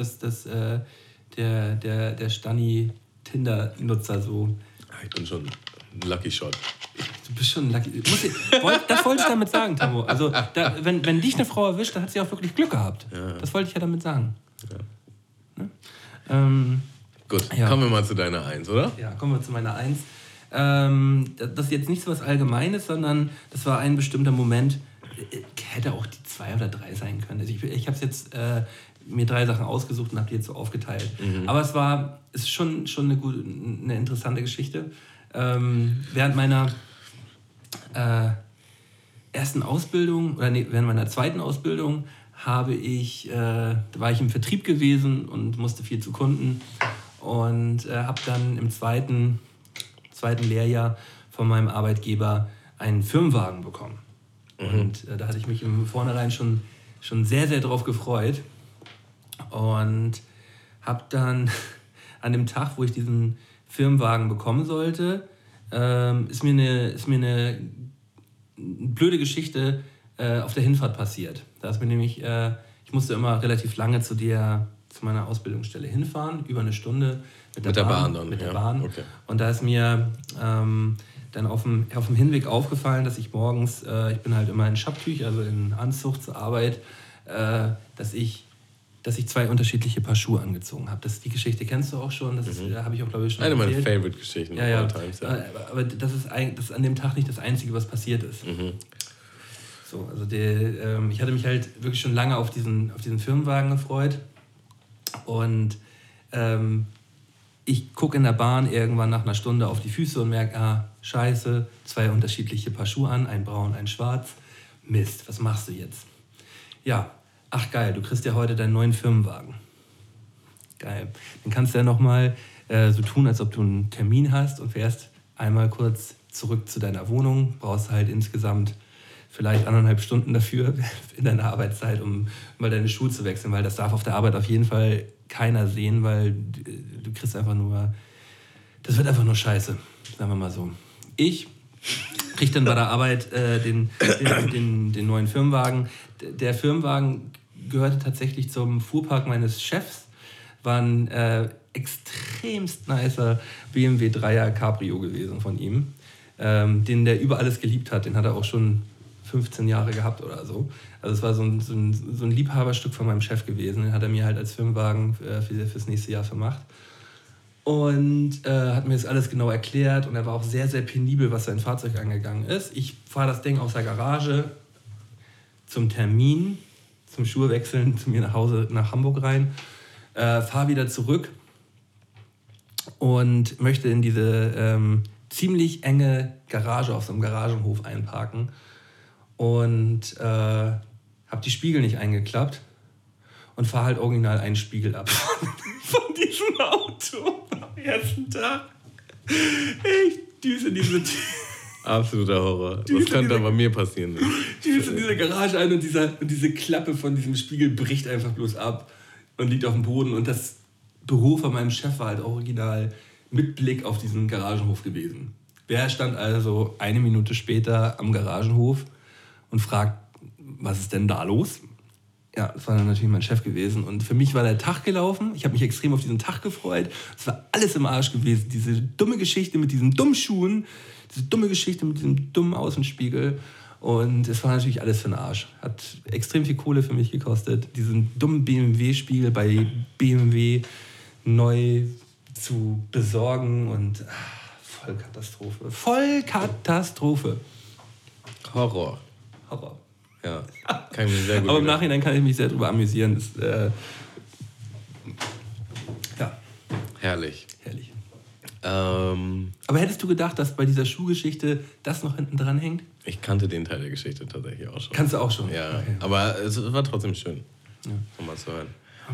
der Stani-Tinder-Nutzer so. Ich bin schon ein Lucky Shot. Du bist schon ein Lucky... Das wollte ich damit sagen, Tamo. Also, wenn dich eine Frau erwischt, dann hat sie auch wirklich Glück gehabt. Ja. Das wollte ich ja damit sagen. Ja. Ne? Gut, kommen wir mal zu deiner 1, oder? Ja, kommen wir zu meiner 1. Das ist jetzt nicht so was Allgemeines, sondern das war ein bestimmter Moment. Hätte auch die 2 oder 3 sein können. Also ich habe jetzt mir 3 Sachen ausgesucht und habe die jetzt so aufgeteilt. Aber es ist schon eine interessante Geschichte. Während meiner ersten Ausbildung, während meiner zweiten Ausbildung, war ich im Vertrieb gewesen und musste viel zu Kunden. Und habe dann im zweiten Lehrjahr von meinem Arbeitgeber einen Firmenwagen bekommen. Und da hatte ich mich im Vornherein schon sehr, sehr drauf gefreut. Und habe dann an dem Tag, wo ich diesen Firmenwagen bekommen sollte, ist mir eine blöde Geschichte auf der Hinfahrt passiert. Da ist mir nämlich, ich musste immer relativ lange zu meiner Ausbildungsstelle hinfahren, über eine Stunde mit der Bahn. Okay. Und da ist mir dann auf dem Hinweg aufgefallen, dass ich morgens, ich bin halt immer in Schapptüch, also in Anzug zur Arbeit, dass ich 2 unterschiedliche Paar Schuhe angezogen habe. Die Geschichte kennst du auch schon, das habe ich auch, glaube ich, schon erzählt. Eine meiner Favorite-Geschichten. Ja. Aber das ist an dem Tag nicht das Einzige, was passiert ist. So, also ich hatte mich halt wirklich schon lange auf diesen Firmenwagen gefreut. Und ich gucke in der Bahn irgendwann nach einer Stunde auf die Füße und merke, scheiße, 2 unterschiedliche Paar Schuhe an, ein braun, ein schwarz. Mist, was machst du jetzt? Ja, ach geil, du kriegst ja heute deinen neuen Firmenwagen. Geil. Dann kannst du ja nochmal so tun, als ob du einen Termin hast und fährst einmal kurz zurück zu deiner Wohnung. Brauchst halt insgesamt vielleicht 1,5 Stunden dafür in deiner Arbeitszeit, um mal deine Schuhe zu wechseln, weil das darf auf der Arbeit auf jeden Fall keiner sehen, weil du kriegst einfach nur... Das wird einfach nur scheiße, sagen wir mal so. Ich kriege dann bei der Arbeit den neuen Firmenwagen. Der Firmenwagen gehörte tatsächlich zum Fuhrpark meines Chefs. War ein extremst nicer BMW 3er Cabrio gewesen von ihm, den der über alles geliebt hat. Den hat er auch schon 15 Jahre gehabt oder so. Also es war so ein Liebhaberstück von meinem Chef gewesen. Den hat er mir halt als Firmenwagen fürs nächste Jahr vermacht. Und hat mir das alles genau erklärt und er war auch sehr, sehr penibel, was sein Fahrzeug angegangen ist. Ich fahre das Ding aus der Garage zum Termin, zum Schuhwechseln, zu mir nach Hause, nach Hamburg rein, fahre wieder zurück und möchte in diese ziemlich enge Garage auf so einem Garagenhof einparken und habe die Spiegel nicht eingeklappt und fahre halt original einen Spiegel ab von diesem Auto am ersten Tag. Ich düse diese Absoluter Horror. Das könnte aber mir passieren. düse in diese Garage ein und diese Klappe von diesem Spiegel bricht einfach bloß ab und liegt auf dem Boden. Und das Büro von meinem Chef war halt original mit Blick auf diesen Garagenhof gewesen. Der stand also 1 Minute später am Garagenhof und fragt, was ist denn da los? Ja, das war dann natürlich mein Chef gewesen. Und für mich war der Tag gelaufen. Ich habe mich extrem auf diesen Tag gefreut. Es war alles im Arsch gewesen. Diese dumme Geschichte mit diesen dummen Schuhen, diese dumme Geschichte mit diesem dummen Außenspiegel. Und es war natürlich alles für den Arsch. Hat extrem viel Kohle für mich gekostet, diesen dummen BMW-Spiegel bei BMW neu zu besorgen. Und Vollkatastrophe. Vollkatastrophe. Horror. Horror. Ja, kann ich mir sehr gut Aber im Nachhinein kann ich mich sehr darüber amüsieren. Das, ja. Herrlich. Herrlich. Aber hättest du gedacht, dass bei dieser Schuhgeschichte das noch hinten dran hängt? Ich kannte den Teil der Geschichte tatsächlich auch schon. Kannst du auch schon? Ja, okay. Aber es war trotzdem schön, mal zu hören.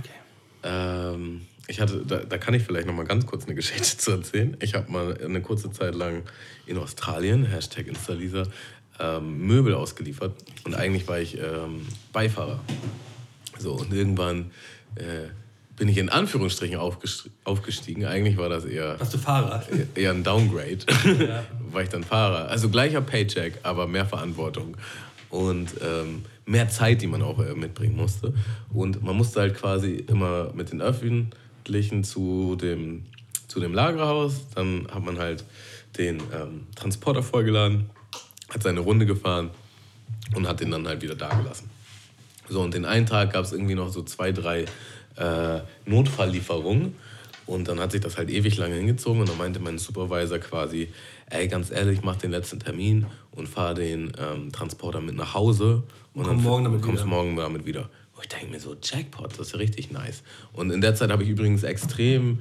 Okay. Da kann ich vielleicht noch mal ganz kurz eine Geschichte zu erzählen. Ich habe mal eine kurze Zeit lang in Australien, #Instalisa, Möbel ausgeliefert und eigentlich war ich Beifahrer. So, und irgendwann bin ich in Anführungsstrichen aufgestiegen. Eigentlich war das eher... Warst du Fahrer? Eher ein Downgrade. Ja. War ich dann Fahrer. Also gleicher Paycheck, aber mehr Verantwortung. Und mehr Zeit, die man auch mitbringen musste. Und man musste halt quasi immer mit den Öffentlichen zu dem Lagerhaus. Dann hat man halt den Transporter vollgeladen, hat seine Runde gefahren und hat den dann halt wieder da gelassen. So, und den einen Tag gab es irgendwie noch so 2, 3 Notfalllieferungen. Und dann hat sich das halt ewig lange hingezogen und dann meinte mein Supervisor quasi, ey, ganz ehrlich, mach den letzten Termin und fahr den Transporter mit nach Hause und dann kommst morgen damit wieder. Und ich denke mir so, Jackpot, das ist ja richtig nice. Und in der Zeit habe ich übrigens extrem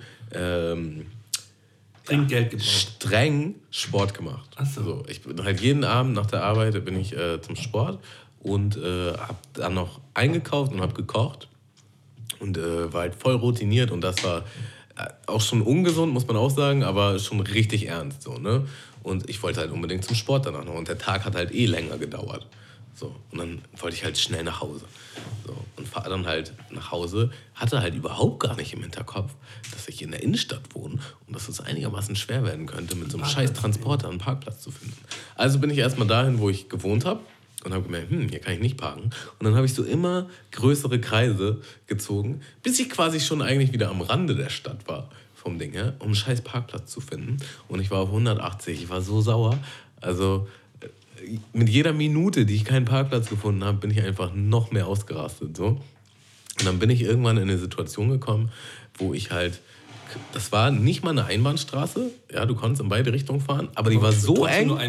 Geld gebraucht. Streng Sport gemacht. Ach so. Also ich bin halt jeden Abend nach der Arbeit bin ich zum Sport und habe dann noch eingekauft und habe gekocht und war halt voll routiniert und das war auch schon ungesund, muss man auch sagen, aber schon richtig ernst. So, ne? Und ich wollte halt unbedingt zum Sport danach noch und der Tag hat halt länger gedauert. So, und dann wollte ich halt schnell nach Hause. So, und fahre dann halt nach Hause, hatte halt überhaupt gar nicht im Hinterkopf, dass ich in der Innenstadt wohne und dass es einigermaßen schwer werden könnte, mit so einem scheiß Transporter einen Parkplatz zu finden. Also bin ich erstmal dahin, wo ich gewohnt habe und habe gemerkt, hier kann ich nicht parken. Und dann habe ich so immer größere Kreise gezogen, bis ich quasi schon eigentlich wieder am Rande der Stadt war, vom Ding her, um einen scheiß Parkplatz zu finden. Und ich war auf 180, ich war so sauer. Also mit jeder Minute, die ich keinen Parkplatz gefunden habe, bin ich einfach noch mehr ausgerastet. So. Und dann bin ich irgendwann in eine Situation gekommen, wo ich halt, das war nicht mal eine Einbahnstraße, ja, du konntest in beide Richtungen fahren, aber die war so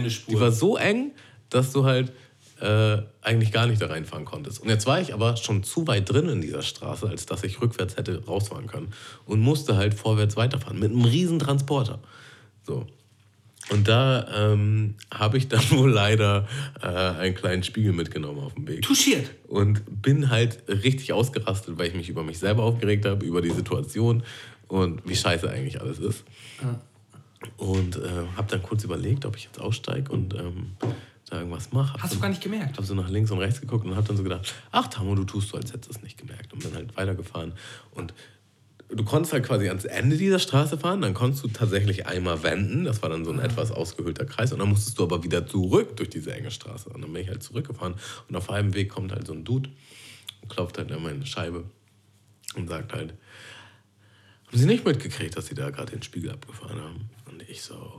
eng, dass du halt eigentlich gar nicht da reinfahren konntest. Und jetzt war ich aber schon zu weit drin in dieser Straße, als dass ich rückwärts hätte rausfahren können und musste halt vorwärts weiterfahren mit einem riesen Transporter. So. Und da habe ich dann wohl leider einen kleinen Spiegel mitgenommen auf dem Weg. Touchiert. Und bin halt richtig ausgerastet, weil ich mich über mich selber aufgeregt habe, über die Situation und wie scheiße eigentlich alles ist. Ja. Und habe dann kurz überlegt, ob ich jetzt aussteige und da irgendwas mache. Hast du gar nicht gemerkt? Habe so nach links und rechts geguckt und habe dann so gedacht, ach Tamo, du tust so, als hättest du es nicht gemerkt. Und bin halt weitergefahren. Und du konntest halt quasi ans Ende dieser Straße fahren, dann konntest du tatsächlich einmal wenden, das war dann so ein etwas ausgehöhlter Kreis und dann musstest du aber wieder zurück durch diese enge Straße. Und dann bin ich halt zurückgefahren und auf einem Weg kommt halt so ein Dude und klopft halt an meine Scheibe und sagt halt, haben Sie nicht mitgekriegt, dass Sie da gerade den Spiegel abgefahren haben? Und ich so,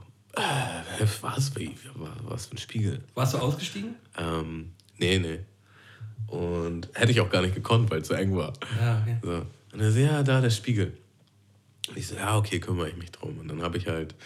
was? Wie? Was für ein Spiegel? Warst du ausgestiegen? Nee. Und hätte ich auch gar nicht gekonnt, weil es so eng war. Ja, okay. So. Und er so, ja, da der Spiegel. Und ich so, ja, okay, kümmere ich mich drum. Und dann habe ich halt,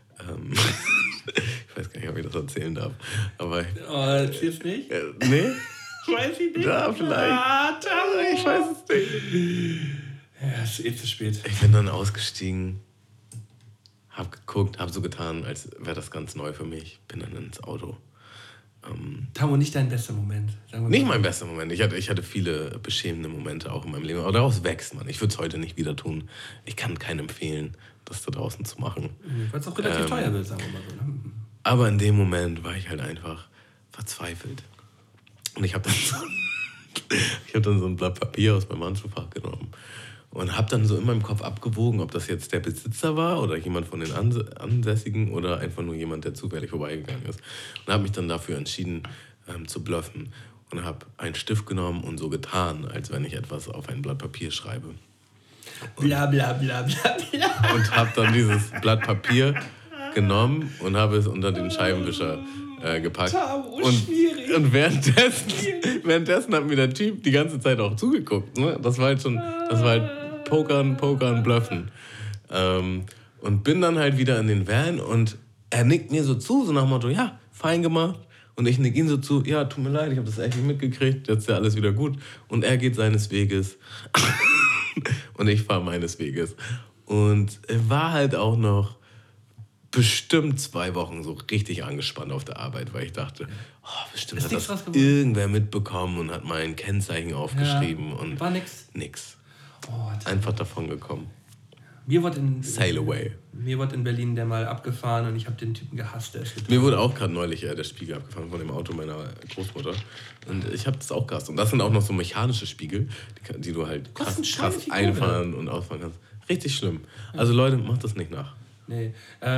ich weiß gar nicht, ob ich das erzählen darf, aber... Oh, erzähl's nicht? Nee? Weiß ich nicht. Ja, vielleicht. Ich weiß es nicht. Ja, es ist zu spät. Ich bin dann ausgestiegen, hab geguckt, hab so getan, als wäre das ganz neu für mich. Bin dann ins Auto. Tamo, nicht dein bester Moment. Nicht mein bester Moment. Ich hatte viele beschämende Momente auch in meinem Leben. Aber daraus wächst man. Ich würde es heute nicht wieder tun. Ich kann keinem empfehlen, das da draußen zu machen. Weil es auch relativ teuer wird, sagen wir mal so. Ne? Aber in dem Moment war ich halt einfach verzweifelt. Und ich habe dann so ein Blatt Papier aus meinem Handschuhfach genommen und habe dann so in meinem Kopf abgewogen, ob das jetzt der Besitzer war oder jemand von den Ansässigen oder einfach nur jemand, der zufällig vorbeigegangen ist. Und habe mich dann dafür entschieden, zu bluffen. Und habe einen Stift genommen und so getan, als wenn ich etwas auf ein Blatt Papier schreibe. Bla bla bla bla bla. Und habe dann dieses Blatt Papier genommen und habe es unter den Scheibenwischer gepackt. Und währenddessen hat mir der Typ die ganze Zeit auch zugeguckt. Ne? Das war halt Pokern, Bluffen. Und bin dann halt wieder in den Van und er nickt mir so zu, so nach dem Motto, ja, fein gemacht. Und ich nick ihn so zu, ja, tut mir leid, ich habe das echt nicht mitgekriegt, jetzt ist ja alles wieder gut. Und er geht seines Weges und ich fahre meines Weges. Und er war halt auch noch bestimmt 2 Wochen so richtig angespannt auf der Arbeit, weil ich dachte, bestimmt hat das irgendwer mitbekommen und hat mein Kennzeichen aufgeschrieben. Ja, und war nix. Nix. Oh, einfach davon gekommen. Sail away. Mir wurde in Berlin der mal abgefahren und ich habe den Typen gehasst. Mir wurde auch gerade neulich der Spiegel abgefahren von dem Auto meiner Großmutter. Und ich habe das auch gehasst. Und das sind auch noch so mechanische Spiegel, die du halt krass einfahren und ausfahren kannst. Richtig schlimm. Also Leute, macht das nicht nach. Nee.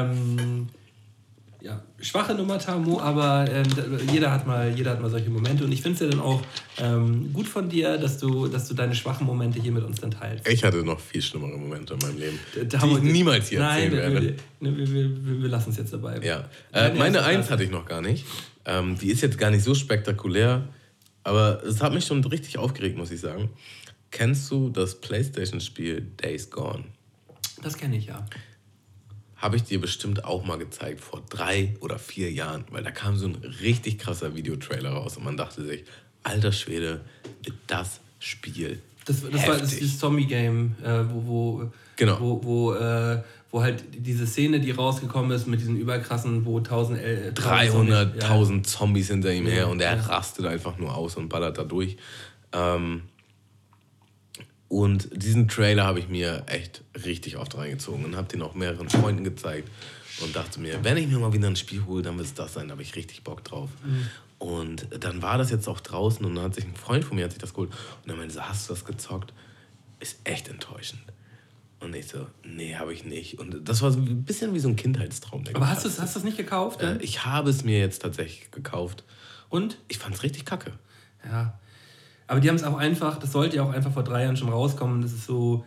Ja, schwache Nummer, Tamo, aber jeder hat mal solche Momente. Und ich finde es ja dann auch gut von dir, dass du deine schwachen Momente hier mit uns dann teilst. Ich hatte noch viel schlimmere Momente in meinem Leben, die ich niemals hier erzählen werde. Wir lassen es jetzt dabei. Ja. Meine 1 hatte ich noch gar nicht. Die ist jetzt gar nicht so spektakulär, aber es hat mich schon richtig aufgeregt, muss ich sagen. Kennst du das PlayStation-Spiel Days Gone? Das kenne ich, ja. Habe ich dir bestimmt auch mal gezeigt, vor 3 oder 4 Jahren. Weil da kam so ein richtig krasser Videotrailer raus und man dachte sich, alter Schwede, wird das Spiel Das war dieses Zombie-Game, wo halt diese Szene, die rausgekommen ist mit diesen überkrassen, wo 300.000 Zombies hinter ihm her und er rastet einfach nur aus und ballert da durch. Und diesen Trailer habe ich mir echt richtig oft reingezogen und habe den auch mehreren Freunden gezeigt und dachte mir, wenn ich mir mal wieder ein Spiel hole, dann wird es das sein, da habe ich richtig Bock drauf. Und dann war das jetzt auch draußen und dann hat sich ein Freund von mir das geholt und dann meinte so, hast du das gezockt? Ist echt enttäuschend. Und ich so, nee, habe ich nicht. Und das war so ein bisschen wie so ein Kindheitstraum. Aber hast du es nicht gekauft? Ich habe es mir jetzt tatsächlich gekauft. Und? Ich fand es richtig kacke. Ja. Aber die haben es auch einfach, das sollte ja auch einfach vor 3 Jahren schon rauskommen, das ist so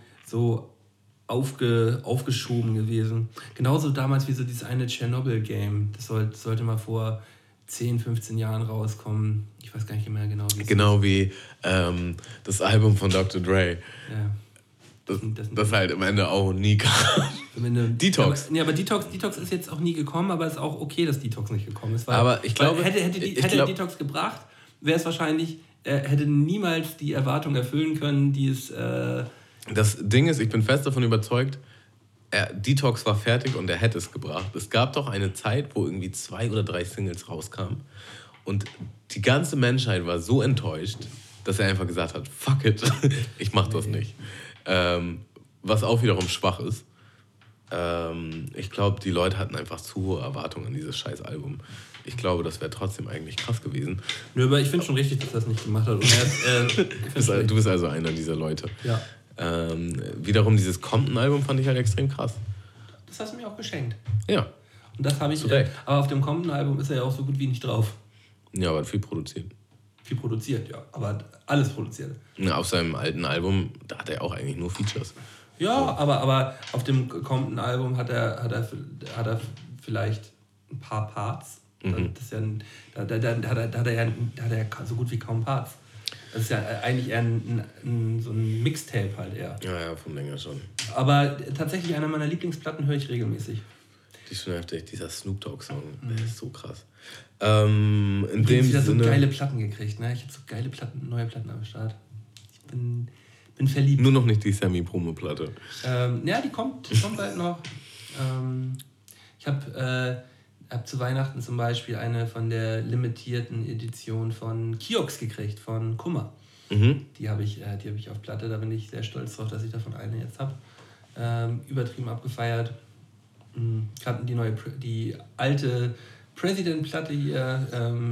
aufgeschoben gewesen. Genauso damals wie so dieses eine Chernobyl-Game, das sollte mal vor 10, 15 Jahren rauskommen. Ich weiß gar nicht mehr genau, wie es Genau wie das Album von Dr. Dre. Ja. Das halt am Ende auch nie kam. Detox. Aber Detox ist jetzt auch nie gekommen, aber es ist auch okay, dass Detox nicht gekommen ist. Aber ich glaube... Hätte Detox gebracht, wäre es wahrscheinlich... hätte niemals die Erwartung erfüllen können, die es... Das Ding ist, ich bin fest davon überzeugt, Detox war fertig und er hätte es gebracht. Es gab doch eine Zeit, wo irgendwie 2 oder 3 Singles rauskamen und die ganze Menschheit war so enttäuscht, dass er einfach gesagt hat, fuck it, ich mach das nicht. Was auch wiederum schwach ist. Ich glaube, die Leute hatten einfach zu hohe Erwartungen an dieses scheiß Album. Ich glaube, das wäre trotzdem eigentlich krass gewesen. Nö, aber ich finde schon richtig, dass er das nicht gemacht hat. Und du bist also einer dieser Leute. Ja. Wiederum dieses Compton-Album fand ich halt extrem krass. Das hast du mir auch geschenkt. Ja. Und das habe ich... aber auf dem Compton-Album ist er ja auch so gut wie nicht drauf. Ja, aber viel produziert. Viel produziert, ja. Aber alles produziert. Ja, auf seinem alten Album, da hat er auch eigentlich nur Features. Ja, aber auf dem Compton-Album hat er vielleicht ein paar Parts. Das ist ja, da hat er so gut wie kaum Parts. Das ist ja eigentlich eher so ein Mixtape halt eher. Ja, vom Länger schon. Aber tatsächlich einer meiner Lieblingsplatten höre ich regelmäßig. Die ist schon heftig, dieser Snoop Dogg-Song, der ist so krass. Ich habe wieder so Sinne, geile Platten gekriegt, ne? Ich habe so geile neue Platten am Start. Ich bin verliebt. Nur noch nicht die Sammy-Promo-Platte. Ja, die kommt bald noch. Ich habe zu Weihnachten zum Beispiel eine von der limitierten Edition von Kiox gekriegt, von Kummer. Die habe ich auf Platte, da bin ich sehr stolz drauf, dass ich davon eine jetzt habe. Übertrieben abgefeiert. Gerade die alte President-Platte hier,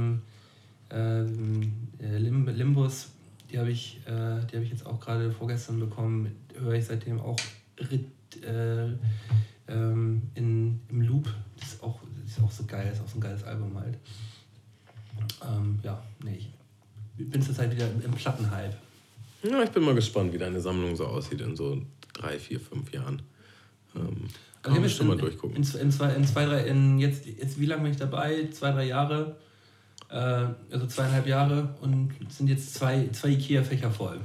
Limbus, die habe ich jetzt auch gerade vorgestern bekommen, höre ich seitdem auch im Loop. Das ist auch so geil, das ist auch so ein geiles Album halt. Ich bin zurzeit wieder im Plattenhype. Ja, ich bin mal gespannt, wie deine Sammlung so aussieht in so 3, 4, 5 Jahren. Kann ich schon mal durchgucken. Jetzt wie lange bin ich dabei? 2-3 Jahre, also 2,5 Jahre und sind jetzt zwei Ikea-Fächer voll.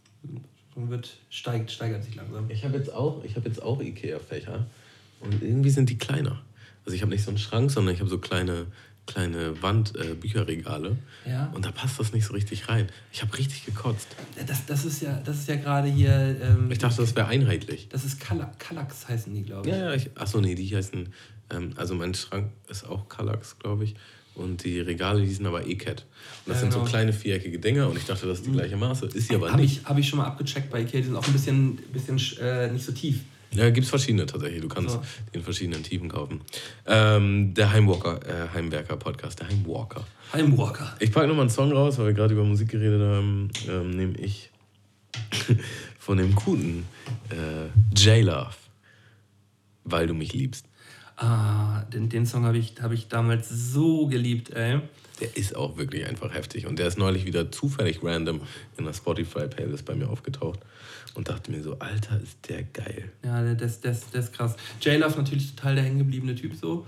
Steigert sich langsam. Ich habe jetzt auch Ikea-Fächer und irgendwie sind die kleiner. Also ich habe nicht so einen Schrank, sondern ich habe so kleine Bücherregale. Ja. Und da passt das nicht so richtig rein. Ich habe richtig gekotzt. Das ist ja gerade hier... ich dachte, das wäre einheitlich. Das ist Kallax heißen die, glaube ich. Ja, die heißen... also mein Schrank ist auch Kallax, glaube ich. Und die Regale, die sind aber E-Cat. Und das sind so kleine viereckige Dinger und ich dachte, das ist die gleiche Maße. Ist sie aber nicht. Habe ich schon mal abgecheckt bei Ikea, die sind auch ein bisschen nicht so tief. Ja, gibt es verschiedene tatsächlich. Du kannst die in verschiedenen Tiefen kaufen. Der Heimwerker-Podcast, der Heimwalker. Ich packe nochmal einen Song raus, weil wir gerade über Musik geredet haben. Nehme ich von dem guten J-Love, Weil du mich liebst. Den Song habe ich damals so geliebt, ey. Der ist auch wirklich einfach heftig. Und der ist neulich wieder zufällig random in der Spotify-Playlist bei mir aufgetaucht. Und dachte mir so, Alter, ist der geil. Ja, der ist krass. J-Love natürlich total der hängengebliebene Typ so.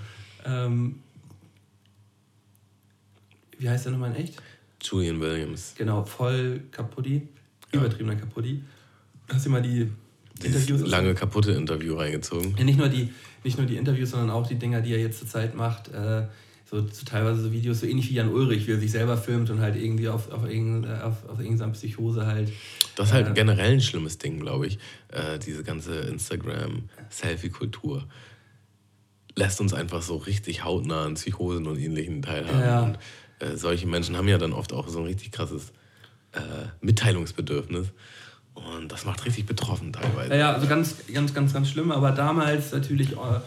Wie heißt der nochmal in echt? Julian Williams. Genau, voll Capotti. Übertriebener Capotti. Hast du mal die Interviews... Das lange kaputte Interview reingezogen. Ja, nicht nur die Interviews, sondern auch die Dinger, die er jetzt zur Zeit macht. So teilweise so Videos, so ähnlich wie Jan Ulrich, wie er sich selber filmt und halt irgendwie auf irgendeiner Psychose halt. Das ist halt generell ein schlimmes Ding, glaube ich. Diese ganze Instagram-Selfie-Kultur lässt uns einfach so richtig hautnah an Psychosen und ähnlichen teilhaben. Ja. Und solche Menschen haben ja dann oft auch so ein richtig krasses Mitteilungsbedürfnis. Und das macht richtig betroffen teilweise. Ja, also ganz schlimm. Aber damals natürlich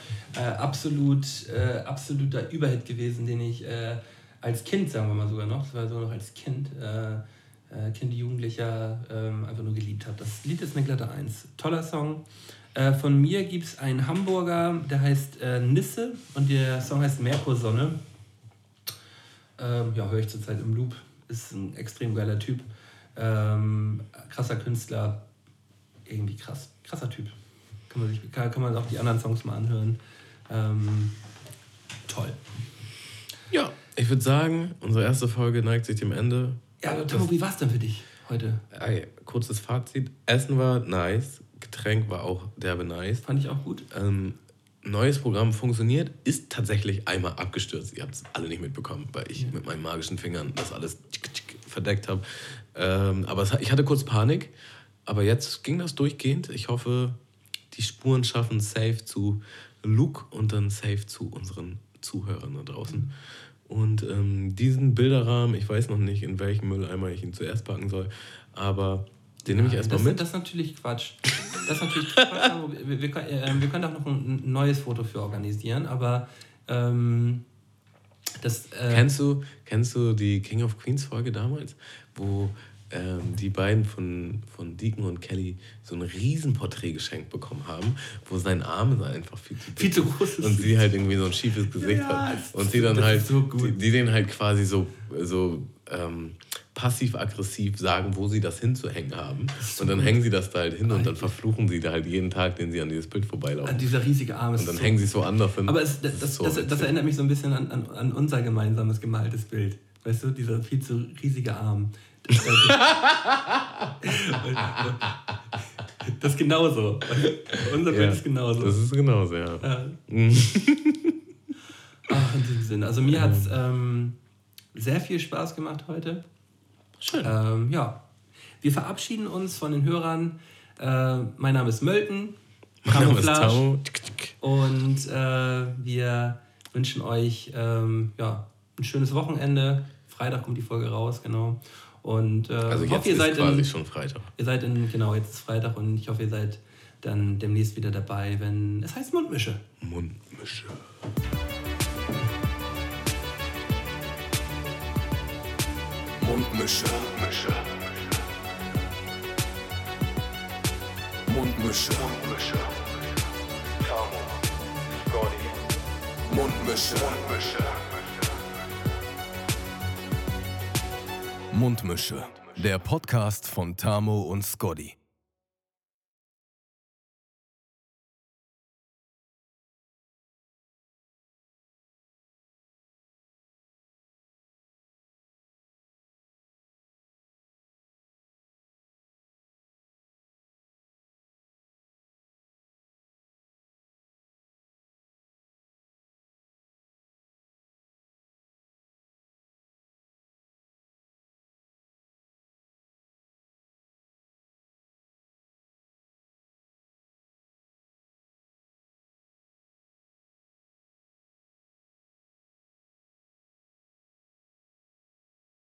absoluter Überhit gewesen, den ich als Kind, sagen wir mal sogar noch, das war sogar noch als Kind, Jugendlicher, einfach nur geliebt habe. Das Lied ist eine glatte 1. Toller Song. Von mir gibt es einen Hamburger, der heißt Nisse und der Song heißt Merkursonne. Höre ich zurzeit im Loop. Ist ein extrem geiler Typ. Krasser Künstler, irgendwie krasser Typ. Kann man auch die anderen Songs mal anhören. Toll. Ja, ich würde sagen, unsere erste Folge neigt sich dem Ende. Ja, aber Tomo, wie war es denn für dich heute? Kurzes Fazit. Essen war nice, Getränk war auch derbe nice. Fand ich auch gut. Neues Programm funktioniert, ist tatsächlich einmal abgestürzt. Ihr habt es alle nicht mitbekommen, weil ich mit meinen magischen Fingern das alles verdeckt habe. Aber ich hatte kurz Panik, aber jetzt ging das durchgehend. Ich hoffe, die Spuren schaffen safe zu Luke und dann safe zu unseren Zuhörern da draußen. Und diesen Bilderrahmen, ich weiß noch nicht, in welchen Mülleimer ich ihn zuerst packen soll, aber den nehme ich erstmal mit. Das ist natürlich Quatsch. Aber wir können auch noch ein neues Foto für organisieren, aber Kennst du die King of Queens Folge damals, wo die beiden von Deacon und Kelly so ein Riesenporträt geschenkt bekommen haben, wo sein Arm einfach viel zu groß ist und sie halt irgendwie so ein schiefes Gesicht hat und sie dann halt so die den halt quasi so passiv-aggressiv sagen, wo sie das hinzuhängen haben. Und dann hängen sie das da halt hin und dann verfluchen sie da halt jeden Tag, den sie an dieses Bild vorbeilaufen. Dieser riesige Arm ist und dann hängen sie es so anders hin. Aber das erinnert mich so ein bisschen an unser gemeinsames gemaltes Bild. Weißt du, dieser viel zu riesige Arm. Das ist genauso. Unser Bild ist genauso. Das ist genauso, ja. Ach, in diesem Sinne. Also mir hat es sehr viel Spaß gemacht heute. Schön. Ja. Wir verabschieden uns von den Hörern. Mein Name ist Mölten. Mein Name ist Tamo. Und wir wünschen euch ein schönes Wochenende. Freitag kommt die Folge raus, genau. Und also jetzt hoffe, ihr ist seid quasi schon Freitag. Jetzt ist Freitag und ich hoffe, ihr seid dann demnächst wieder dabei, wenn es heißt Mundmische. Mundmische. Mundmische. Mundmische. Tamo, Scotty. Mundmische. Mundmische. Der Podcast von Tamo und Scotty.